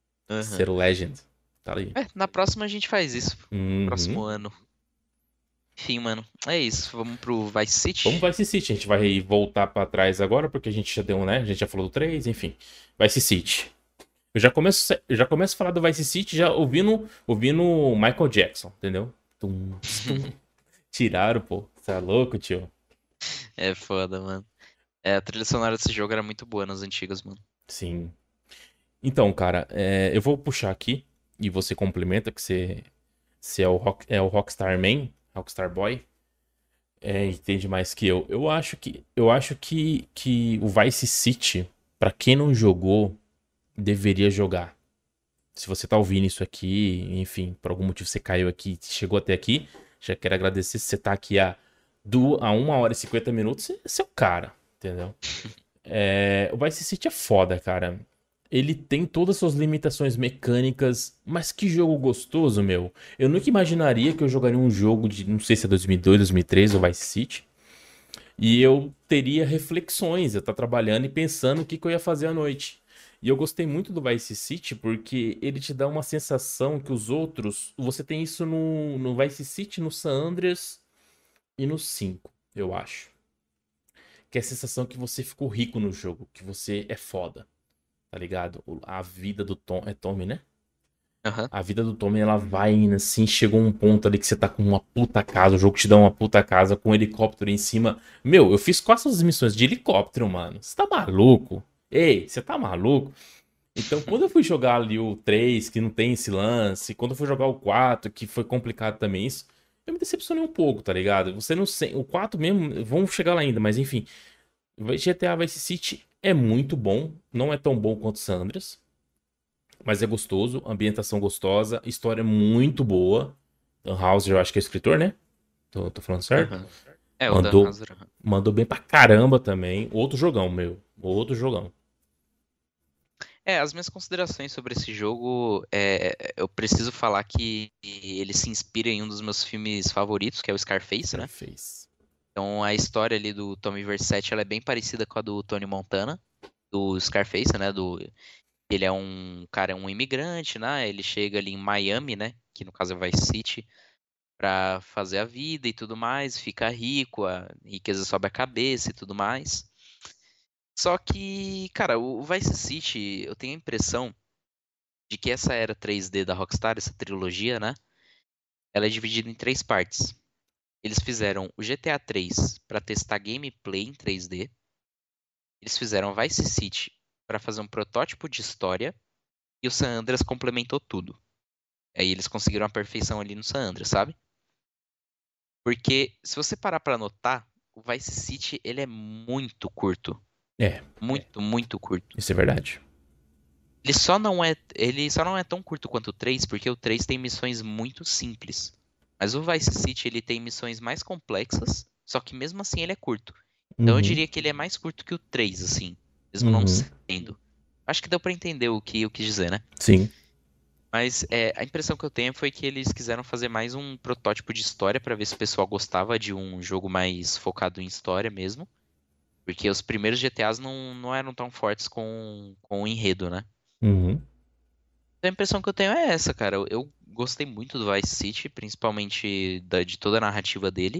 Aham. Selo Legend. Tá aí. É, na próxima a gente faz isso. Uhum. Próximo ano. Enfim, mano, é isso. Vamos pro Vice Vamos City? Vice City. A gente vai voltar pra trás agora, porque a gente já deu, né? A gente já falou do três, enfim. Vice City. Eu já começo, eu já começo a falar do Vice City já ouvindo, ouvindo Michael Jackson, entendeu? Tum, tum. Tiraram, pô. Você é louco, tio? É foda, mano. É, a trilha sonora desse jogo era muito boa nas antigas, mano. Sim. Então, cara, é, eu vou puxar aqui e você complementa que você, você é o, rock, é o Rockstar Man, Rockstar Boy. É, entende mais que eu. Eu acho que, eu acho que, que o Vice City, pra quem não jogou, deveria jogar. Se você tá ouvindo isso aqui, enfim, por algum motivo você caiu aqui, chegou até aqui, já quero agradecer. Se você tá aqui há, du- há uma hora e cinquenta minutos, você você é o cara, entendeu? É, o Vice City é foda, cara. Ele tem todas as suas limitações mecânicas, mas que jogo gostoso, meu. Eu nunca imaginaria que eu jogaria um jogo de, não sei se é dois mil e dois, dois mil e três ou Vice City, e eu teria reflexões, eu estar trabalhando e pensando o que, que eu ia fazer à noite. E eu gostei muito do Vice City porque ele te dá uma sensação que os outros. Você tem isso no, no Vice City, no San Andreas e no cinco, eu acho. Que é a sensação que você ficou rico no jogo, que você é foda, tá ligado? O- A vida do Tom. É Tommy, né? Aham. A vida do Tommy, ela vai indo assim, chegou um ponto ali que você tá com uma puta casa, o jogo te dá uma puta casa com um helicóptero em cima. Meu, eu fiz quase essas missões de helicóptero, mano. Você tá maluco? Ei, você tá maluco? Então, quando eu fui jogar ali o três, que não tem esse lance, quando eu fui jogar o quatro, que foi complicado também isso, eu me decepcionei um pouco, tá ligado? Você não sei, o quatro mesmo, vamos chegar lá ainda, mas enfim, G T A Vice City é muito bom, não é tão bom quanto San Andreas, mas é gostoso, ambientação gostosa, história muito boa. Dan Houser, eu acho que é escritor, né? Tô, tô falando certo? Aham. É, o Dan Mandou, Hazard. Aham. mandou bem pra caramba também. Outro jogão, meu. Outro jogão. É, as minhas considerações sobre esse jogo, é, eu preciso falar que ele se inspira em um dos meus filmes favoritos, que é o Scarface, né? Scarface. Então a história ali do Tommy Vercetti, ela é bem parecida com a do Tony Montana, do Scarface, né? Do, ele é um cara, um imigrante, né? Ele chega ali em Miami, né? Que no caso é Vice City, pra fazer a vida e tudo mais, fica rico, a riqueza sobe a cabeça e tudo mais. Só que, cara, o Vice City, eu tenho a impressão de que essa era três D da Rockstar, essa trilogia, né? Ela é dividida em três partes. Eles fizeram o G T A três para testar gameplay em três D. Eles fizeram Vice City para fazer um protótipo de história. E o San Andreas complementou tudo. Aí eles conseguiram a perfeição ali no San Andreas, sabe? Porque se você parar para notar, o Vice City ele é muito curto, É, muito, muito curto. isso é verdade. Ele só não é, ele só não é tão curto quanto o três, porque o três tem missões muito simples. Mas o Vice City ele tem missões mais complexas, só que mesmo assim ele é curto. Então eu Uhum, diria que ele é mais curto que o três, assim, mesmo não uhum. sendo. Acho que deu pra entender o que eu quis dizer, né? Sim. Mas é, a impressão que eu tenho foi que eles quiseram fazer mais um protótipo de história pra ver se o pessoal gostava de um jogo mais focado em história mesmo. Porque os primeiros G T As não, não eram tão fortes com, com o enredo, né? Uhum. A impressão que eu tenho é essa, cara. Eu, eu gostei muito do Vice City, principalmente da- de toda a narrativa dele.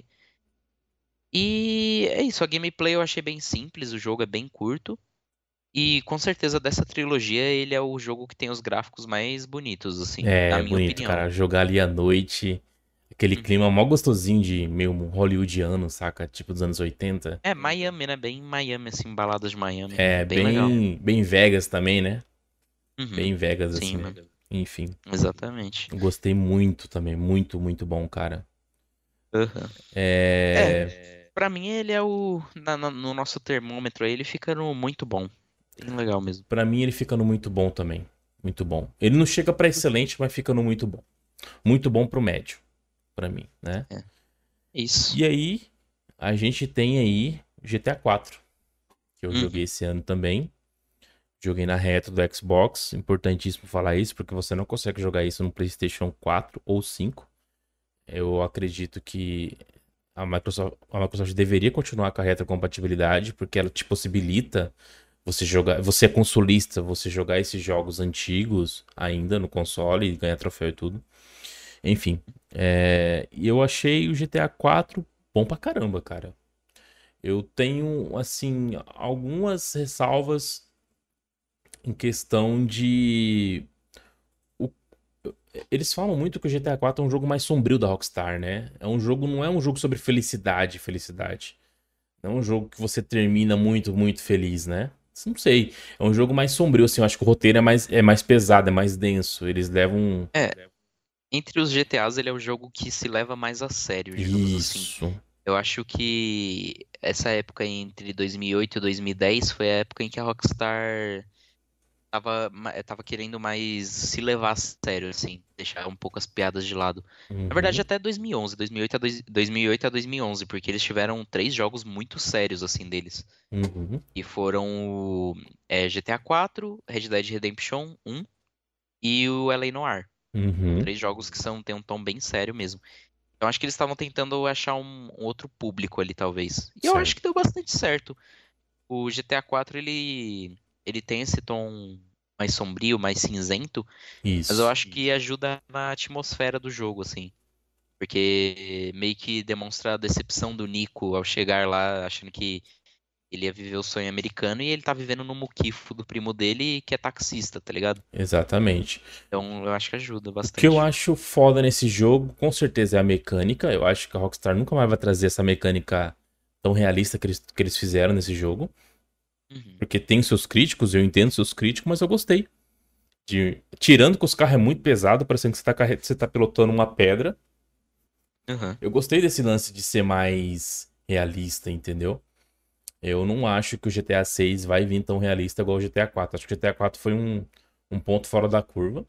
E é isso, a gameplay eu achei bem simples, o jogo é bem curto. E com certeza dessa trilogia ele é o jogo que tem os gráficos mais bonitos, assim, na É minha bonito, opinião. cara. Jogar ali à noite. Aquele Uhum. clima mó gostosinho de meio hollywoodiano, saca? Tipo dos anos oitenta. É, Miami, né? Bem Miami, assim, baladas de Miami. É, Bem legal. bem, bem Vegas também, né? Uhum. Bem Vegas, Sim, assim. mano. Enfim. Exatamente. Eu gostei muito também. Muito, muito bom, cara. Aham. É... É, pra mim ele é o. na- na- no nosso termômetro aí, ele fica no muito bom. Bem legal mesmo. Pra mim, ele fica no muito bom também. Muito bom. Ele não chega pra excelente, mas fica no muito bom. Muito bom pro médio, pra mim, né? É. Isso. E aí, a gente tem aí G T A quatro, que eu joguei Uhum. esse ano também. Joguei na retro do Xbox. Importantíssimo falar isso, porque você não consegue jogar isso no PlayStation quatro ou cinco. Eu acredito que a Microsoft, a Microsoft deveria continuar com a retrocompatibilidade, porque ela te possibilita você jogar. Você é consolista, você jogar esses jogos antigos ainda no console e ganhar troféu e tudo. Enfim. É, e eu achei o G T A quatro bom pra caramba, cara. Eu tenho, assim, algumas ressalvas em questão de. o- Eles falam muito que o G T A quatro é um jogo mais sombrio da Rockstar, né? É um jogo, não é um jogo sobre felicidade, felicidade. Não é um jogo que você termina muito, muito feliz, né? Não sei. É um jogo mais sombrio, assim. Eu acho que o roteiro é mais, é mais pesado, é mais denso. Eles levam. É, entre os G T As, ele é o jogo que se leva mais a sério, digamos assim. Isso. Eu acho que essa época entre dois mil e oito e dois mil e dez foi a época em que a Rockstar tava, ma- tava querendo mais se levar a sério, assim, deixar um pouco as piadas de lado. Na verdade, Uhum. até dois mil e onze, dois mil e oito a dois- 2008 a dois mil e onze, porque eles tiveram três jogos muito sérios, assim, deles. Uhum. E foram o é, G T A quatro, Red Dead Redemption um e o L A Noire. São Uhum. três jogos que são, têm um tom bem sério mesmo. Eu acho que eles estavam tentando achar um, um outro público ali, talvez. E eu acho que Certo. deu bastante certo. O G T A quatro, ele, ele tem esse tom mais sombrio, mais cinzento, mas eu Isso. acho que ajuda na atmosfera do jogo, assim. Porque meio que demonstra a decepção do Nico ao chegar lá achando que ele ia viver o sonho americano e ele tá vivendo no muquifo do primo dele que é taxista, tá ligado? Exatamente. Então eu acho que ajuda O que eu bastante. acho foda nesse jogo, com certeza, é a mecânica. Eu acho que a Rockstar nunca mais vai trazer essa mecânica tão realista que eles, que eles fizeram nesse jogo. Uhum. Porque tem seus críticos, eu entendo seus críticos, mas eu gostei. De... Tirando que os carros é muito pesado, parecendo que você tá, carre... você tá pilotando uma pedra. Aham. Eu gostei desse lance de ser mais realista, entendeu? Eu não acho que o G T A seis vai vir tão realista igual o G T A quatro. Acho que o G T A quatro foi um, um ponto fora da curva.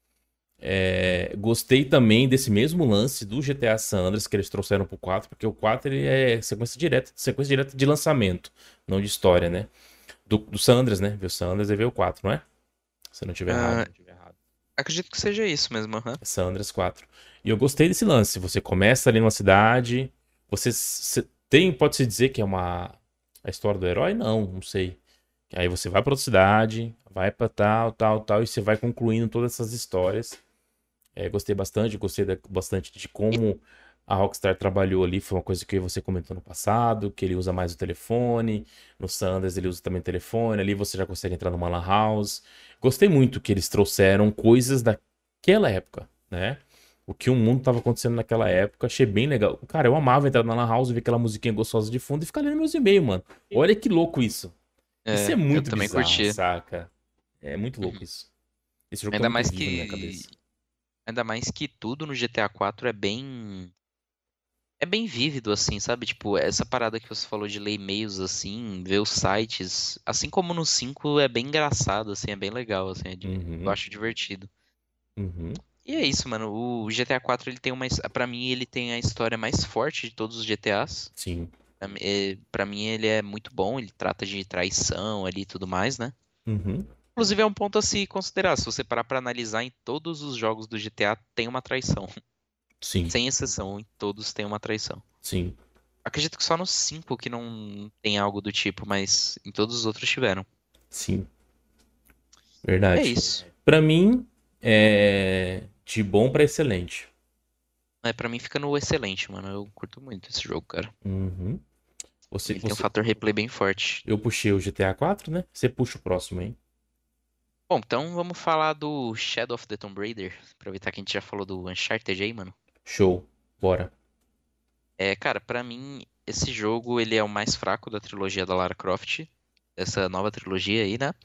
É, gostei também desse mesmo lance do G T A San Andreas que eles trouxeram pro quatro, porque o quatro ele é sequência direta, sequência direta de lançamento, não de história, né? Do, do San Andreas, né? Viu San Andreas e veio o quatro, não é? Se eu não tiver errado. Ah, acredito que seja isso mesmo, aham. É San Andreas quatro. E eu gostei desse lance. Você começa ali numa cidade, você se- tem, pode-se dizer que é uma a história do herói? Não, não sei. Aí você vai pra outra cidade, vai pra tal, tal, tal, e você vai concluindo todas essas histórias. É, gostei bastante, gostei da- bastante de como a Rockstar trabalhou ali. Foi uma coisa que você comentou no passado, que ele usa mais o telefone. No Sanders ele usa também o telefone. Ali você já consegue entrar numa lan house. Gostei muito que eles trouxeram coisas daquela época, né? O que o mundo tava acontecendo naquela época, achei bem legal. Cara, eu amava entrar na lan house, ver aquela musiquinha gostosa de fundo e ficar lendo meus e-mails, mano. Olha que louco isso. Isso é É, eu muito também bizarro, curti. saca? É muito louco Uhum. isso. Esse jogo tá Ainda muito mais vivo na minha que, cabeça. ainda mais que tudo no G T A quatro é bem, é bem vívido assim, sabe? Tipo, essa parada que você falou de ler e-mails assim, ver os sites, assim como no cinco é bem engraçado assim, é bem legal assim, é de- eu Uhum, acho divertido. uhum. E é isso, mano. O G T A quatro ele tem uma, his- pra mim ele tem a história mais forte de todos os G T As. Sim. Pra mim é- pra mim ele é muito bom, ele trata de traição ali e tudo mais, né? Uhum. Inclusive é um ponto a se considerar. Se você parar pra analisar, em todos os jogos do G T A tem uma traição. Sim. Sem exceção, em todos tem uma traição. Sim. Acredito que só no cinco que não tem algo do tipo, mas em todos os outros tiveram. Sim. É Verdade. isso. Pra mim, é de bom pra excelente. É, pra mim fica no excelente, mano. Eu curto muito esse jogo, cara. Uhum. Você, Ele tem um você, fator replay bem forte. eu puxei o G T A quatro, né? Você puxa o próximo, hein? Bom, então vamos falar do Shadow of the Tomb Raider. Aproveitar que a gente já falou do Uncharted aí, mano. Show. Bora. É, cara, pra mim, esse jogo ele é o mais fraco da trilogia da Lara Croft. Essa nova trilogia aí, né?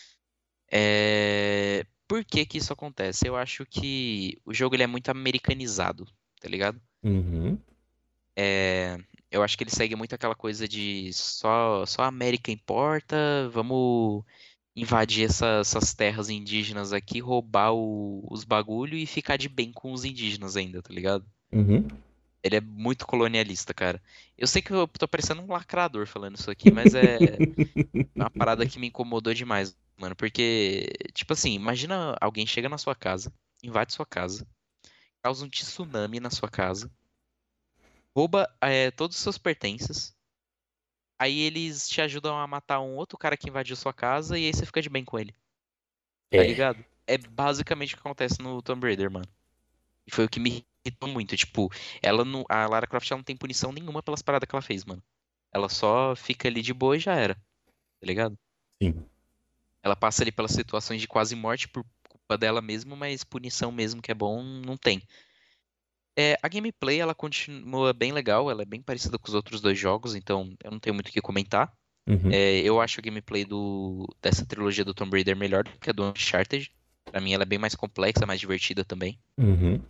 É... Por que que isso acontece? Eu acho que o jogo ele é muito americanizado, tá ligado? Uhum. É... Eu acho que ele segue muito aquela coisa de só, só a América importa, vamos invadir essa- essas terras indígenas aqui, roubar o- os bagulho e ficar de bem com os indígenas ainda, tá ligado? Uhum. Ele é muito colonialista, cara. Eu sei que eu tô parecendo um lacrador falando isso aqui, mas é uma parada que me incomodou demais, mano. Porque, tipo assim, imagina alguém chega na sua casa, invade sua casa, causa um tsunami na sua casa, rouba, é, todos os seus pertences, aí eles te ajudam a matar um outro cara que invadiu sua casa e aí você fica de bem com ele, tá É. ligado? É basicamente o que acontece no Tomb Raider, mano. E foi o que me irritou muito. Tipo, ela não, a Lara Croft ela não tem punição nenhuma pelas paradas que ela fez, mano. Ela só fica ali de boa e já era, tá ligado? Sim. Ela passa ali pelas situações de quase morte por culpa dela mesma, mas punição mesmo que é bom, não tem. É, a gameplay, ela continua bem legal, ela é bem parecida com os outros dois jogos, então eu não tenho muito o que comentar. Uhum. É, eu acho a gameplay do, dessa trilogia do Tomb Raider melhor do que a do Uncharted. Pra mim ela é bem mais complexa, mais divertida também. Uhum.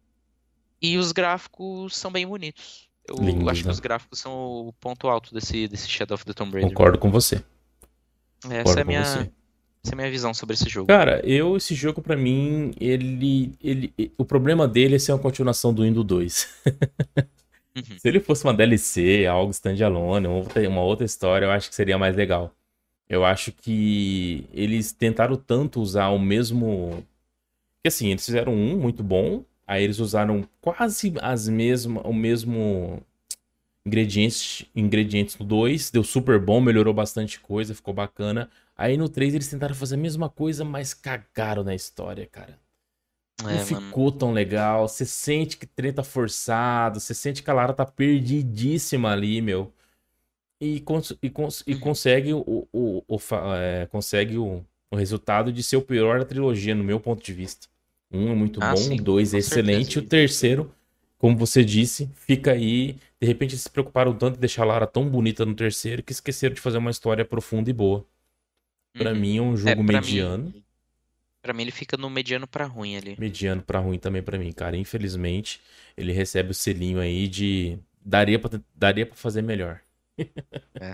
E os gráficos são bem bonitos. Eu Lindos, acho que né? os gráficos são o ponto alto desse, desse Shadow of the Tomb Raider. Concordo com você. Essa é Concordo a com minha, você. essa é a minha visão sobre esse jogo. Cara, eu, esse jogo pra mim, ele, ele, o problema dele é ser uma continuação do Indo dois. Uhum. Se ele fosse uma D L C, algo standalone, uma outra, uma outra história, eu acho que seria mais legal. Eu acho que eles tentaram tanto usar o mesmo. Que assim, eles fizeram um muito bom, aí eles usaram quase as mesmas, o mesmo ingredientes, ingredientes no dois, deu super bom, melhorou bastante coisa, ficou bacana. Aí no três eles tentaram fazer a mesma coisa, mas cagaram na história, cara. Não É, mano. ficou tão legal. Você sente que treta forçado, você sente que a Lara tá perdidíssima ali, meu. E, cons e, cons e Uhum. consegue o, o, o fa- é, consegue o, o resultado de ser o pior da trilogia, no meu ponto de vista. Um é muito Ah, bom, o sim, dois é com certeza. excelente, e o terceiro, como você disse, fica aí. De repente eles se preocuparam tanto em deixar a Lara tão bonita no terceiro que esqueceram de fazer uma história profunda e boa. Pra Uhum. mim é um É, jogo pra mim, mediano. pra mim ele fica no mediano pra ruim ali. Mediano pra ruim também pra mim, cara. Infelizmente, ele recebe o selinho aí de daria pra, daria pra fazer melhor. É.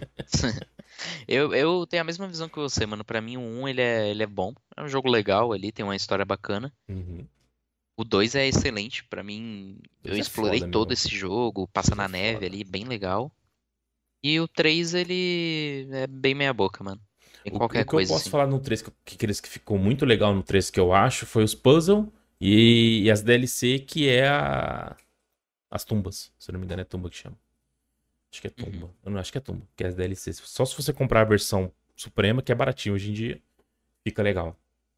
Eu, eu tenho a mesma visão que você, mano. Pra mim, o um ele é, ele é bom. É um jogo legal ali, tem uma história bacana. Uhum. O dois é excelente. Pra mim, eu Dois é explorei foda, todo meu. esse jogo. Passa Dois é na neve foda. ali, bem legal. E o três ele é bem meia boca, mano. Tem O, qualquer o que eu coisa, posso assim. falar no três que, que, eles- que ficou muito legal no três que eu acho foi os puzzles e, e as D L C, que é a, as tumbas. Se eu não me engano, é tumba que chama. Acho que é Uhum. tumba. Eu não acho que é tumba, que é as D L Cs. Só se você comprar a versão Suprema, que é baratinho hoje em dia, fica legal.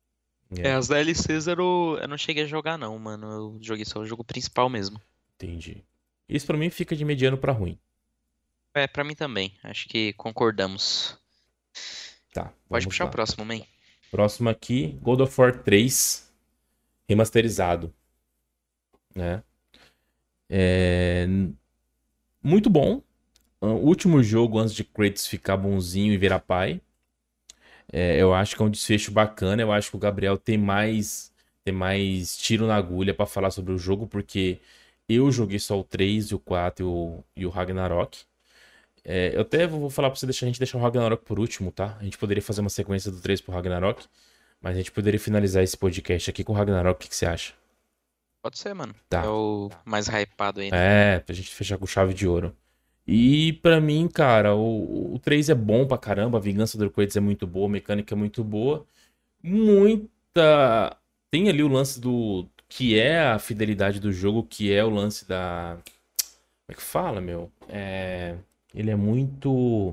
É, É, as D L Cs eu, não- eu não cheguei a jogar, não, mano. Eu joguei só o jogo principal mesmo. entendi. Isso pra mim fica de mediano pra ruim. É, pra mim também. Acho que concordamos. Tá, Pode vamos puxar o lá. próximo, man. Próximo aqui, God of War três remasterizado, né? É muito bom. O último jogo antes de Kratos ficar bonzinho e virar pai. É, eu acho que é um desfecho bacana. Eu acho que o Gabriel tem mais, tem mais tiro na agulha pra falar sobre o jogo, porque eu joguei só o três e o quatro e o, e o Ragnarok. É, eu até vou falar pra você deixar, a gente deixar o Ragnarok por último, tá? A gente poderia fazer uma sequência do três pro Ragnarok, mas a gente poderia finalizar esse podcast aqui com o Ragnarok. O que que você acha? Pode ser, mano. É Tá. o mais hypado aí, né? É, pra gente fechar com chave de ouro. E pra mim, cara, o, o três é bom pra caramba, a Vingança do Kratos é muito boa, a mecânica é muito boa. Muita. Tem ali o lance do. Que é a fidelidade do jogo, que é o lance da. Como é que fala, meu? É... Ele é muito.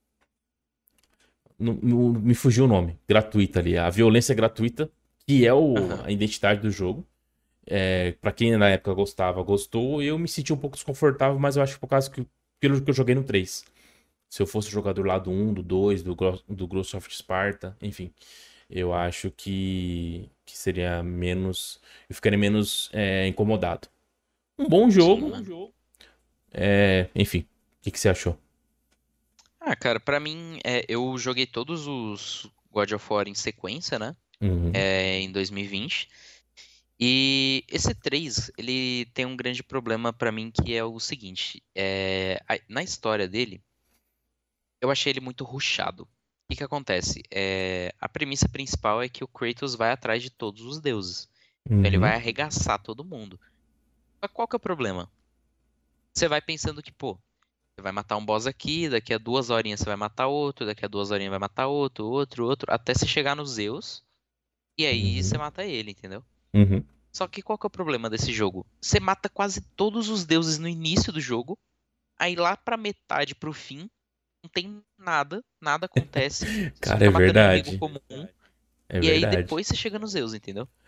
não- não- me fugiu o nome. Gratuita ali. A violência gratuita, que é o... Aham. a identidade do jogo. É... Pra quem na época gostava, gostou. Eu me senti um pouco desconfortável, mas eu acho que por causa que... pelo que eu joguei no três. Se eu fosse jogador lá do um, do dois, do, Gro- do Ghost of Sparta, enfim. Eu acho que, que seria menos. Eu ficaria menos é, incomodado. Um bom Sim, jogo. mano. É, enfim, o que, que você achou? Ah, cara, pra mim, é, eu joguei todos os God of War em sequência, né? Uhum, É, em dois mil e vinte. E esse três ele tem um grande problema pra mim, que é o seguinte. É, a- na história dele, eu achei ele muito rushado. O que que acontece? É, a premissa principal é que o Kratos vai atrás de todos os deuses. Então ele vai uhum, arregaçar todo mundo. Mas qual que é o problema? Você vai pensando que, pô, você vai matar um boss aqui, daqui a duas horinhas você vai matar outro, daqui a duas horinhas vai matar outro, outro, outro, até você chegar no Zeus, e aí você uhum, mata ele, entendeu? uhum. Só que qual que é o problema desse jogo? Você mata quase todos os deuses no início do jogo, aí lá pra metade, pro fim, não tem nada, nada acontece, você só Cara, é fica matando inimigo verdade. comum, É e aí verdade. depois você chega no Zeus, entendeu?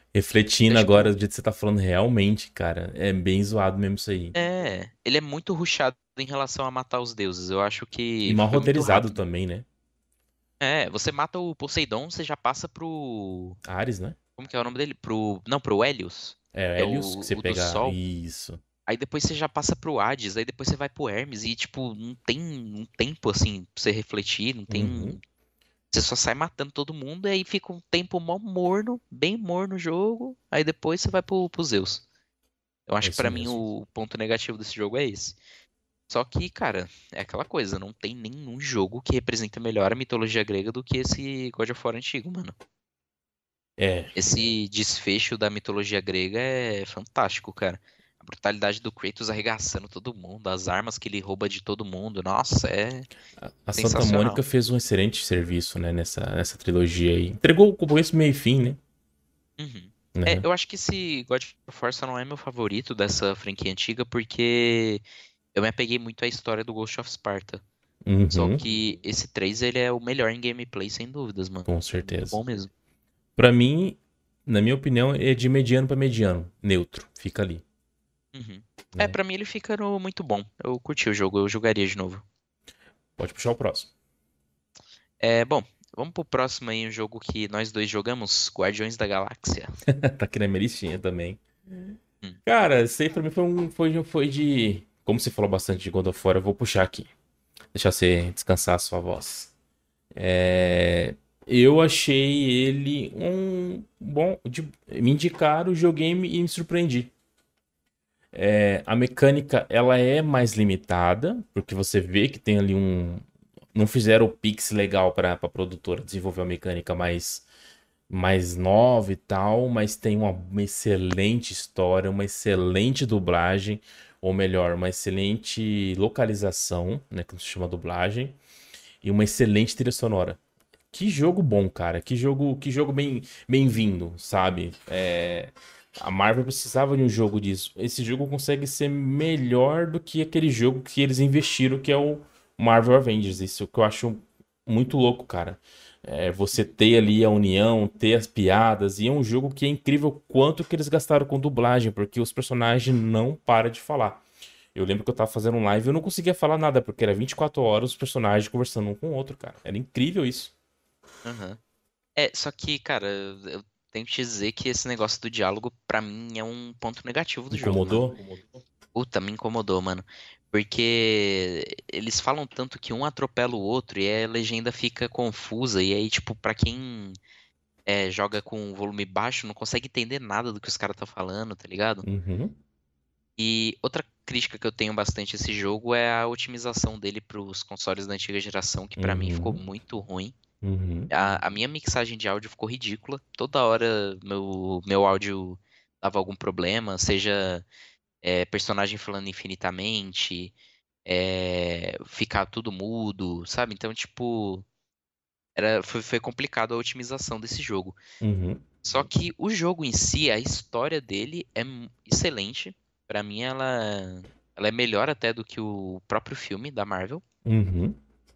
Então, Refletindo agora tipo, do jeito que você tá falando, realmente, cara, é bem zoado mesmo isso aí. é, ele é muito rushado em relação a matar os deuses. Eu acho E que mal foi muito roteirizado rápido. também, né? É, você mata o Poseidon, você já passa pro. Ares, né? Como que é o nome dele? Pro. Não, pro Helios, É, que é Helios, que o, você o do pega. Sol. Isso. Aí depois você já passa pro Hades, aí depois você vai pro Hermes e, tipo, não tem um tempo assim pra você refletir, não Uhum. tem. Você só sai matando todo mundo e aí fica um tempo mó morno, bem morno o jogo. Aí depois você vai pro, pro Zeus. Eu É acho que isso pra mim mesmo. o ponto negativo desse jogo é esse. Só que, cara, é aquela coisa, não tem nenhum jogo que representa melhor a mitologia grega do que esse God of War antigo, mano. É. Esse desfecho da mitologia grega é fantástico, cara. A brutalidade do Kratos arregaçando todo mundo, as armas que ele rouba de todo mundo, nossa, é A a Santa Mônica sensacional. fez um excelente serviço, né, nessa, nessa trilogia aí. Entregou o começo, meio e fim, né? Uhum. É, Né? eu acho que esse God of War só não é meu favorito dessa franquia antiga porque eu me apeguei muito à história do Ghost of Sparta. Só Uhum, que esse três ele é o melhor em gameplay, sem dúvidas, mano. com É muito certeza. bom mesmo. Pra mim, na minha opinião, é de mediano pra mediano. Neutro. Fica ali, Uhum. É, né? pra mim ele fica no muito bom. Eu curti o jogo, eu jogaria de novo. Pode puxar o próximo. É, bom, vamos pro próximo aí, um jogo que nós dois jogamos, Guardiões da Galáxia. Tá aqui na minha listinha também. Hum. Cara, isso aí pra mim foi um. Foi, foi de. Como você falou bastante de God of War, eu vou puxar aqui. Deixar você descansar a sua voz. É, eu achei ele um bom. De... Me indicaram, joguei e me surpreendi. É, a mecânica ela é mais limitada, porque você vê que tem ali um. Não fizeram o Pix legal para a produtora desenvolver uma mecânica mais, mais nova e tal, mas tem uma, uma excelente história, uma excelente dublagem, ou melhor, uma excelente localização, né, que se chama dublagem, e uma excelente trilha sonora. Que jogo bom, cara. Que jogo, que jogo bem, bem-vindo, sabe? É, a Marvel precisava de um jogo disso. Esse jogo consegue ser melhor do que aquele jogo que eles investiram, que é o Marvel Avengers. Isso que eu acho muito louco, cara. É, você ter ali a união, ter as piadas, e é um jogo que é incrível o quanto que eles gastaram com dublagem, porque os personagens não param de falar. Eu lembro que eu tava fazendo um live e eu não conseguia falar nada, porque era vinte e quatro horas os personagens conversando um com o outro, cara. Era incrível isso. Aham. É, só que, cara, eu tenho que te dizer que esse negócio do diálogo, pra mim, é um ponto negativo do jogo, mano. Incomodou? Puta, me incomodou, mano. Porque eles falam tanto que um atropela o outro e a legenda fica confusa. E aí, tipo, pra quem é, joga com volume baixo, não consegue entender nada do que os caras estão falando, tá ligado? Uhum, E outra crítica que eu tenho bastante a esse jogo é a otimização dele pros consoles da antiga geração, que pra mim ficou uhum, muito ruim. uhum. A, a minha mixagem de áudio ficou ridícula. Toda hora meu, meu áudio dava algum problema, seja é, personagem falando infinitamente, é, ficar tudo mudo, sabe? Então, tipo, era, foi, foi complicado a otimização desse jogo. Uhum, Só que o jogo em si, a história dele é mu- excelente. Pra mim, ela, ela é melhor até do que o próprio filme da Marvel. uhum.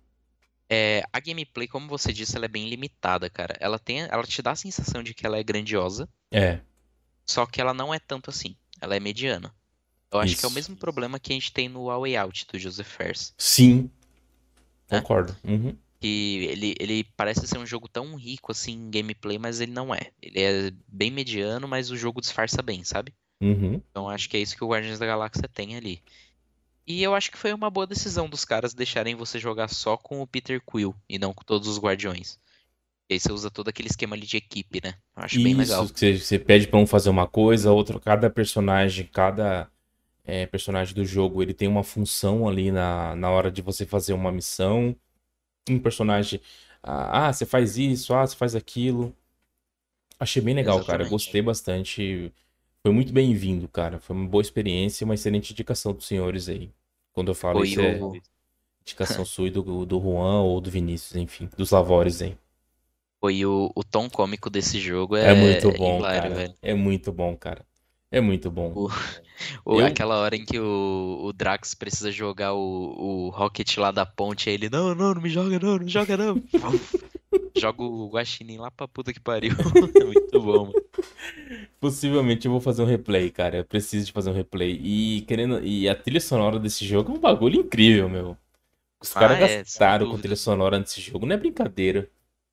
É, a gameplay, como você disse, ela é bem limitada, cara. Ela tem, ela te dá a sensação de que ela é grandiosa, É, só que ela não é tanto assim. Ela é mediana. Eu acho que é o isso. mesmo problema que a gente tem no A Way Out do Joseph Fares, Sim, né? concordo. Uhum, Que ele, ele parece ser um jogo tão rico assim em gameplay, mas ele não é. Ele é bem mediano, mas o jogo disfarça bem, sabe? uhum. Então acho que é isso que o Guardiões da Galáxia tem ali. E eu acho que foi uma boa decisão dos caras deixarem você jogar só com o Peter Quill e não com todos os Guardiões. E aí você usa todo aquele esquema ali de equipe, né? Eu acho bem Isso, legal. que você, você pede pra um fazer uma coisa, outro, cada personagem, cada é, personagem do jogo, ele tem uma função ali na, na hora de você fazer uma missão. Um personagem, ah, ah, você faz isso, ah, você faz aquilo. Achei bem legal, cara. Exatamente. Gostei bastante. Foi muito bem-vindo, cara. Foi uma boa experiência e uma excelente indicação dos senhores aí. Quando eu falo Foi isso, é o, indicação sua e do, do Juan ou do Vinícius, enfim, dos Lavores, hein? foi o, o tom cômico desse jogo É é, muito é bom, hilário, cara. velho. É muito bom, cara. É muito bom. O, o- Eu. aquela hora em que o, o Drax precisa jogar o, o Rocket lá da ponte, aí ele, não, não, não me joga não, não me joga não. Joga o Guaxinim lá pra puta que pariu. É muito bom, mano. Possivelmente eu vou fazer um replay, cara. Eu preciso de fazer um replay. E querendo, e a trilha sonora desse jogo é um bagulho incrível, meu. Os caras Ah, é, sem gastaram com trilha dúvida. sonora nesse jogo, não é brincadeira,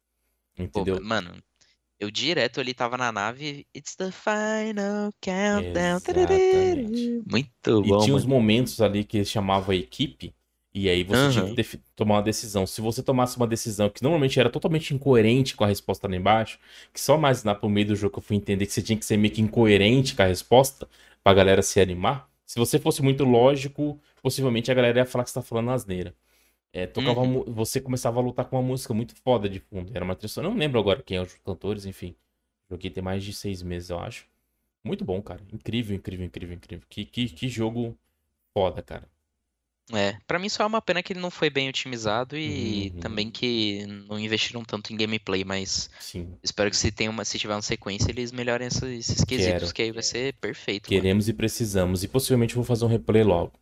Pô, entendeu? mano, eu direto ali tava na nave. It's the final countdown. Exatamente. Tararara. Muito E bom, tinha uns mano. momentos ali que eles chamavam a equipe, e aí você tinha que Aham. defi- tomar uma decisão. Se você tomasse uma decisão que normalmente era totalmente incoerente com a resposta lá embaixo, que só mais lá pro meio do jogo que eu fui entender que você tinha que ser meio que incoerente com a resposta, pra galera se animar. Se você fosse muito lógico, possivelmente a galera ia falar que você tá falando asneira. É, tocava, Uhum. mu- você começava a lutar com uma música muito foda de fundo. Era uma trilha sonora, não lembro agora quem é os cantores, enfim. Joguei tem mais de seis meses, eu acho. Muito bom, cara. Incrível, incrível, incrível, incrível. Que, que, que jogo foda, cara. É, pra mim só é uma pena que ele não foi bem otimizado e Uhum, também que não investiram tanto em gameplay, mas sim, espero que se tenha uma, se tiver uma sequência, eles melhorem essa- esses quesitos, quero. que aí vai ser perfeito, mano. Queremos e precisamos. E possivelmente vou fazer um replay logo.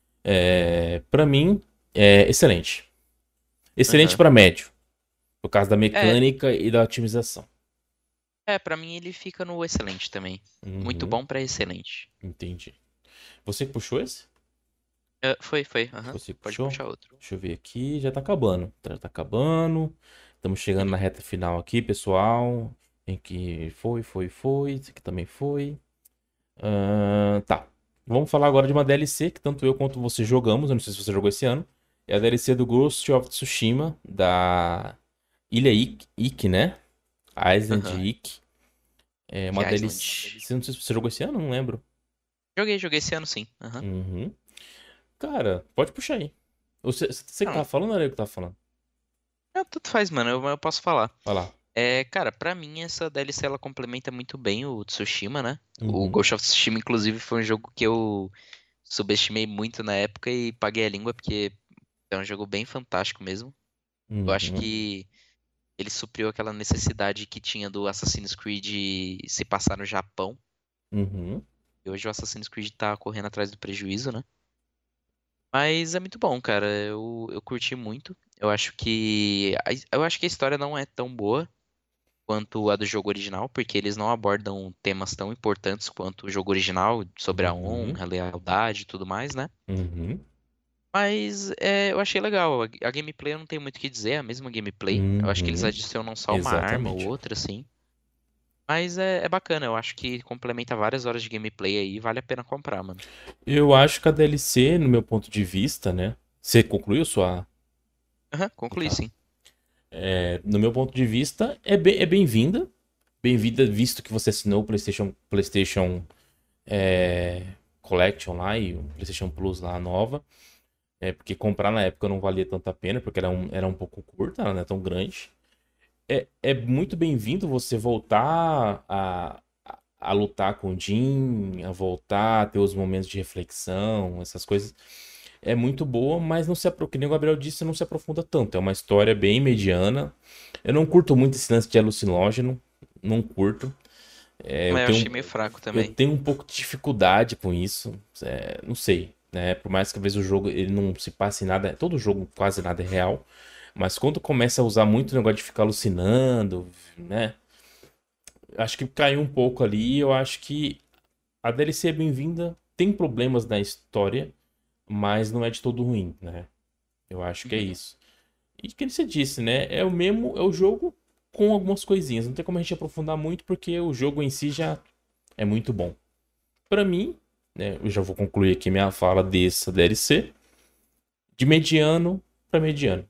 É, para mim, é excelente. Excelente Aham. pra médio. Por causa da É, mecânica e da otimização. é, pra mim ele fica no excelente também. Muito Uhum, bom pra excelente. entendi. Você que puxou esse? É, foi, foi, aham. Você que Pode puxou? puxar outro. Deixa eu ver aqui. Já tá acabando. Já tá acabando. Estamos chegando na Uhum. reta final aqui, pessoal. Tem que. Foi, foi, foi. Esse aqui também foi. Ahn, tá. Vamos falar agora de uma D L C que tanto eu quanto você jogamos. Eu não sei se você jogou esse ano. É a D L C do Ghost of Tsushima, da Ilha Ik, Ik, né? Island Aham. Ik. É uma Que Island. D L C. Não sei se você jogou esse ano, não lembro. Joguei, joguei esse ano sim. Aham. Uhum. Cara, pode puxar aí. Você, você que Não, tava falando ou era eu que tava falando? é, tudo faz, mano, eu, eu posso falar. Vai lá. É, cara, pra mim essa D L C ela complementa muito bem o Tsushima, né? O Uhum. Ghost of Tsushima, inclusive, foi um jogo que eu subestimei muito na época e paguei a língua porque é um jogo bem fantástico mesmo. Eu acho Uhum. que ele supriu aquela necessidade que tinha do Assassin's Creed se passar no Japão. Uhum. E hoje o Assassin's Creed tá correndo atrás do prejuízo, né? Mas é muito bom, cara. Eu, eu curti muito. Eu acho que a, eu acho que a história não é tão boa quanto a do jogo original, porque eles não abordam temas tão importantes quanto o jogo original, sobre a Uhum. honra, a lealdade e tudo mais, né? Uhum. Mas é, eu achei legal. A, a gameplay eu não tenho muito o que dizer, é a mesma gameplay. Eu acho que eles Uhum. adicionam só uma arma ou Exatamente. outra, assim. Mas é, é bacana, eu acho que complementa várias horas de gameplay aí, vale a pena comprar, mano. Eu acho que a D L C, no meu ponto de vista, né? Você concluiu sua. Aham, concluí Tá. sim. É, no meu ponto de vista, é bem- é bem-vinda. Bem-vinda, visto que você assinou o PlayStation, PlayStation é, Collection lá e o PlayStation Plus lá nova. É, porque comprar na época não valia tanta pena, porque era um, era um pouco curta, ela não é tão grande. É, é muito bem-vindo você voltar a, a, a lutar com o Jin, a voltar a ter os momentos de reflexão, essas coisas. É muito boa, mas não se apro... que nem o Gabriel disse, não se aprofunda tanto. É uma história bem mediana. Eu não curto muito esse lance de alucinógeno. Não curto. É, eu Mas eu tenho, achei meio fraco eu também. tenho um pouco de dificuldade com isso. É, não sei, né? Por mais que às vezes o jogo ele não se passe em nada, todo jogo quase nada é real. Mas quando começa a usar muito o negócio de ficar alucinando, né? Acho que caiu um pouco ali. Eu acho que a D L C é bem-vinda. Tem problemas na história, mas não é de todo ruim, né? Eu acho que é Uhum. isso. E que você disse, né? É o mesmo, é o jogo com algumas coisinhas. Não tem como a gente aprofundar muito porque o jogo em si já é muito bom. Pra mim, né, eu já vou concluir aqui minha fala dessa D L C, de mediano pra mediano.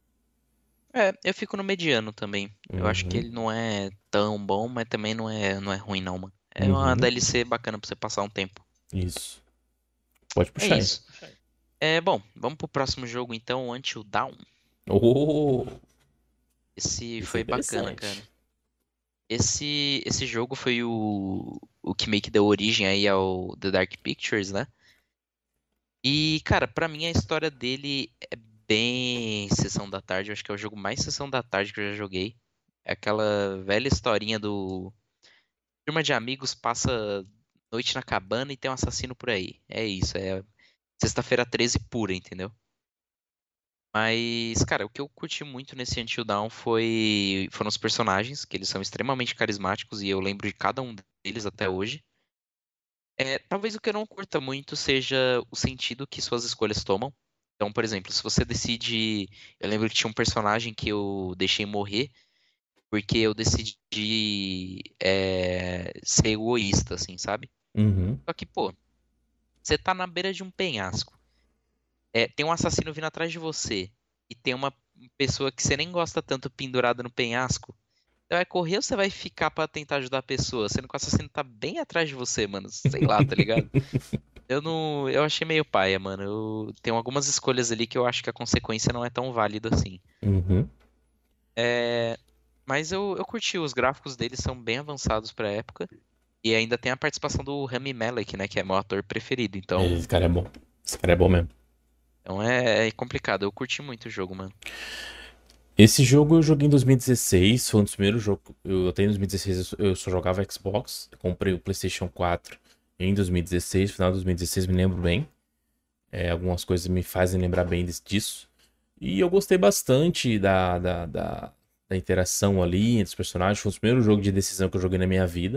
É, eu fico no mediano também. Eu acho que Uhum, ele não é tão bom, mas também não é, não é ruim não, mano. É uma uhum, D L C bacana pra você passar um tempo. isso. Pode É puxar aí. isso. É, bom, vamos pro próximo jogo então, Until Dawn. Oh, Esse isso é foi bacana, cara. interessante. Esse, esse jogo foi o, o que meio que deu origem aí ao The Dark Pictures, né? E, cara, pra mim a história dele é bem Sessão da Tarde. Eu acho que é o jogo mais Sessão da Tarde que eu já joguei. É aquela velha historinha do turma de amigos passa noite na cabana e tem um assassino por aí. É isso, é Sexta-feira treze pura, entendeu? Mas, cara, o que eu curti muito nesse Until Dawn foi foram os personagens, que eles são extremamente carismáticos e eu lembro de cada um deles até hoje. É, talvez o que eu não curta muito seja o sentido que suas escolhas tomam. Então, por exemplo, se você decide. Eu lembro que tinha um personagem que eu deixei morrer porque eu decidi é, ser egoísta, assim, sabe? Uhum, Só que, pô, você tá na beira de um penhasco. É, tem um assassino vindo atrás de você e tem uma pessoa que você nem gosta tanto pendurada no penhasco. Você vai correr ou você vai ficar pra tentar ajudar a pessoa, sendo que o assassino tá bem atrás de você, mano? Sei lá, tá ligado? Eu não, eu achei meio paia, mano. Eu tenho algumas escolhas ali que eu acho que a consequência não é tão válida assim. uhum. É, mas eu, eu curti, os gráficos deles são bem avançados pra época. E ainda tem a participação do Rami Malek, né, que é meu ator preferido. Esse Então, cara é bom. Esse cara é bom mesmo. então é, é complicado. Eu curti muito o jogo, mano. Esse jogo eu joguei em dois mil e dezesseis, foi um dos primeiros jogos. Eu até em dois mil e dezesseis eu só eu só jogava Xbox. Eu comprei o PlayStation quatro em dois mil e dezesseis, final de dois mil e dezesseis, me lembro bem. É, algumas coisas me fazem lembrar bem des- disso. E eu gostei bastante da, da, da, da interação ali entre os personagens. Foi o primeiro jogo de decisão que eu joguei na minha vida.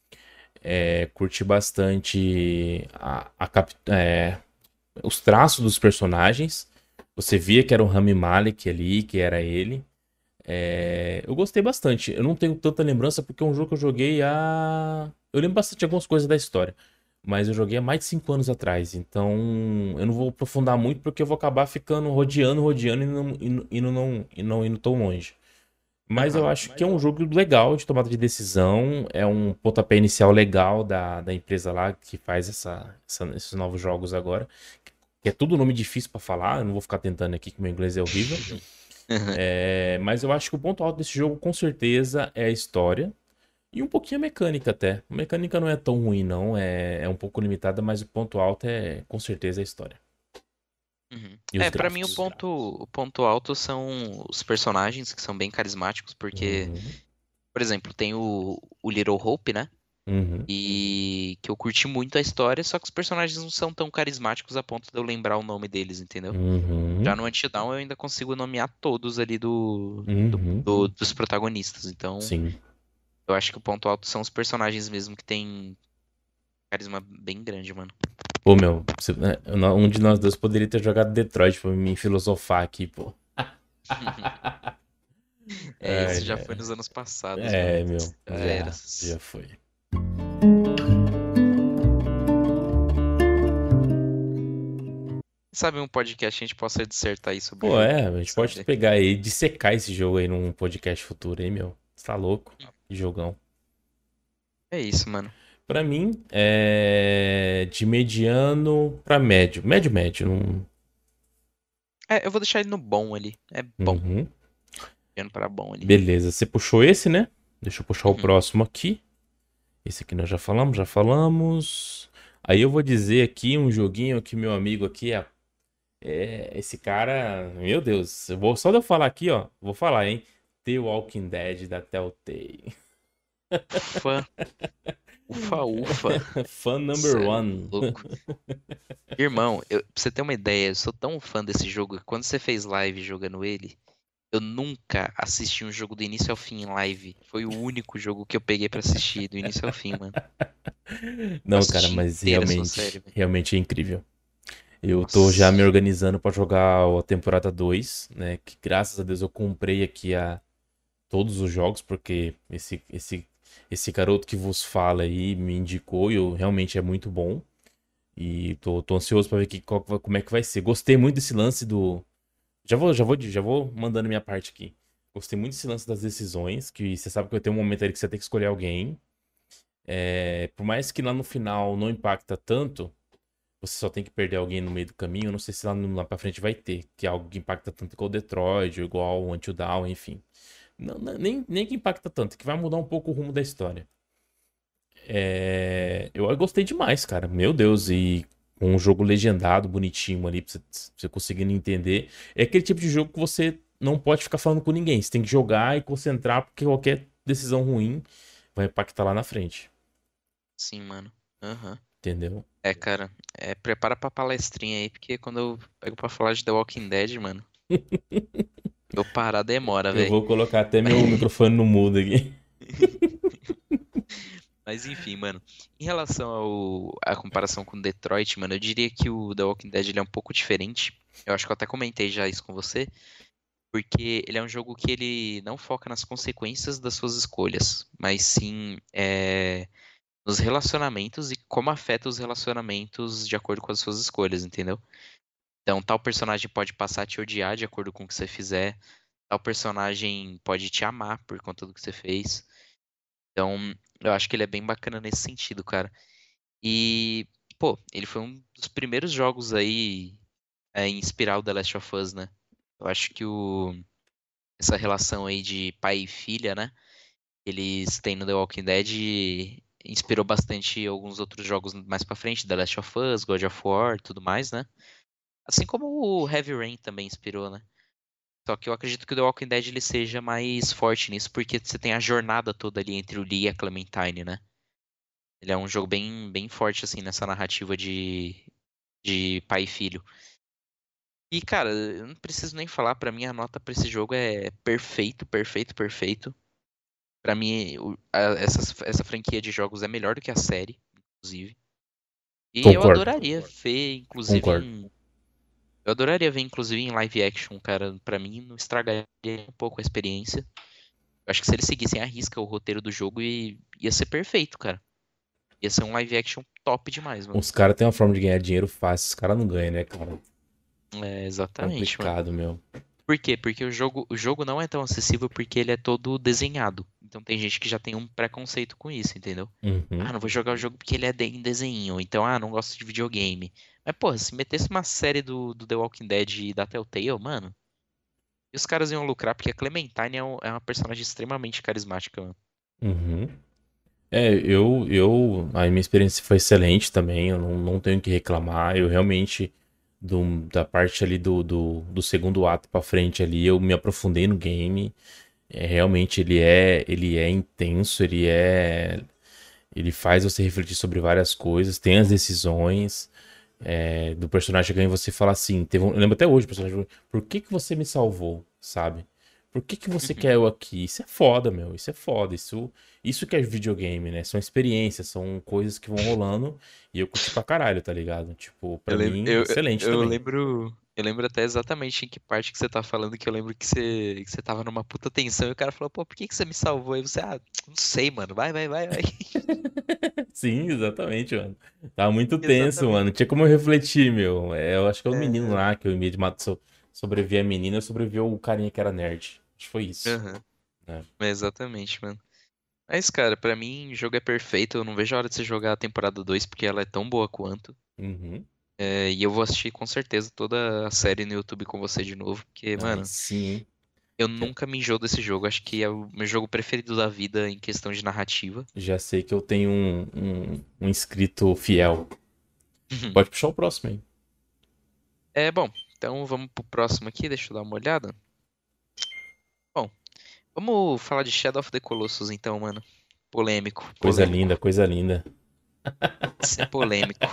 É, curti bastante a, a cap- é, os traços dos personagens. Você via que era o Rami Malek ali, que era ele. É, eu gostei bastante. Eu não tenho tanta lembrança porque é um jogo que eu joguei há. Eu lembro bastante de algumas coisas da história. Mas eu joguei há mais de cinco anos atrás. Então eu não vou aprofundar muito porque eu vou acabar ficando rodeando, rodeando e não, e não, e não, e não indo tão longe. Mas eu Aham. acho que é um jogo legal de tomada de decisão. É um pontapé inicial legal da, da empresa lá que faz essa, essa- esses novos jogos agora. Que é tudo nome difícil pra falar. Eu não vou ficar tentando aqui que meu inglês é horrível. É, mas eu acho que o ponto alto desse jogo, com certeza, é a história. E um pouquinho a mecânica até. A mecânica não é tão ruim, não. É, é um pouco limitada, mas o ponto alto é, com certeza, a história. Uhum. E os É, pra mim o gráficos. ponto, o ponto alto são os personagens que são bem carismáticos, porque, Uhum, por exemplo, tem o, o Little Hope, né? uhum, E que eu curti muito a história, só que os personagens não são tão carismáticos a ponto de eu lembrar o nome deles, entendeu? Já uhum, no Antidown eu ainda consigo nomear todos ali do, do- uhum. do- dos protagonistas. Então, Sim. eu acho que o ponto alto são os personagens mesmo que tem carisma bem grande, mano. Pô, meu, se- né, um de nós dois poderia ter jogado Detroit pra me filosofar aqui, pô. É, esse Ai, já foi ai. nos anos passados, mano. É, meu. Já era. Já, já foi. Sabe um podcast que a gente possa dissertar aí sobre o Pô, jogo? é, a gente pode Sabe? pegar aí e dissecar esse jogo aí num podcast futuro, hein, meu? Você tá louco? Que jogão. É isso, mano. Pra mim, é de mediano pra médio. Médio, médio. Não... É, eu vou deixar ele no bom ali. É bom. Uhum. Vendo para bom ali. Beleza, você puxou esse, né? Deixa eu puxar o Uhum. próximo aqui. Esse aqui nós já falamos, já falamos. Aí eu vou dizer aqui um joguinho que meu amigo aqui é, é esse cara, meu Deus, eu vou só de eu falar aqui, ó, vou falar, hein? The Walking Dead da Telltale. Ufa, ufa, ufa. Fã number Cê é one. louco. Irmão, eu, pra você ter uma ideia, eu sou tão fã desse jogo que quando você fez live jogando ele, eu nunca assisti um jogo do início ao fim em live. Foi o único jogo que eu peguei pra assistir, do início ao fim, mano. Eu Não, cara, assisti mas inteira essa realmente, série, velho. realmente é incrível. Eu tô já me Nossa. organizando pra jogar a temporada dois, né? Que graças a Deus eu comprei aqui a todos os jogos, porque esse, esse, esse garoto que vos fala aí me indicou e eu, realmente é muito bom. E tô, tô ansioso pra ver que, qual- como é que vai ser. Gostei muito desse lance do. Já vou, já vou, já vou mandando minha parte aqui. Gostei muito desse lance das decisões, que você sabe que vai ter um momento ali que você tem que escolher alguém. É, por mais que lá no final não impacta tanto, você só tem que perder alguém no meio do caminho. Eu não sei se lá, no- lá pra frente vai ter, que é algo que impacta tanto igual o Detroit, ou igual o Until Dawn, enfim. Não, não- nem, nem que impacta tanto, que vai mudar um pouco o rumo da história. É, eu gostei demais, cara. Meu Deus, e com um jogo legendado, bonitinho ali, pra você, pra você conseguindo entender. É aquele tipo de jogo que você não pode ficar falando com ninguém. Você tem que jogar e concentrar, porque qualquer decisão ruim vai impactar lá na frente. Sim, mano. Aham. Entendeu? É, cara, é, prepara pra palestrinha aí, porque quando eu pego pra falar de The Walking Dead, mano. Eu parar demora, Eu velho. vou colocar até meu microfone no mudo aqui. Mas enfim, mano. Em relação ao, à comparação com Detroit, mano, eu diria que o The Walking Dead ele é um pouco diferente. Eu acho que eu até comentei já isso com você, porque ele é um jogo que ele não foca nas consequências das suas escolhas, mas sim é, nos relacionamentos e como afeta os relacionamentos de acordo com as suas escolhas, entendeu? Então, tal personagem pode passar a te odiar de acordo com o que você fizer, tal personagem pode te amar por conta do que você fez. Então, eu acho que ele é bem bacana nesse sentido, cara. E, pô, ele foi um dos primeiros jogos aí a inspirar o The Last of Us, né? Eu acho que o, essa relação aí de pai e filha, né? Eles têm no The Walking Dead inspirou bastante alguns outros jogos mais pra frente, The Last of Us, God of War, tudo mais, né? Assim como o Heavy Rain também inspirou, né? Só que eu acredito que o The Walking Dead ele seja mais forte nisso, porque você tem a jornada toda ali entre o Lee e a Clementine, né? Ele é um jogo bem, bem forte, assim, nessa narrativa de, de pai e filho. E, cara, eu não preciso nem falar, pra mim a nota pra esse jogo é perfeito, perfeito, perfeito. Pra mim, o- a- essa, essa franquia de jogos é melhor do que a série, inclusive. E eu Concordo, adoraria ver, inclusive, concordo. em. Eu adoraria ver, inclusive, em live action, cara. Pra mim, não estragaria um pouco a experiência. Eu acho que se eles seguissem à risca o roteiro do jogo, i- ia ser perfeito, cara. Ia ser um live action top demais, mano. Os caras têm uma forma de ganhar dinheiro fácil, os caras não ganham, né, cara? É, exatamente, mano. Complicado, meu. Por quê? Porque o jogo, o jogo não é tão acessível porque ele é todo desenhado. Então tem gente que já tem um preconceito com isso, entendeu? Uhum. Ah, não vou jogar o jogo porque ele é de- em desenho. Então, ah, não gosto de videogame. Mas, porra, se metesse uma série do, do The Walking Dead e da Telltale, mano, e os caras iam lucrar porque a Clementine é, um- é uma personagem extremamente carismática, mano. Uhum. É, eu, eu, a minha experiência foi excelente também, eu não, não tenho o que reclamar, eu realmente, do, da parte ali do, do, do segundo ato pra frente ali, eu me aprofundei no game, é, realmente ele é, ele é intenso, ele é, ele faz você refletir sobre várias coisas, tem as decisões, é, do personagem ganha você fala assim, teve um, eu lembro até hoje, o personagem, por que que você me salvou, sabe? Por que que você quer Uhum. eu aqui? Isso é foda, meu, isso é foda, isso, isso que é videogame, né? São experiências, são coisas que vão rolando e eu curti pra caralho, tá ligado? Tipo, Eu pra lembro, mim, eu, eu excelente eu também. lembro, eu lembro até exatamente em que parte que você tá falando, que eu lembro que você, que você tava numa puta tensão e o cara falou, pô, por que que você me salvou? Aí você, ah, não sei, mano, vai, vai, vai, vai. Sim, exatamente, mano. Tava muito tenso, Exatamente. mano. Tinha como eu refletir, meu. É, eu acho que é o menino É, lá, que eu em vez de mat- so- sobreviver a menina, eu sobrevivi o carinha que era nerd. Acho que foi isso, aham, né? é exatamente, mano. Mas, cara, pra mim, o jogo é perfeito. Eu não vejo a hora de você jogar a temporada dois porque ela é tão boa quanto. Uhum. É, e eu vou assistir com certeza toda a série no YouTube com você de novo, porque, Aí mano, sim, hein? eu Já, nunca me enjoo desse jogo. Acho que é o meu jogo preferido da vida em questão de narrativa. já sei que eu tenho um, um, um inscrito fiel. Pode puxar o próximo aí. É, bom, então vamos pro próximo aqui, deixa eu dar uma olhada. Bom, vamos falar de Shadow of the Colossus então, mano. Polêmico, Coisa linda, polêmico. coisa linda. Esse é polêmico.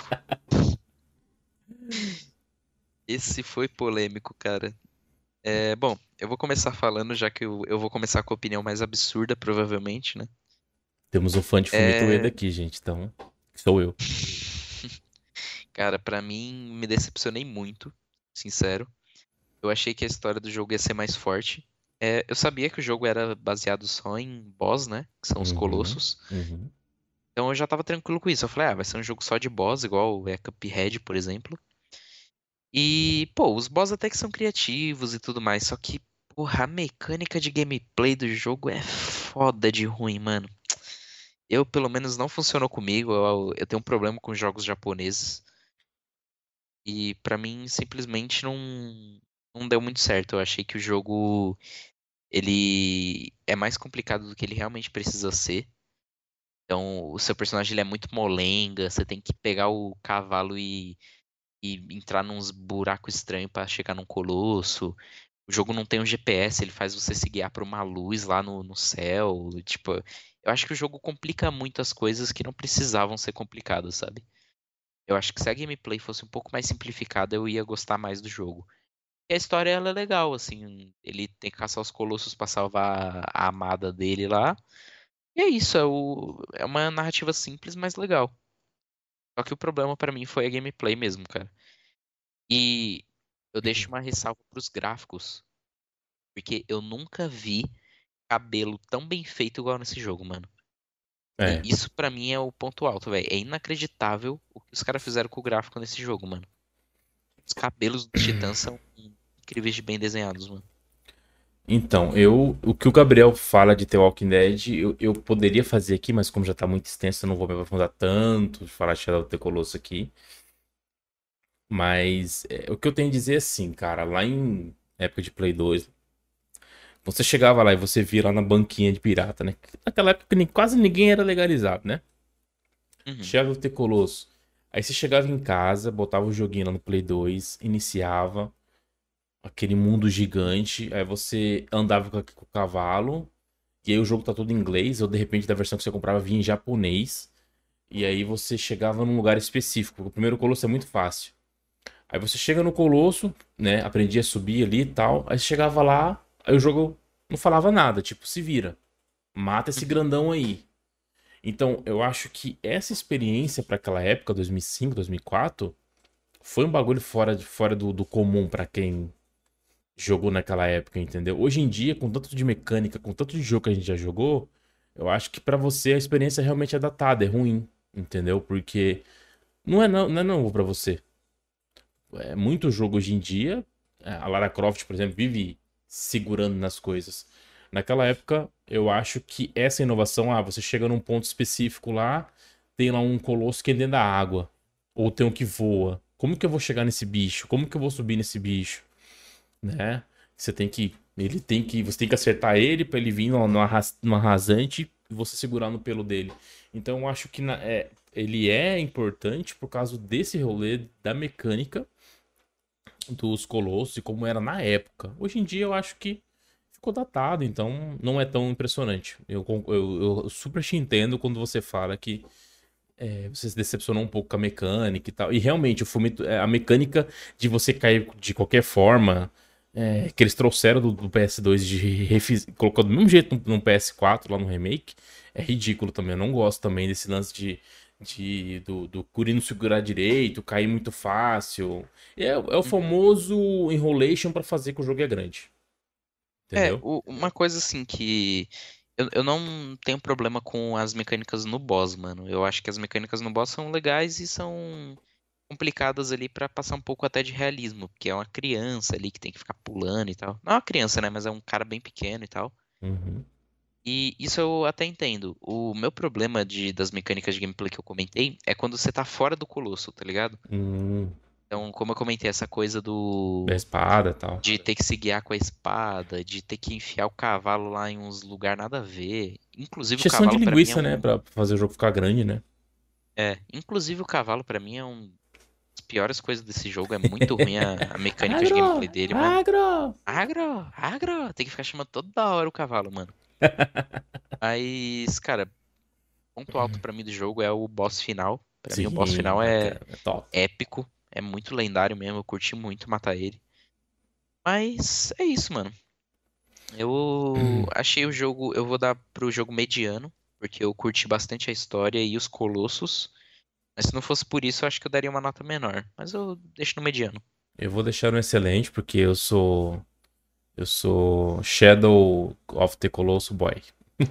Esse foi polêmico, cara. É, bom, eu vou começar falando, já que eu, eu vou começar com a opinião mais absurda, provavelmente, né? Temos um fã de Fumito Ueda É... aqui, gente, então sou eu. Cara, pra mim, me decepcionei muito, sincero. Eu achei que a história do jogo ia ser mais forte. É, eu sabia que o jogo era baseado só em boss, né? Que são os Uhum, colossos. uhum, Então eu já tava tranquilo com isso. Eu falei, ah, vai ser um jogo só de boss, igual é Cuphead, por exemplo. E, pô, os boss até que são criativos e tudo mais. Só que, porra, a mecânica de gameplay do jogo é foda de ruim, mano. Eu, pelo menos, não funcionou comigo. Eu, eu tenho um problema com jogos japoneses. E pra mim, simplesmente não, não deu muito certo. Eu achei que o jogo, ele é mais complicado do que ele realmente precisa ser. Então, o seu personagem ele é muito molenga. Você tem que pegar o cavalo e, e entrar nos buracos estranhos pra chegar num colosso. O jogo não tem um G P S, ele faz você se guiar por uma luz lá no, no céu. Tipo, eu acho que o jogo complica muito as coisas que não precisavam ser complicadas, sabe? Eu acho que se a gameplay fosse um pouco mais simplificada, eu ia gostar mais do jogo. E a história ela é legal, assim. Ele tem que caçar os colossos pra salvar a amada dele lá. E é isso, é, o... é uma narrativa simples, mas legal. Só que o problema pra mim foi a gameplay mesmo, cara. E eu deixo uma ressalva pros gráficos, porque eu nunca vi cabelo tão bem feito igual nesse jogo, mano. E É. isso pra mim é o ponto alto, velho. É inacreditável o que os caras fizeram com o gráfico nesse jogo, mano. Os cabelos dos titãs são incríveis de bem desenhados, mano. Então, eu, o que o Gabriel fala de The Walking Dead, eu, eu poderia fazer aqui, mas como já tá muito extenso, eu não vou me aprofundar tanto de falar de Shadow of the Colossus aqui. Mas é, o que eu tenho a dizer é assim, cara, lá em época de Play dois, você chegava lá e você via lá na banquinha de pirata, né? Naquela época nem- quase ninguém era legalizado, né? Uhum. Shadow of the Colossus. Aí você chegava em casa, botava o joguinho lá no Play dois, iniciava aquele mundo gigante, aí você andava com a- com o cavalo. E aí o jogo tá todo em inglês, ou de repente da versão que você comprava vinha em japonês. E aí você chegava num lugar específico. O primeiro colosso é muito fácil. Aí você chega no colosso, né? Aprendia a subir ali e tal. Aí você chegava lá, aí o jogo não falava nada, tipo, se vira. Mata esse Uhum. grandão aí. Então, eu acho que essa experiência pra aquela época, dois mil e cinco, dois mil e quatro, foi um bagulho fora, de- fora do, do comum pra quem jogou naquela época, entendeu? Hoje em dia, com tanto de mecânica, com tanto de jogo que a gente já jogou, eu acho que pra você a experiência realmente é datada, é ruim, entendeu? Porque não é não, não é novo pra você. É muito jogo hoje em dia. é, A Lara Croft, por exemplo, vive segurando nas coisas. Naquela época, eu acho que essa inovação, ah, você chega num ponto específico lá, tem lá um colosso que é dentro da água, ou tem um que voa. Como que eu vou chegar nesse bicho? Como que eu vou subir nesse bicho? Né? Você tem que, ele tem que, você tem que acertar ele para ele vir numa, numa ras- numa rasante e você segurar no pelo dele. Então eu acho que na- é, ele é importante por causa desse rolê da mecânica dos colossos e como era na época. Hoje em dia eu acho que ficou datado, então não é tão impressionante. Eu, con- eu, eu super te entendo quando você fala que é, você se decepcionou um pouco com a mecânica e tal. E realmente, o Fumito, é, a mecânica de você cair de qualquer forma, é, que eles trouxeram do, do P S dois de refiz... colocou do mesmo jeito no, no P S quatro, lá no remake, é ridículo também. Eu não gosto também desse lance de, de do, do Curi não segurar direito, cair muito fácil. É, é o Uhum. famoso enrolation pra fazer que o jogo é grande, É, entendeu? o- uma coisa assim que eu, eu não tenho problema com as mecânicas no boss, mano. Eu acho que as mecânicas no boss são legais e são complicadas ali pra passar um pouco até de realismo, porque é uma criança ali que tem que ficar pulando e tal. Não é uma criança, né, mas é um cara bem pequeno e tal. Uhum. E isso eu até entendo. O meu problema de, das mecânicas de gameplay que eu comentei é quando você tá fora do colosso, tá ligado? Hum, Então, como eu comentei, essa coisa da do espada e tal. de ter que se guiar com a espada, de ter que enfiar o cavalo lá em uns lugar nada a ver. Inclusive o Encheção de cavalo pra mim é linguiça, né? um Pra fazer o jogo ficar grande, né? é, inclusive o cavalo pra mim é um das piores coisas desse jogo, é muito ruim a, a mecânica de Agro! gameplay dele, mano. Agro! Agro, agro, tem que ficar chamando toda hora o cavalo, mano. Mas, cara, ponto alto pra mim do jogo é o boss final. Pra mim o boss Sim, final é, é cara, é top. épico, é muito lendário mesmo, eu curti muito matar ele. Mas é isso, mano. Eu achei o jogo, eu vou dar pro jogo mediano, porque eu curti bastante a história e os colossos. Mas se não fosse por isso, eu acho que eu daria uma nota menor. Mas eu deixo no mediano. Eu vou deixar no excelente porque eu sou eu sou Shadow of the Colossus Boy.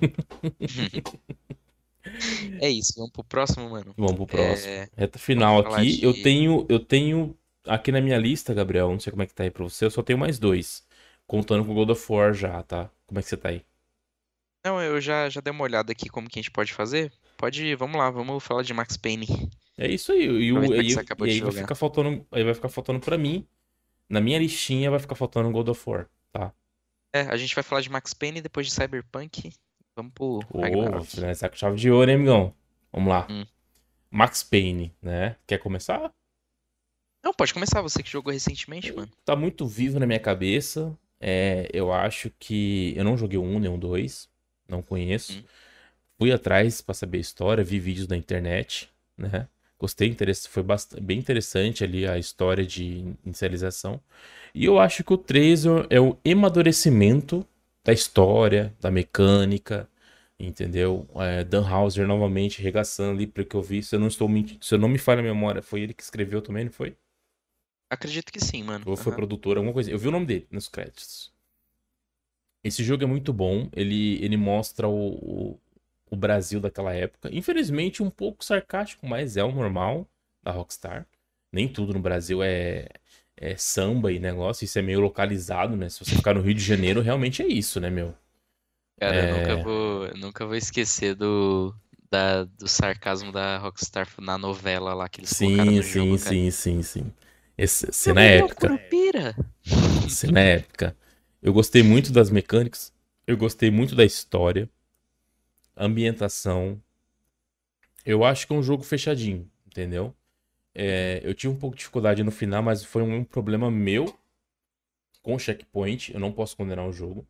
É isso, vamos pro próximo, mano. Vamos pro próximo. É, Reta vamos final falar aqui. Eu de. tenho eu tenho aqui na minha lista, Gabriel, não sei como é que tá aí pra você, eu só tenho mais dois, contando com God of War já, tá? Como é que você tá aí? Não, eu já, já dei uma olhada aqui como que a gente pode fazer. Pode, vamos lá, vamos falar de Max Payne. É isso aí. E, o- Aproveitar que você e, acabou e de aí vai jogar. ficar faltando, aí vai ficar faltando para mim, na minha listinha vai ficar faltando God of War, tá? É, a gente vai falar de Max Payne depois de Cyberpunk. Vamos pro Ô, vou Ragnarok. finalizar com chave de ouro, hein, amigão? Vamos lá. Hum. Max Payne, né? Quer começar? Não, pode começar, você que jogou recentemente, É, mano. tá muito vivo na minha cabeça. É, eu acho que. Eu não joguei o um nem o dois. Não conheço. Hum. Fui atrás pra saber a história, vi vídeos na internet, né? Gostei, interess- foi bast- bem interessante ali a história de inicialização. E eu acho que o três é o é o amadurecimento da história, da mecânica, entendeu? É, Dan Houser novamente regaçando ali, porque eu vi, se eu não estou mentindo, se eu não me falha a memória, foi ele que escreveu também, não foi? Acredito que sim, mano. Ou foi Aham. produtor, alguma coisa. Eu vi o nome dele nos créditos. Esse jogo é muito bom, ele, ele mostra o, o, o Brasil daquela época. Infelizmente, um pouco sarcástico, mas é o normal da Rockstar. Nem tudo no Brasil é, é samba e negócio, isso é meio localizado, né? Se você ficar no Rio de Janeiro, realmente é isso, né, meu? Cara, eu nunca É. vou, nunca vou esquecer do, da, do sarcasmo da Rockstar na novela lá que eles colocaram Sim, no sim, jogo, cara. sim, sim, sim. Esse, Eu cena bebi o épica. Curupira. Cena épica. Eu gostei muito das mecânicas. Eu gostei muito da história, ambientação. Eu acho que é um jogo fechadinho, entendeu? Uhum. É, eu tive um pouco de dificuldade no final, mas foi um problema meu com o checkpoint. Eu não posso condenar o jogo.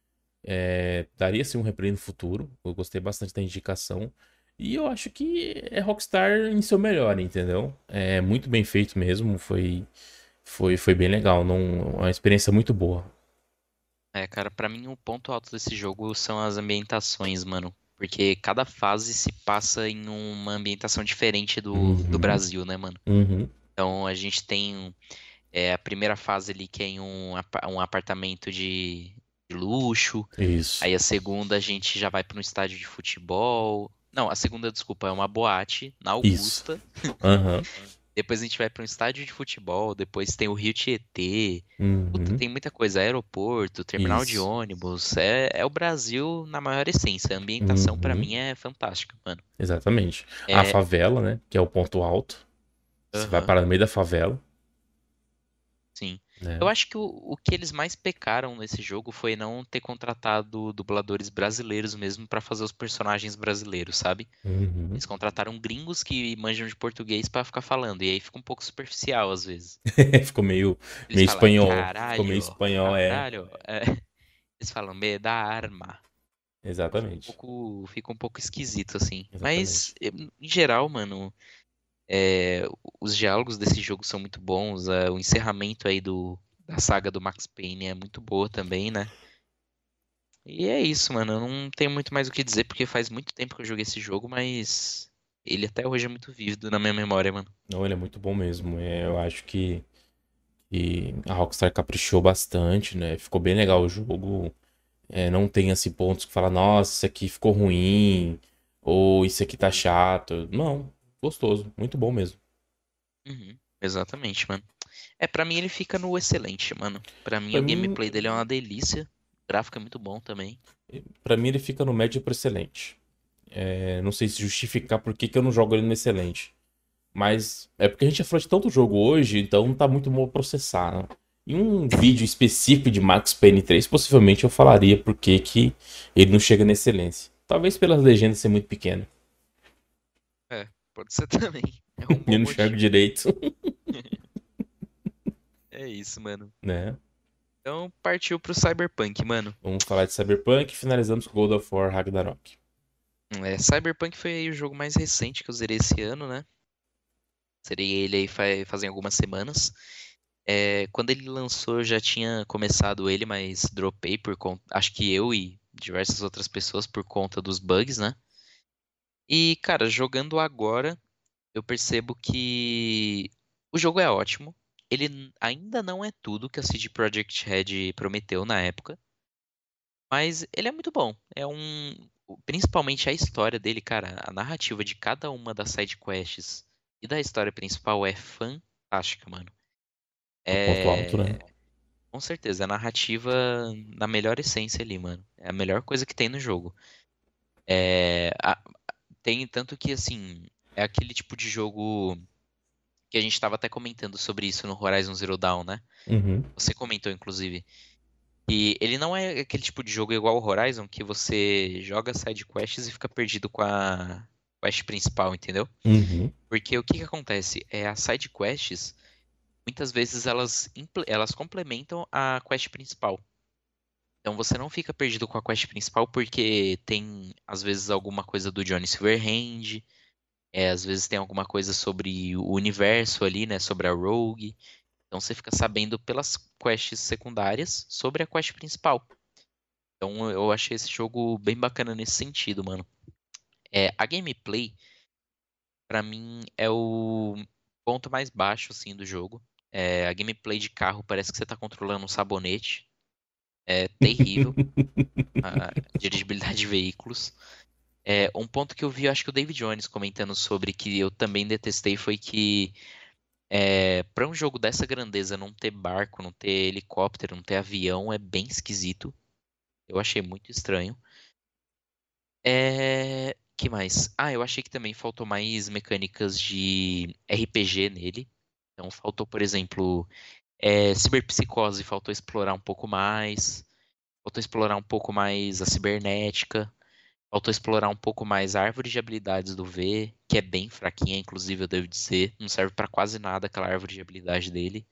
É, daria sim um replay no futuro. Eu gostei bastante da indicação. E eu acho que é Rockstar em seu melhor, entendeu? É muito bem feito mesmo. Foi, foi, foi bem legal. Não, uma experiência muito boa. É, cara, pra mim o ponto alto desse jogo são as ambientações, mano. Porque cada fase se passa em uma ambientação diferente do, do Uhum, Brasil, né, mano? uhum. Então a gente tem é, a primeira fase ali que é em um, apa- um apartamento de, de luxo. Isso. Aí a segunda a gente já vai para um estádio de futebol. Não, a segunda, desculpa, é uma boate na Isso. Augusta. Aham. Depois a gente vai para um estádio de futebol. Depois tem o Rio Tietê. Puta, Uhum. tem muita coisa. Aeroporto, terminal de Isso. ônibus. É, é o Brasil na maior essência. A ambientação pra Uhum. mim é fantástica, mano. Exatamente. A É. favela, né? Que é o ponto alto. Você vai Aham. parar no meio da favela, Sim. Eu né? acho que o, o que eles mais pecaram nesse jogo foi não ter contratado dubladores brasileiros mesmo pra fazer os personagens brasileiros, sabe? Uhum. Eles contrataram gringos que manjam de português pra ficar falando, e aí fica um pouco superficial às vezes. Ficou meio, Eles meio falam espanhol. Ficou meio caralho, espanhol, é. caralho. É, eles falam me dá arma. Fica um Exatamente. pouco, fica um pouco esquisito assim. Mas Exatamente. em geral, mano, é, os diálogos desse jogo são muito bons. É, o encerramento aí do, da saga do Max Payne é muito boa também, né? E é isso, mano. Eu não tenho muito mais o que dizer, porque faz muito tempo que eu joguei esse jogo, mas ele até hoje é muito vívido na minha memória, mano. Não, ele é muito bom mesmo. É, eu acho que, que a Rockstar caprichou bastante, né? Ficou bem legal o jogo. É, não tem assim pontos que fala, nossa, isso aqui ficou ruim, ou isso aqui tá chato. Não, gostoso, muito bom mesmo. Uhum, exatamente, mano. É, pra mim ele fica no excelente, mano. Pra mim Pra o mim, gameplay dele é uma delícia. O gráfico é muito bom também. para mim ele fica no médio para excelente. É, não sei se justificar por que que eu não jogo ele no excelente. Mas é porque a gente já falou de tanto jogo hoje, então não tá muito bom processar, né? Em um vídeo específico de Max Payne três, possivelmente eu falaria por que que ele não chega na excelência. Talvez pelas legendas ser muito pequeno. É, pode ser também. É um Eu bom não enxergo motivo. direito, É isso, mano. né? Então partiu pro Cyberpunk, mano. Vamos falar de Cyberpunk e finalizamos com God of War Ragnarok. É, Cyberpunk foi aí o jogo mais recente que eu zerei esse ano, né? Zerei ele aí fa- fazem algumas semanas. É, quando ele lançou, eu já tinha começado ele, mas dropei por conta. Acho que eu e diversas outras pessoas por conta dos bugs, né? E, cara, jogando agora, eu percebo que o jogo é ótimo. Ele n- ainda não é tudo que a C D Projekt Red prometeu na época, mas ele é muito bom. É um, o- principalmente a história dele, cara, a narrativa de cada uma das side quests e da história principal é fantástica, mano. É o ponto alto, né? É, com certeza, a narrativa na melhor essência ali, mano. É a melhor coisa que tem no jogo. É, a- tem tanto que, assim, é aquele tipo de jogo que a gente estava até comentando sobre isso no Horizon Zero Dawn, né? Uhum, Você comentou, inclusive. E ele não é aquele tipo de jogo igual ao Horizon, que você joga side quests e fica perdido com a quest principal, entendeu? uhum, Porque o que que acontece? É, as side quests, muitas vezes elas, imple- elas complementam a quest principal. Então você não fica perdido com a quest principal porque tem, às vezes, alguma coisa do Johnny Silverhand, É, às vezes tem alguma coisa sobre o universo ali, né? Sobre a Rogue. Então você fica sabendo pelas quests secundárias sobre a quest principal. Então eu achei esse jogo bem bacana nesse sentido, mano. É, a gameplay, pra mim, é o ponto mais baixo, assim, do jogo. É, a gameplay de carro parece que você tá controlando um sabonete. É terrível. A dirigibilidade de veículos. É, um ponto que eu vi, eu acho que o David Jones comentando sobre, que eu também detestei, foi que é, para um jogo dessa grandeza não ter barco, não ter helicóptero, não ter avião, é bem esquisito. Eu achei muito estranho. É, que mais? Ah, eu achei que também faltou mais mecânicas de R P G nele. Então faltou, por exemplo, é, ciberpsicose, faltou explorar um pouco mais. Faltou explorar um pouco mais a cibernética. Faltou explorar um pouco mais a árvore de habilidades do V, que é bem fraquinha, inclusive, eu devo dizer. Não serve pra quase nada aquela árvore de habilidade dele.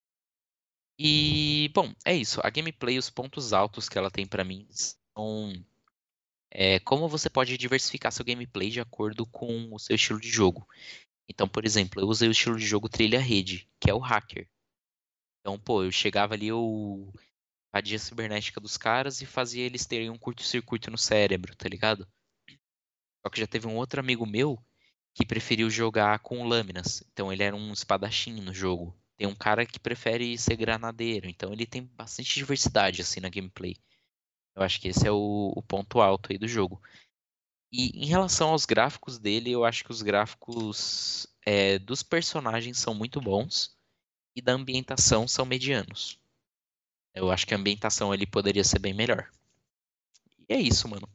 E, bom, é isso. A gameplay, os pontos altos que ela tem pra mim são é, como você pode diversificar seu gameplay de acordo com o seu estilo de jogo. Então, por exemplo, eu usei o estilo de jogo trilha-rede, que é o hacker. Então, pô, eu chegava ali, eu invadia a cibernética dos caras e fazia eles terem um curto-circuito no cérebro, tá ligado? Só que já teve um outro amigo meu que preferiu jogar com lâminas. Então ele era um espadachim no jogo. Tem um cara que prefere ser granadeiro. Então ele tem bastante diversidade assim na gameplay. Eu acho que esse é o, o ponto alto aí do jogo. E em relação aos gráficos dele, eu acho que os gráficos é, dos personagens são muito bons e da ambientação são medianos. Eu acho que a ambientação ali poderia ser bem melhor. E é isso, mano.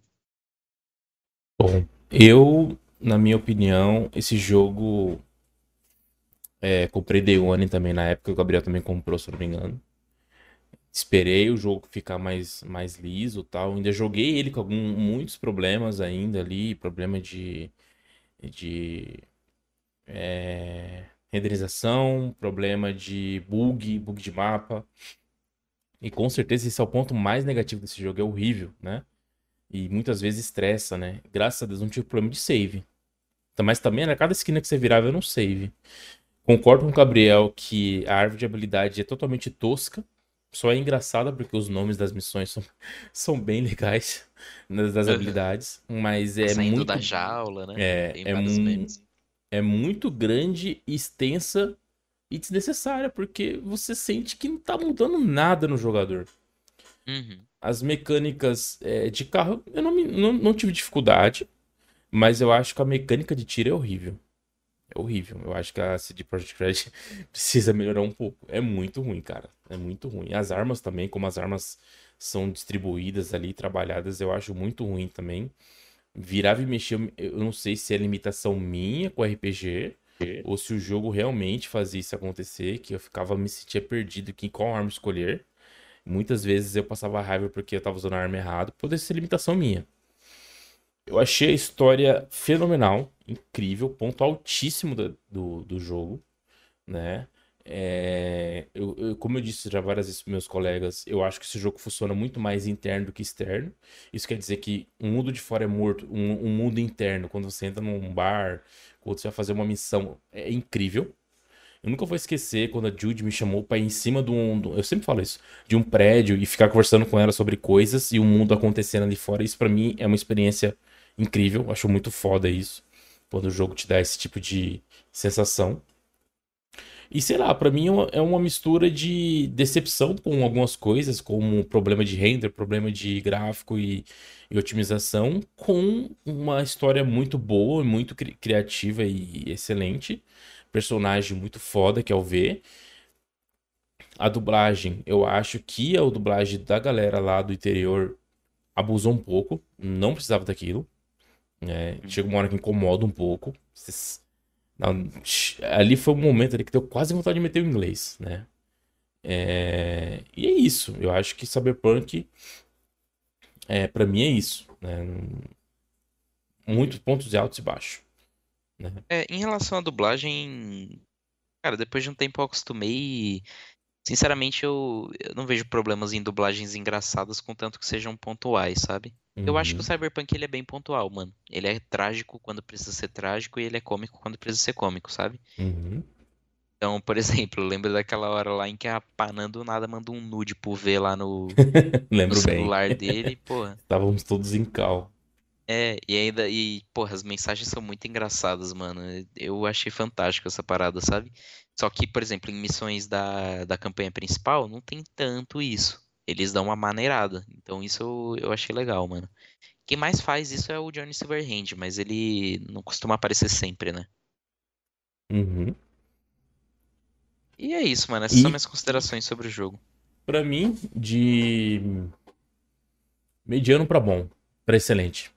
Bom, eu, na minha opinião, esse jogo. É, comprei Day One também na época, o Gabriel também comprou, se eu não me engano. Esperei o jogo ficar mais, mais liso e tal. Ainda joguei ele com algum, muitos problemas ainda ali, problema de, de é, renderização, problema de bug, bug de mapa. E com certeza esse é o ponto mais negativo desse jogo, é horrível, né? E muitas vezes estressa, né? Graças a Deus não tive problema de save. Então, mas também era cada esquina que você virava era um save. Concordo com o Gabriel que a árvore de habilidade é totalmente tosca. Só é engraçada porque os nomes das missões são, são bem legais das, das Aham. habilidades, mas é Saindo da muito jaula, né? é, Tem é, vários mu- memes. é muito grande, extensa e desnecessária, porque você sente que não tá mudando nada no jogador. Uhum. As mecânicas é, de carro, eu não, me- não, não tive dificuldade, mas eu acho que a mecânica de tiro é horrível. É horrível. Eu acho que a C D Projekt Red precisa melhorar um pouco. É muito ruim, cara. É muito ruim. As armas também, como as armas são distribuídas ali, trabalhadas, eu acho muito ruim também. Virava e mexia, eu não sei se é limitação minha com R P G ou se o jogo realmente fazia isso acontecer, que eu ficava, me sentia perdido em qual arma escolher. Muitas vezes eu passava raiva porque eu tava usando a arma errada. Poderia ser limitação minha. Eu achei a história fenomenal, incrível, ponto altíssimo da- do, do jogo, né? É, eu, eu- como eu disse já várias vezes para meus colegas, eu acho que esse jogo funciona muito mais interno do que externo. Isso quer dizer que um mundo de fora é morto, um, um mundo interno, quando você entra num bar, quando você vai fazer uma missão, é incrível. Eu nunca vou esquecer quando a Jude me chamou para ir em cima de um, do- eu sempre falo isso, de um prédio e ficar conversando com ela sobre coisas e o mundo acontecendo ali fora. Isso para mim é uma experiência incrível. Eu acho muito foda isso, quando o jogo te dá esse tipo de sensação. E sei lá, pra mim é uma, é uma mistura de decepção com algumas coisas, como problema de render, problema de gráfico e, e otimização, com uma história muito boa, muito cri- criativa e excelente. Personagem muito foda, que é o V. A dublagem, eu acho que a dublagem da galera lá do interior abusou um pouco, não precisava daquilo, né? Uhum. Chega uma hora que incomoda um pouco. Não, ali foi um momento ali que deu quase vontade de meter o inglês, né? É, e é isso. Eu acho que Cyberpunk, é, para mim, é isso, né? Muitos pontos de altos e baixos, né? É, em relação à dublagem, cara, depois de um tempo eu acostumei. e, Sinceramente, eu, eu não vejo problemas em dublagens engraçadas, contanto que sejam pontuais, sabe? Eu acho que o Uhum. Cyberpunk ele é bem pontual, mano. Ele é trágico quando precisa ser trágico e ele é cômico quando precisa ser cômico, sabe? Uhum. Então, por exemplo, lembra daquela hora lá em que a Panam do nada manda um nude pro V lá no, no Lembro bem. celular dele, porra. Estávamos todos em cal. É, e ainda, e, porra, as mensagens são muito engraçadas, mano. Eu achei fantástico essa parada, sabe? Só que, por exemplo, em missões da, da campanha principal, não tem tanto isso. Eles dão uma maneirada. Então, isso eu, eu achei legal, mano. Quem mais faz isso é o Johnny Silverhand, mas ele não costuma aparecer sempre, né? Uhum. E é isso, mano. Essas são E, minhas considerações sobre o jogo. pra mim, de mediano pra bom, pra excelente.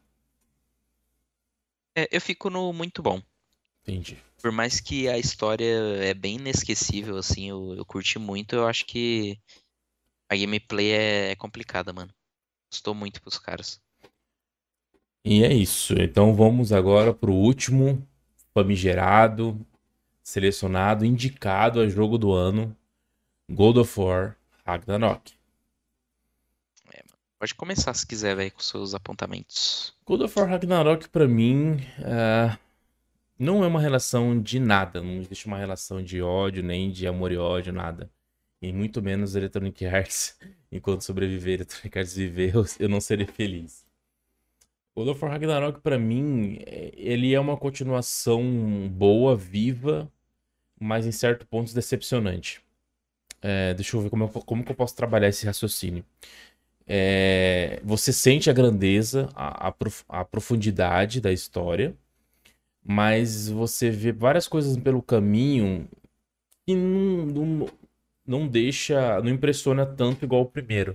É, eu fico no muito bom. Entendi. Por mais que a história é bem inesquecível, assim, eu, eu curti muito, eu acho que a gameplay é, é complicada, mano. Custou muito pros caras. E é isso. Então vamos agora pro último famigerado, selecionado, indicado a jogo do ano, God of War Ragnarok. É, mano. Pode começar se quiser, velho, com seus apontamentos. God of War Ragnarok pra mim ah, não é uma relação de nada, não existe uma relação de ódio, nem de amor e ódio, nada. E muito menos Electronic Arts. Enquanto sobreviver Electronic Arts viver, eu, eu não serei feliz. God of War Ragnarok, pra mim, é- ele é uma continuação boa, viva, mas em certo ponto decepcionante. É, deixa eu ver como, eu, como que eu posso trabalhar esse raciocínio. É, você sente a grandeza, a, a prof- a profundidade da história, mas você vê várias coisas pelo caminho que não, não, não deixa, não impressiona tanto igual o primeiro.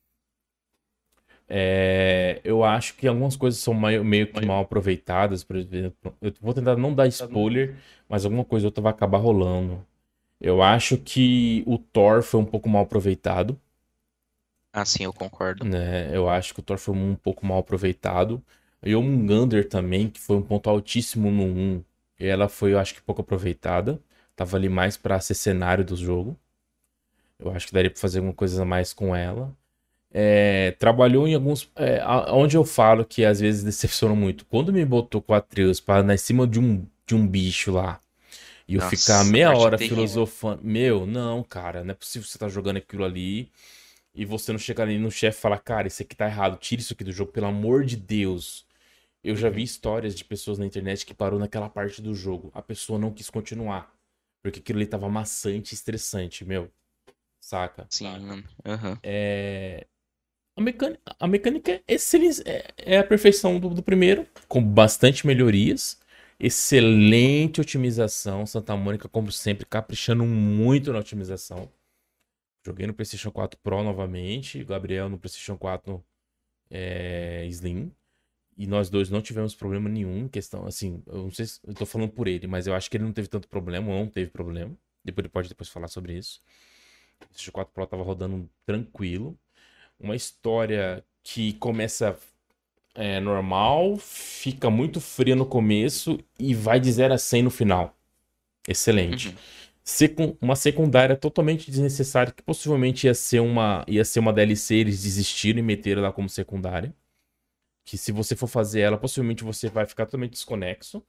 É, eu acho que algumas coisas são meio, meio que mal aproveitadas, por exemplo. Eu vou tentar não dar spoiler, mas alguma coisa ou outra vai acabar rolando. Eu acho que o Thor foi um pouco mal aproveitado, Ah, sim, eu concordo. né? Eu acho que o Thor foi um pouco mal aproveitado. E o Mgander também, que foi um ponto altíssimo no um, ela foi, eu acho que, pouco aproveitada. Tava ali mais pra ser cenário do jogo. Eu acho que daria pra fazer alguma coisa a mais com ela. É, trabalhou em alguns. É, a- onde eu falo que às vezes decepciona muito. Quando me botou com o Atreus para na cima de um, de um bicho lá e eu ficar Nossa, essa meia parte é hora terrível. filosofando. Meu, não, cara, não é possível você estar jogando aquilo ali e você não chegar ali no chefe e falar, cara, isso aqui tá errado, tira isso aqui do jogo, pelo amor de Deus. Eu já vi Uhum. histórias de pessoas na internet que parou naquela parte do jogo. A pessoa não quis continuar. Porque aquilo ali tava maçante e estressante, meu. Saca? Sim, mano. Aham. É, A mecânica, a mecânica é, excelente, é, é a perfeição do, do primeiro, com bastante melhorias. Excelente otimização. Santa Mônica, como sempre, caprichando muito na otimização. Joguei no PlayStation quatro Pro novamente. Gabriel no PlayStation quatro é, Slim. E nós dois não tivemos problema nenhum. em Questão, assim, eu não sei se eu tô falando por ele, mas eu acho que ele não teve tanto problema, ou não teve problema. Depois ele pode depois falar sobre isso. O PlayStation quatro Pro tava rodando tranquilo. Uma história que começa é, normal, fica muito fria no começo e vai de zero a cem no final. Excelente. Uhum. Secun- uma secundária totalmente desnecessária, que possivelmente ia ser uma, ia ser uma D L C, eles desistiram e meteram lá como secundária. Que se você for fazer ela, possivelmente você vai ficar totalmente desconexo.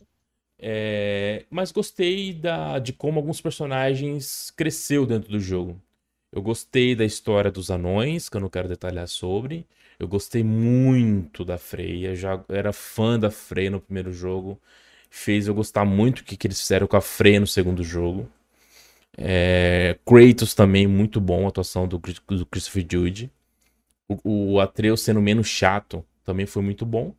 É, mas gostei da, de como alguns personagens cresceu dentro do jogo. Eu gostei da história dos anões, que eu não quero detalhar sobre. Eu gostei muito da Freya, já era fã da Freya no primeiro jogo. Fez eu gostar muito do que, que eles fizeram com a Freya no segundo jogo. É, Kratos também, muito bom a atuação do, Chris- do Christopher Judge. O, o Atreus sendo menos chato também foi muito bom.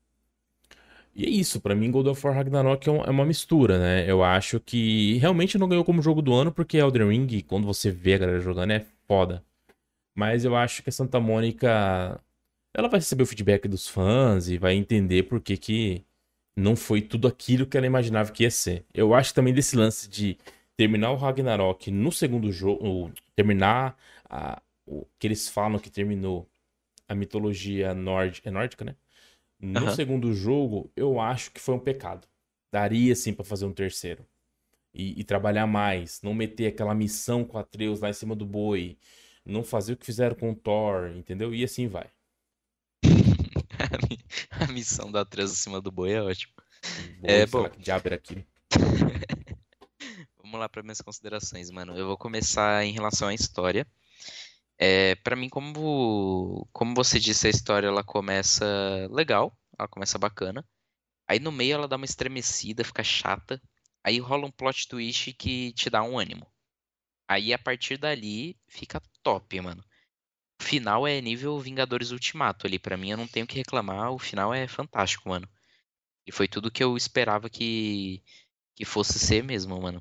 E é isso, pra mim God of War Ragnarok é um- é uma mistura, né? Eu acho que realmente não ganhou como jogo do ano, porque Elden Ring, quando você vê a galera jogando, é foda. Mas eu acho que a Santa Mônica, ela vai receber o feedback dos fãs e vai entender por que que não foi tudo aquilo que ela imaginava que ia ser. Eu acho também desse lance de terminar o Ragnarok no segundo jogo, terminar a- o que eles falam que terminou a mitologia nórdica, é nórdica, né? No Aham. segundo jogo, eu acho que foi um pecado. Daria sim pra fazer um terceiro. E, e trabalhar mais. Não meter aquela missão com Atreus lá em cima do boi. Não fazer o que fizeram com o Thor, entendeu? E assim vai. A missão da Atreus em cima do boi é ótimo. É, Boi, sei lá bom, que diabo era aquilo. vamos lá para minhas considerações, mano. Eu vou começar em relação à história. É, para mim, como, como você disse, a história ela começa legal, ela começa bacana. Aí no meio ela dá uma estremecida, fica chata. Aí rola um plot twist que te dá um ânimo. Aí a partir dali fica top, mano. O final é nível Vingadores Ultimato ali. Pra mim, eu não tenho o que reclamar. O final é fantástico, mano. E foi tudo que eu esperava que, que fosse ser mesmo, mano.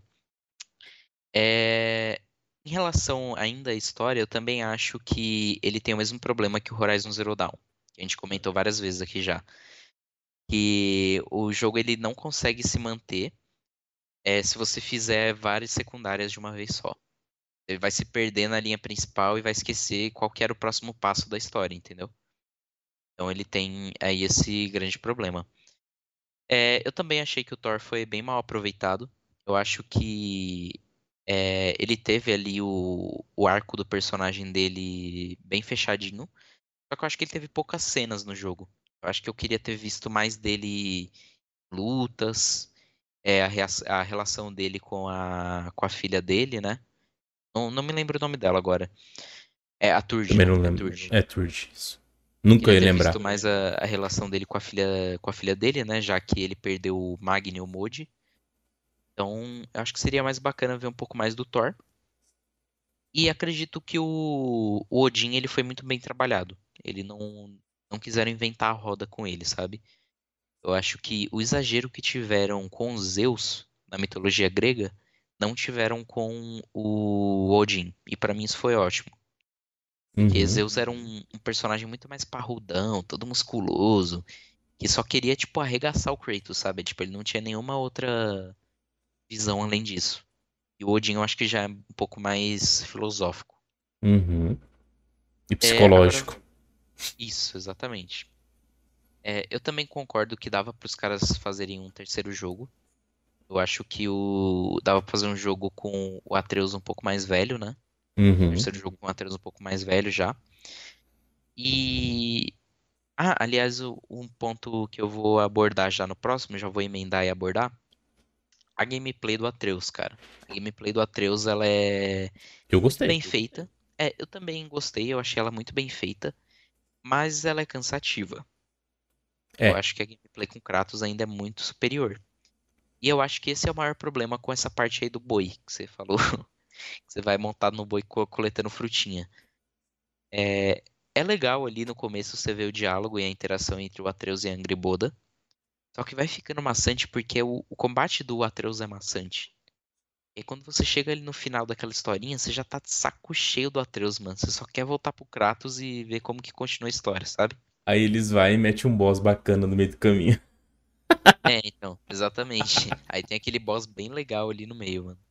É... Em relação ainda à história, eu também acho que ele tem o mesmo problema que o Horizon Zero Dawn. Que a gente comentou várias vezes aqui já. Que o jogo ele não consegue se manter é, se você fizer várias secundárias de uma vez só. Ele vai se perder na linha principal e vai esquecer qual que era o próximo passo da história, entendeu? Então ele tem aí esse grande problema. É, eu também achei que o Thor foi bem mal aproveitado. Eu acho que é, ele teve ali o, o arco do personagem dele bem fechadinho. Só que eu acho que ele teve poucas cenas no jogo. Eu acho que eu queria ter visto mais dele em lutas, é, a, rea- a relação dele com a, com a filha dele, né? Não, não me lembro o nome dela agora. É a Turd. Também não É lembro. Turd. É Turd, isso. Nunca Queria ia ter lembrar. visto mais a, a relação dele com a filha, com a filha dele, né? Já que ele perdeu o Magni e o Modi. Então, eu acho que seria mais bacana ver um pouco mais do Thor. E acredito que o, o Odin ele foi muito bem trabalhado. Ele não, não quiseram inventar a roda com ele, sabe? Eu acho que o exagero que tiveram com os Zeus na mitologia grega não tiveram com o Odin. E pra mim isso foi ótimo. Porque Uhum. Zeus era um, um personagem muito mais parrudão, todo musculoso, que só queria, tipo, arregaçar o Kratos, sabe? Tipo, ele não tinha nenhuma outra visão além disso. E o Odin eu acho que já é um pouco mais filosófico. Uhum. E É, agora, psicológico. isso, exatamente. É, eu também concordo que dava para os caras fazerem um terceiro jogo. Eu acho que o dava pra fazer um jogo com o Atreus um pouco mais velho, né? Uhum. Terceiro jogo com o Atreus um pouco mais velho já. E ah, aliás, o- um ponto que eu vou abordar já no próximo, já vou emendar e abordar, a gameplay do Atreus, cara. A gameplay do Atreus, ela é Eu muito gostei. bem feita. É, eu também gostei, eu achei ela muito bem feita, mas ela é cansativa. Eu É. acho que a gameplay com Kratos ainda é muito superior. E eu acho que esse é o maior problema com essa parte aí do boi, que você falou, que você vai montado no boi co- coletando frutinha. É, é legal ali no começo você ver o diálogo e a interação entre o Atreus e a Angrboda. Só que vai ficando maçante porque o, o combate do Atreus é maçante. E aí quando você chega ali no final daquela historinha, você já tá de saco cheio do Atreus, mano. Você só quer voltar pro Kratos e ver como que continua a história, sabe? Aí eles vai e metem um boss bacana no meio do caminho. É, então, exatamente. Aí tem aquele boss bem legal ali no meio, mano.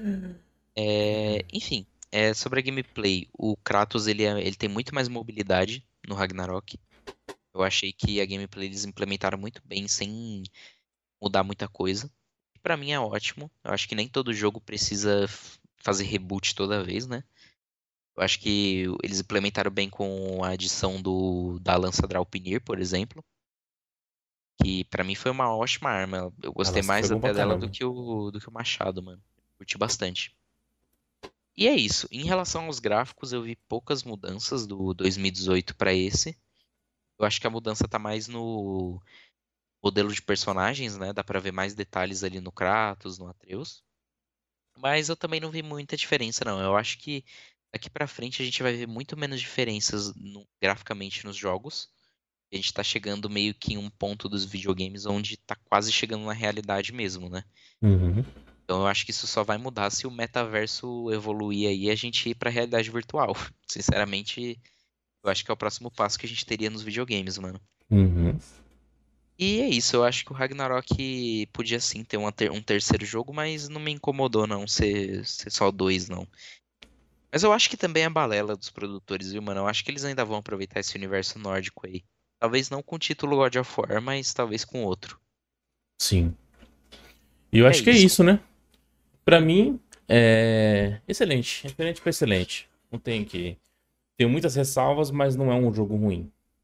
É, enfim, é, sobre a gameplay, o Kratos ele, é- ele tem muito mais mobilidade no Ragnarok. Eu achei que a gameplay eles implementaram muito bem, sem mudar muita coisa. E pra mim é ótimo. Eu acho que nem todo jogo precisa f- fazer reboot toda vez, né? Eu acho que eles implementaram bem com a adição do da lança Draupnir, por exemplo, que pra mim foi uma ótima arma. Eu A gostei lança foi mais bom pra até dela do caramba. que o do que o machado, mano. Curti bastante. E é isso. Em relação aos gráficos, eu vi poucas mudanças do dois mil e dezoito para esse. Eu acho que a mudança tá mais no modelo de personagens, né? Dá pra ver mais detalhes ali no Kratos, no Atreus. Mas eu também não vi muita diferença, não. Eu acho que daqui pra frente a gente vai ver muito menos diferenças no- graficamente nos jogos. A gente tá chegando meio que em um ponto dos videogames onde tá quase chegando na realidade mesmo, né? Uhum. Então eu acho que isso só vai mudar se o metaverso evoluir aí e a gente ir pra realidade virtual. Sinceramente, eu acho que é o próximo passo que a gente teria nos videogames, mano. Uhum. E é isso, eu acho que o Ragnarok podia sim ter uma ter- um terceiro jogo, mas não me incomodou não ser, ser só dois, não. Mas eu acho que também é balela dos produtores, viu, mano? Eu acho que eles ainda vão aproveitar esse universo nórdico aí. Talvez não com o título God of War, mas talvez com outro. Sim. E eu É acho que é isso, isso, né? Pra mim, é excelente. Excelente pra excelente. Não tem que. Tem muitas ressalvas, mas não é um jogo ruim.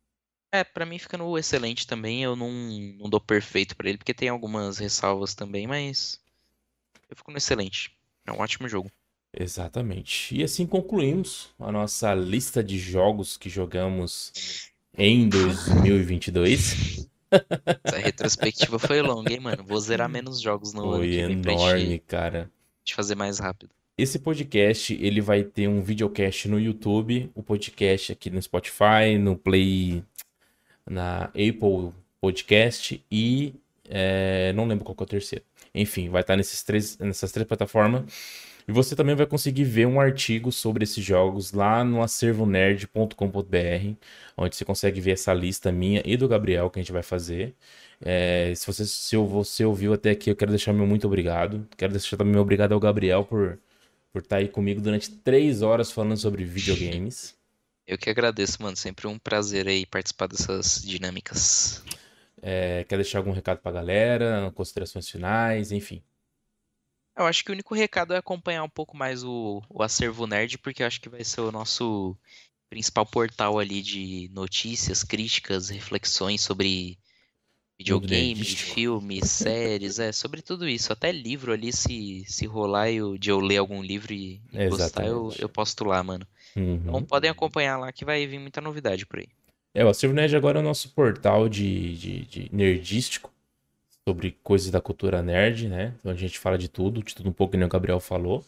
É, pra mim fica no excelente também. Eu não, não dou perfeito pra ele, porque tem algumas ressalvas também, mas eu fico no excelente. É um ótimo jogo. Exatamente. E assim concluímos a nossa lista de jogos que jogamos em dois mil e vinte e dois. Essa retrospectiva foi longa, hein, mano? Vou zerar menos jogos no ano Foi que vem pra enorme, gente, cara. gente fazer mais rápido. Esse podcast, ele vai ter um videocast no YouTube, o podcast aqui no Spotify, no Play, na Apple Podcast e é, não lembro qual que é o terceiro. Enfim, vai estar nesses três, nessas três plataformas. E você também vai conseguir ver um artigo sobre esses jogos lá no acervo nerd ponto com ponto b r, onde você consegue ver essa lista minha e do Gabriel que a gente vai fazer. É, se você, se você ouviu até aqui, eu quero deixar meu muito obrigado. Quero deixar também meu obrigado ao Gabriel por por estar aí comigo durante três horas falando sobre videogames. Eu que agradeço, mano. Sempre um prazer aí participar dessas dinâmicas. É, quer deixar algum recado pra galera, considerações finais, enfim. Eu acho que o único recado é acompanhar um pouco mais o, o Acervo Nerd, porque eu acho que vai ser o nosso principal portal ali de notícias, críticas, reflexões sobre Mundo videogame, nerdístico. filmes, séries, é, sobre tudo isso. Até livro ali, se, se rolar eu, de eu ler algum livro e, e gostar, eu, Exatamente. eu posto lá, mano. Então Uhum. podem acompanhar lá que vai vir muita novidade por aí. É, o Acervo Nerd agora é o nosso portal de, de, de nerdístico sobre coisas da cultura nerd, né? Então a gente fala de tudo, de tudo um pouco que nem o Gabriel falou.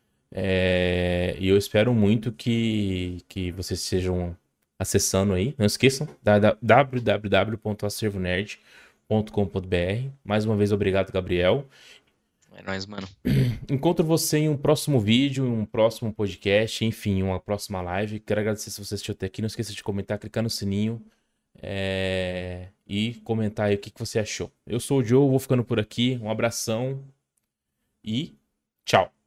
É, e eu espero muito que, que vocês sejam acessando aí. Não esqueçam, w w w ponto acervo nerd ponto com ponto b r. Mais uma vez, obrigado, Gabriel. É nóis, mano. Encontro você em um próximo vídeo, em um próximo podcast, enfim, uma próxima live. Quero agradecer se você assistiu até aqui. Não esqueça de comentar, clicar no sininho é, e comentar aí o que que você achou. Eu sou o Joe, vou ficando por aqui. Um abração e tchau.